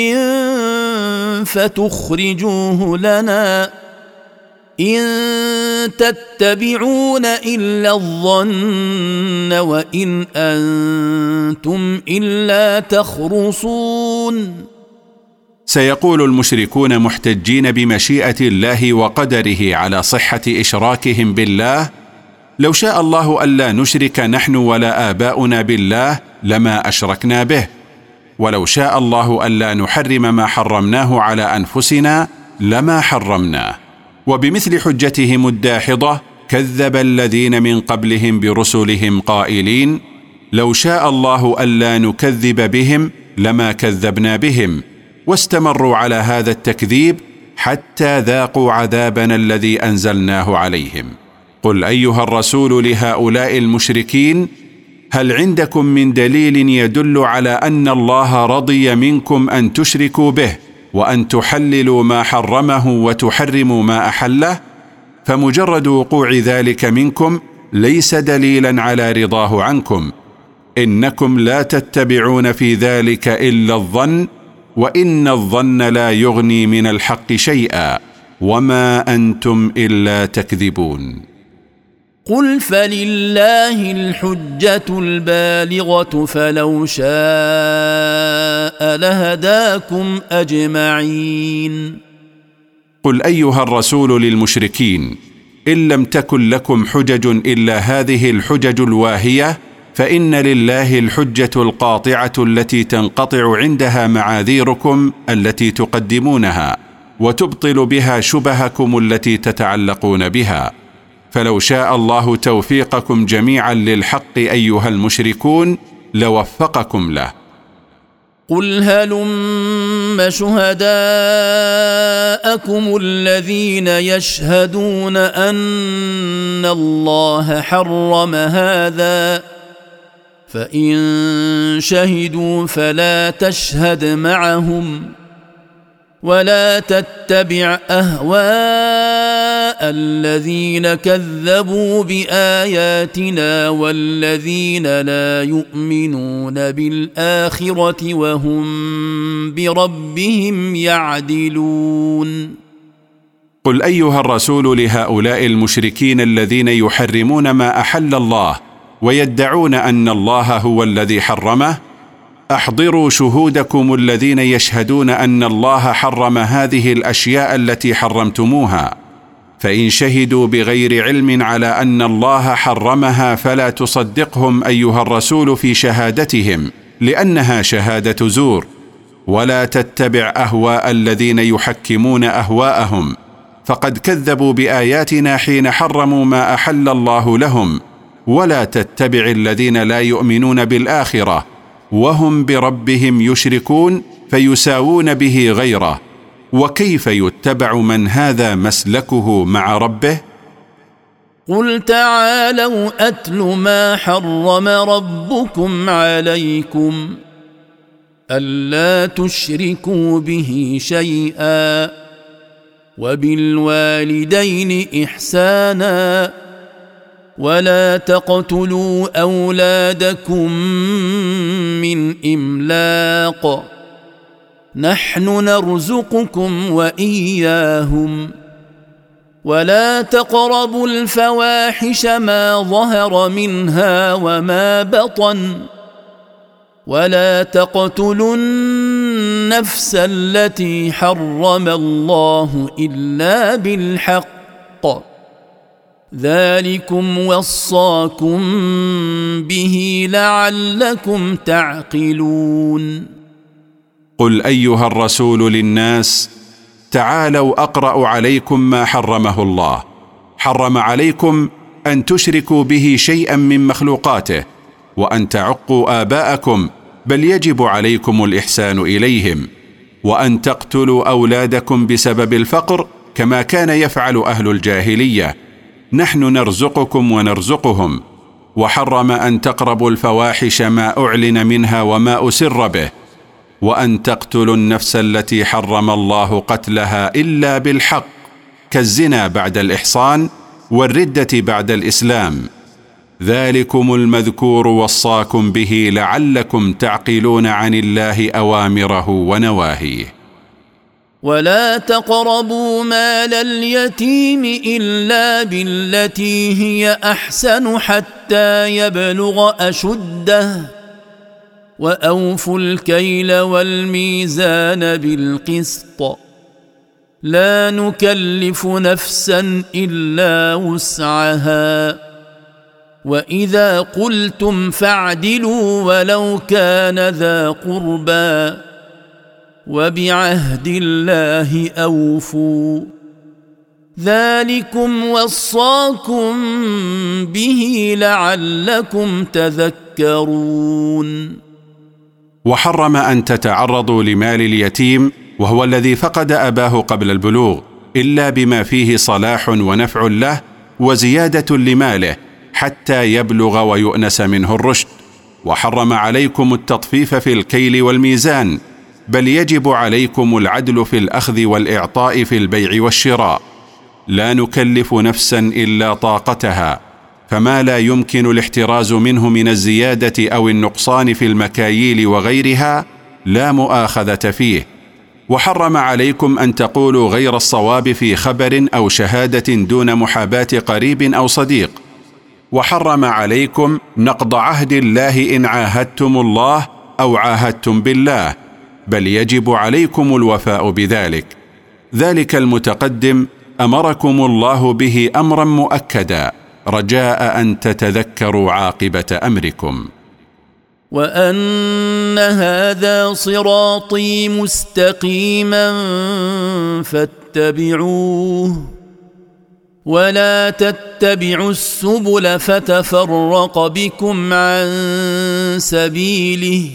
فتخرجوه لنا إن تتبعون إلا الظن وإن أنتم إلا تخرصون. سيقول المشركون محتجين بمشيئة الله وقدره على صحة إشراكهم بالله: لو شاء الله ألا نشرك نحن ولا آباؤنا بالله لما أشركنا به، ولو شاء الله ألا نحرم ما حرمناه على أنفسنا لما حرمناه. وبمثل حجتهم الداحضة كذب الذين من قبلهم برسلهم قائلين: لو شاء الله ألا نكذب بهم لما كذبنا بهم، واستمروا على هذا التكذيب حتى ذاقوا عذابنا الذي أنزلناه عليهم. قل أيها الرسول لهؤلاء المشركين: هل عندكم من دليل يدل على أن الله رضي منكم أن تشركوا به وأن تحللوا ما حرمه وتحرموا ما أحله؟ فمجرد وقوع ذلك منكم ليس دليلا على رضاه عنكم. إنكم لا تتبعون في ذلك إلا الظن، وإن الظن لا يغني من الحق شيئا، وما أنتم إلا تكذبون. قل فلله الحجة البالغة فلو شاء لهداكم أجمعين. قل أيها الرسول للمشركين: إن لم تكن لكم حجج إلا هذه الحجج الواهية فإن لله الحجة القاطعة التي تنقطع عندها معاذيركم التي تقدمونها وتبطل بها شبهكم التي تتعلقون بها. فلو شاء الله توفيقكم جميعا للحق أيها المشركون لوفقكم له. قل هلم شهداءكم الذين يشهدون أن الله حرم هذا، فإن شهدوا فلا تشهد معهم ولا تتبع أهواء الذين كذبوا بآياتنا والذين لا يؤمنون بالآخرة وهم بربهم يعدلون. قل أيها الرسول لهؤلاء المشركين الذين يحرمون ما أحل الله ويدعون أن الله هو الذي حرمه؟ أحضروا شهودكم الذين يشهدون أن الله حرم هذه الأشياء التي حرمتموها، فإن شهدوا بغير علم على أن الله حرمها فلا تصدقهم أيها الرسول في شهادتهم، لأنها شهادة زور. ولا تتبع أهواء الذين يحكمون أهواءهم، فقد كذبوا بآياتنا حين حرموا ما أحل الله لهم. ولا تتبع الذين لا يؤمنون بالآخرة وهم بربهم يشركون فيساوون به غيره. وكيف يتبع من هذا مسلكه مع ربه؟ قل تعالوا أتل ما حرم ربكم عليكم ألا تشركوا به شيئا وبالوالدين إحسانا ولا تقتلوا أولادكم من إملاق نحن نرزقكم وإياهم ولا تقربوا الفواحش ما ظهر منها وما بطن ولا تقتلوا النفس التي حرم الله إلا بالحق ذلكم وصاكم به لعلكم تعقلون. قل أيها الرسول للناس تعالوا أقرأ عليكم ما حرمه الله. حرم عليكم أن تشركوا به شيئا من مخلوقاته وأن تعقوا آباءكم، بل يجب عليكم الإحسان إليهم، وأن تقتلوا أولادكم بسبب الفقر كما كان يفعل أهل الجاهلية، نحن نرزقكم ونرزقهم. وحرم أن تقربوا الفواحش ما أعلن منها وما أسر به، وأن تقتلوا النفس التي حرم الله قتلها إلا بالحق، كالزنا بعد الإحصان والردة بعد الإسلام. ذلكم المذكور وصاكم به لعلكم تعقلون عن الله أوامره ونواهيه. ولا تقربوا مال اليتيم إلا بالتي هي أحسن حتى يبلغ أشده وأوفوا الكيل والميزان بالقسط لا نكلف نفسا إلا وسعها وإذا قلتم فاعدلوا ولو كان ذا قربى وبعهد الله أوفوا ذلكم وصاكم به لعلكم تذكرون. وحرم أن تتعرضوا لمال اليتيم وهو الذي فقد أباه قبل البلوغ إلا بما فيه صلاح ونفع له وزيادة لماله حتى يبلغ ويؤنس منه الرشد. وحرم عليكم التطفيف في الكيل والميزان، بل يجب عليكم العدل في الأخذ والإعطاء في البيع والشراء. لا نكلف نفسا إلا طاقتها، فما لا يمكن الاحتراز منه من الزيادة أو النقصان في المكاييل وغيرها لا مؤاخذة فيه. وحرم عليكم أن تقولوا غير الصواب في خبر أو شهادة دون محاباة قريب أو صديق. وحرم عليكم نقض عهد الله إن عاهدتم الله أو عاهدتم بالله، بل يجب عليكم الوفاء بذلك. ذلك المتقدم أمركم الله به أمرا مؤكدا رجاء أن تتذكروا عاقبة أمركم. وأن هذا صراطي مستقيما فاتبعوه ولا تتبعوا السبل فتفرق بكم عن سبيله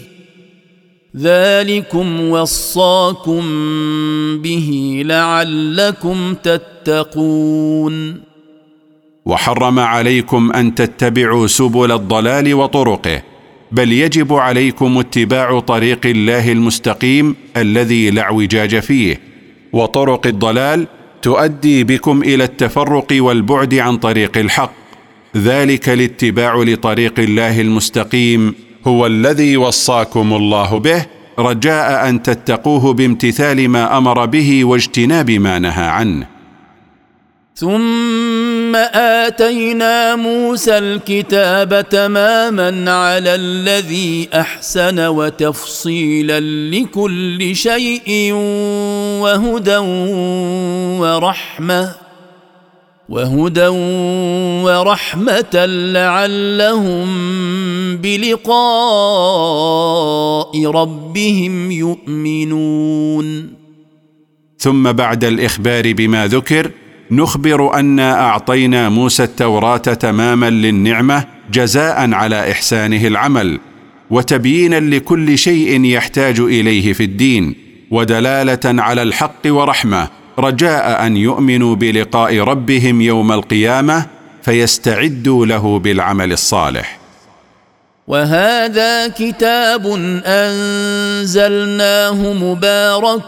ذلكم وصاكم به لعلكم تتقون. وحرم عليكم أن تتبعوا سبل الضلال وطرقه، بل يجب عليكم اتباع طريق الله المستقيم الذي لا اعوجاج فيه. وطرق الضلال تؤدي بكم إلى التفرق والبعد عن طريق الحق. ذلك الاتباع لطريق الله المستقيم هو الذي وصاكم الله به رجاء أن تتقوه بامتثال ما أمر به واجتناب ما نهى عنه. ثم آتينا موسى الكتاب تماما على الذي أحسن وتفصيلا لكل شيء وهدى ورحمة لعلهم بلقاء ربهم يؤمنون. ثم بعد الإخبار بما ذكر نخبر أنا أعطينا موسى التوراة تماما للنعمة جزاء على إحسانه العمل، وتبيينا لكل شيء يحتاج إليه في الدين، ودلالة على الحق ورحمة، رجاء أن يؤمنوا بلقاء ربهم يوم القيامة فيستعدوا له بالعمل الصالح. وهذا كتاب أنزلناه مبارك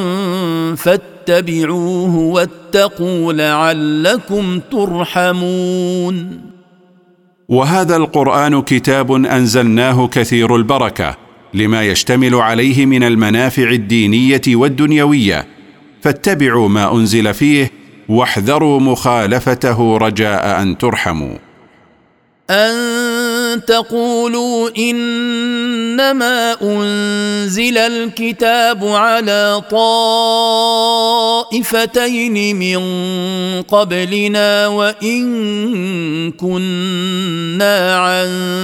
فاتبعوه واتقوا لعلكم ترحمون. وهذا القرآن كتاب أنزلناه كثير البركة لما يشتمل عليه من المنافع الدينية والدنيوية، فاتبعوا ما أنزل فيه واحذروا مخالفته رجاء أن ترحموا. أن تقولوا إنما أنزل الكتاب على طائفتين من قبلنا وإن كنا عن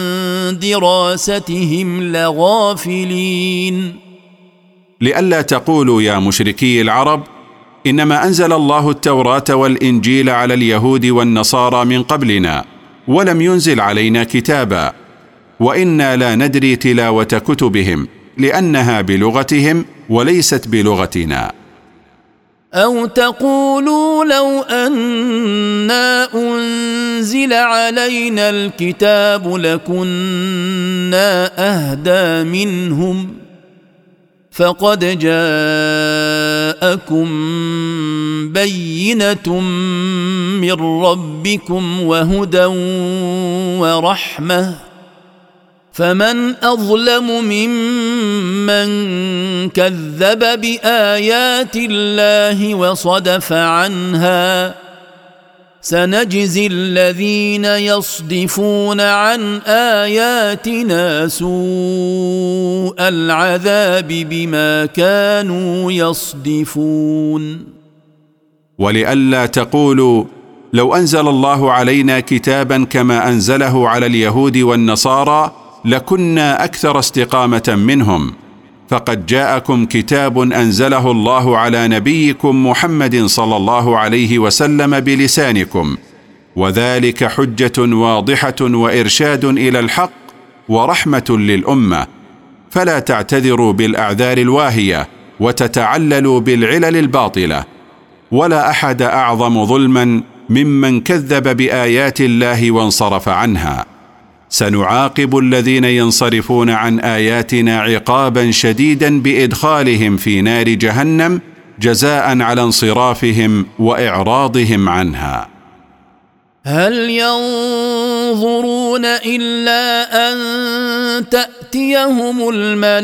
دراستهم لغافلين. لئلا تقولوا يا مشركي العرب إنما أنزل الله التوراة والإنجيل على اليهود والنصارى من قبلنا ولم ينزل علينا كتابا، وإنا لا ندري تلاوة كتبهم لأنها بلغتهم وليست بلغتنا. أو تقولوا لو أنا أنزل علينا الكتاب لكنا أهدى منهم فقد جاءكم بينة من ربكم وهدى ورحمة فمن أظلم ممن كذب بآيات الله وصدف عنها سنجزي الذين يصدفون عن آياتنا سوء العذاب بما كانوا يصدفون. ولئلا تقولوا لو أنزل الله علينا كتابا كما أنزله على اليهود والنصارى لكنا أكثر استقامة منهم، فقد جاءكم كتاب أنزله الله على نبيكم محمد صلى الله عليه وسلم بلسانكم، وذلك حجة واضحة وإرشاد إلى الحق ورحمة للأمة، فلا تعتذروا بالأعذار الواهية وتتعللوا بالعلل الباطلة. ولا أحد أعظم ظلما ممن كذب بآيات الله وانصرف عنها. سنعاقب الذين ينصرفون عن آياتنا عقابا شديدا بإدخالهم في نار جهنم جزاء على انصرافهم وإعراضهم عنها. هل ينظرون إلا أن تأتيهم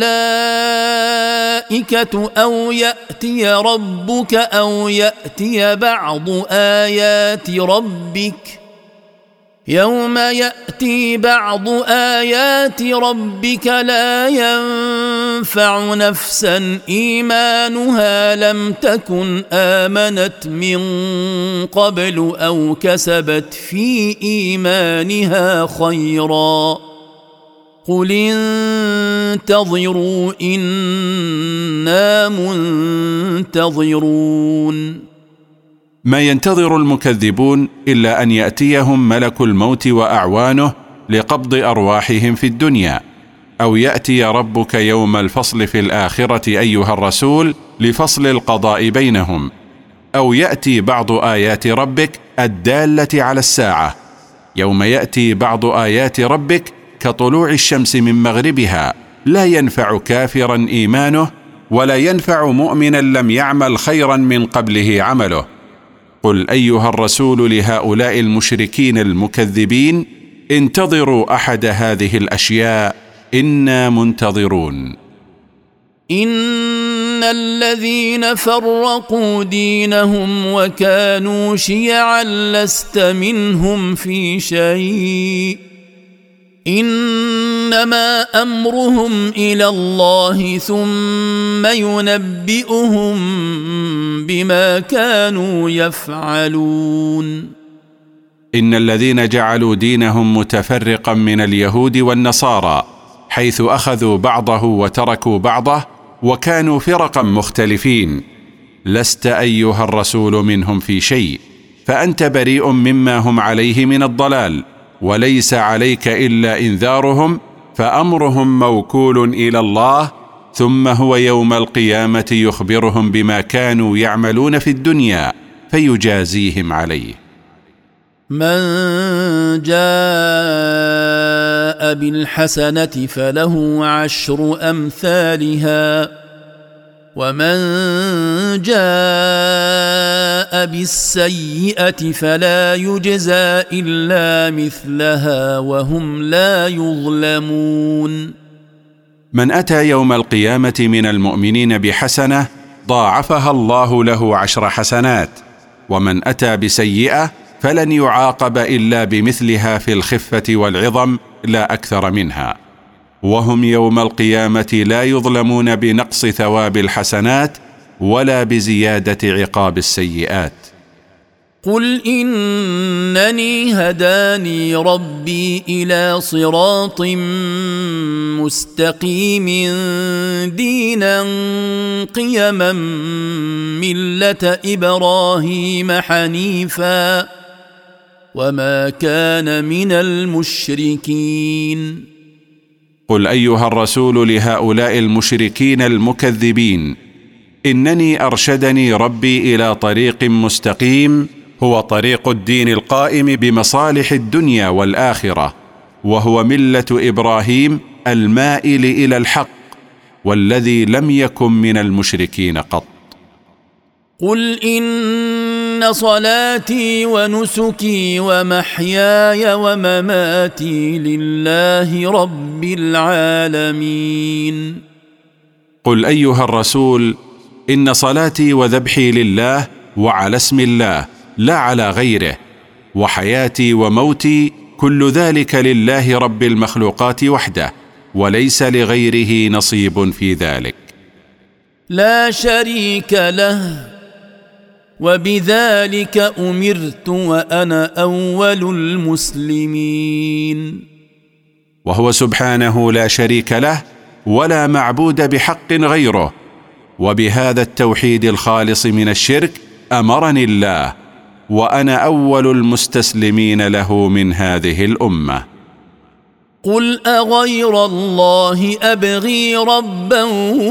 الملائكة أو يأتي ربك أو يأتي بعض آيات ربك يوم يأتي بعض آيات ربك لا ينفع نفسا إيمانها لم تكن آمنت من قبل أو كسبت في إيمانها خيرا قل انتظروا إنا منتظرون. ما ينتظر المكذبون إلا أن يأتيهم ملك الموت وأعوانه لقبض أرواحهم في الدنيا، أو يأتي ربك يوم الفصل في الآخرة أيها الرسول لفصل القضاء بينهم، أو يأتي بعض آيات ربك الدالة على الساعة. يوم يأتي بعض آيات ربك كطلوع الشمس من مغربها لا ينفع كافرا إيمانه ولا ينفع مؤمنا لم يعمل خيرا من قبله عمله. قل أيها الرسول لهؤلاء المشركين المكذبين انتظروا أحد هذه الأشياء إنا منتظرون. إن الذين فرقوا دينهم وكانوا شيعا لست منهم في شيء إنما أمرهم إلى الله ثم ينبئهم بما كانوا يفعلون. إن الذين جعلوا دينهم متفرقا من اليهود والنصارى حيث أخذوا بعضه وتركوا بعضه وكانوا فرقا مختلفين، لست أيها الرسول منهم في شيء، فأنت بريء مما هم عليه من الضلال، وليس عليك إلا إنذارهم، فأمرهم موكول إلى الله، ثم هو يوم القيامة يخبرهم بما كانوا يعملون في الدنيا فيجازيهم عليه. من جاء بالحسنة فله 10 أمثالها ومن جاء بالسيئة فلا يجزى إلا مثلها وهم لا يظلمون. من أتى يوم القيامة من المؤمنين بحسنة ضاعفها الله له 10 حسنات، ومن أتى بسيئة فلن يعاقب إلا بمثلها في الخفة والعظم لا أكثر منها، وهم يوم القيامة لا يظلمون بنقص ثواب الحسنات ولا بزيادة عقاب السيئات. قل إنني هداني ربي إلى صراط مستقيم دينا قيما ملة إبراهيم حنيفا وما كان من المشركين. قل أيها الرسول لهؤلاء المشركين المكذبين: إنني أرشدني ربي إلى طريق مستقيم، هو طريق الدين القائم بمصالح الدنيا والآخرة، وهو ملة إبراهيم المائل إلى الحق، والذي لم يكن من المشركين قط. قل إن صلاتي ونسكي ومحياي ومماتي لله رب العالمين. قل أيها الرسول: إن صلاتي وذبحي لله وعلى اسم الله لا على غيره، وحياتي وموتي كل ذلك لله رب المخلوقات وحده، وليس لغيره نصيب في ذلك. لا شريك له وبذلك أمرت وأنا أول المسلمين. وهو سبحانه لا شريك له ولا معبود بحق غيره، وبهذا التوحيد الخالص من الشرك أمرني الله، وأنا أول المستسلمين له من هذه الأمة. قل أغير الله أبغي ربا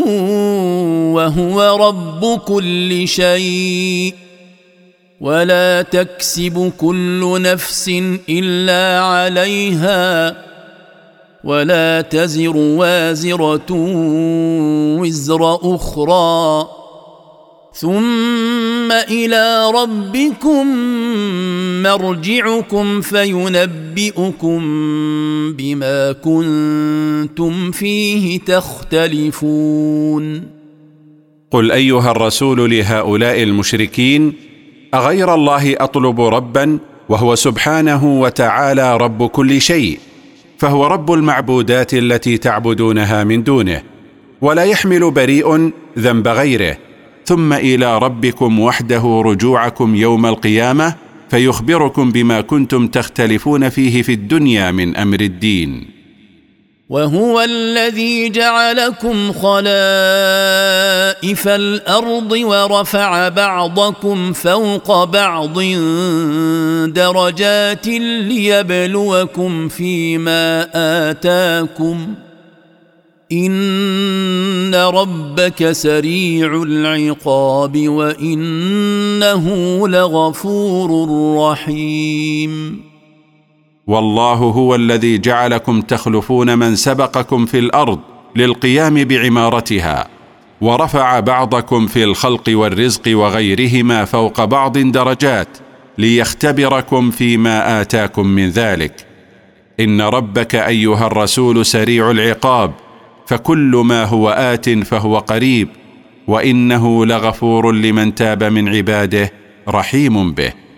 وهو رب كل شيء ولا تكسب كل نفس إلا عليها ولا تزر وازرة وزر أخرى ثم إلى ربكم مرجعكم فينبئكم بما كنتم فيه تختلفون. قل أيها الرسول لهؤلاء المشركين: أغير الله أطلب ربا وهو سبحانه وتعالى رب كل شيء، فهو رب المعبودات التي تعبدونها من دونه، ولا يحمل بريء ذنب غيره، ثم إلى ربكم وحده رجوعكم يوم القيامة فيخبركم بما كنتم تختلفون فيه في الدنيا من أمر الدين. وهو الذي جعلكم خلائف الأرض ورفع بعضكم فوق بعض درجات ليبلوكم فيما آتاكم إن ربك سريع العقاب وإنه لغفور رحيم. والله هو الذي جعلكم تخلفون من سبقكم في الأرض للقيام بعمارتها، ورفع بعضكم في الخلق والرزق وغيرهما فوق بعض درجات ليختبركم فيما آتاكم من ذلك. إن ربك أيها الرسول سريع العقاب، فكل ما هو آت فهو قريب، وإنه لغفور لمن تاب من عباده رحيم به.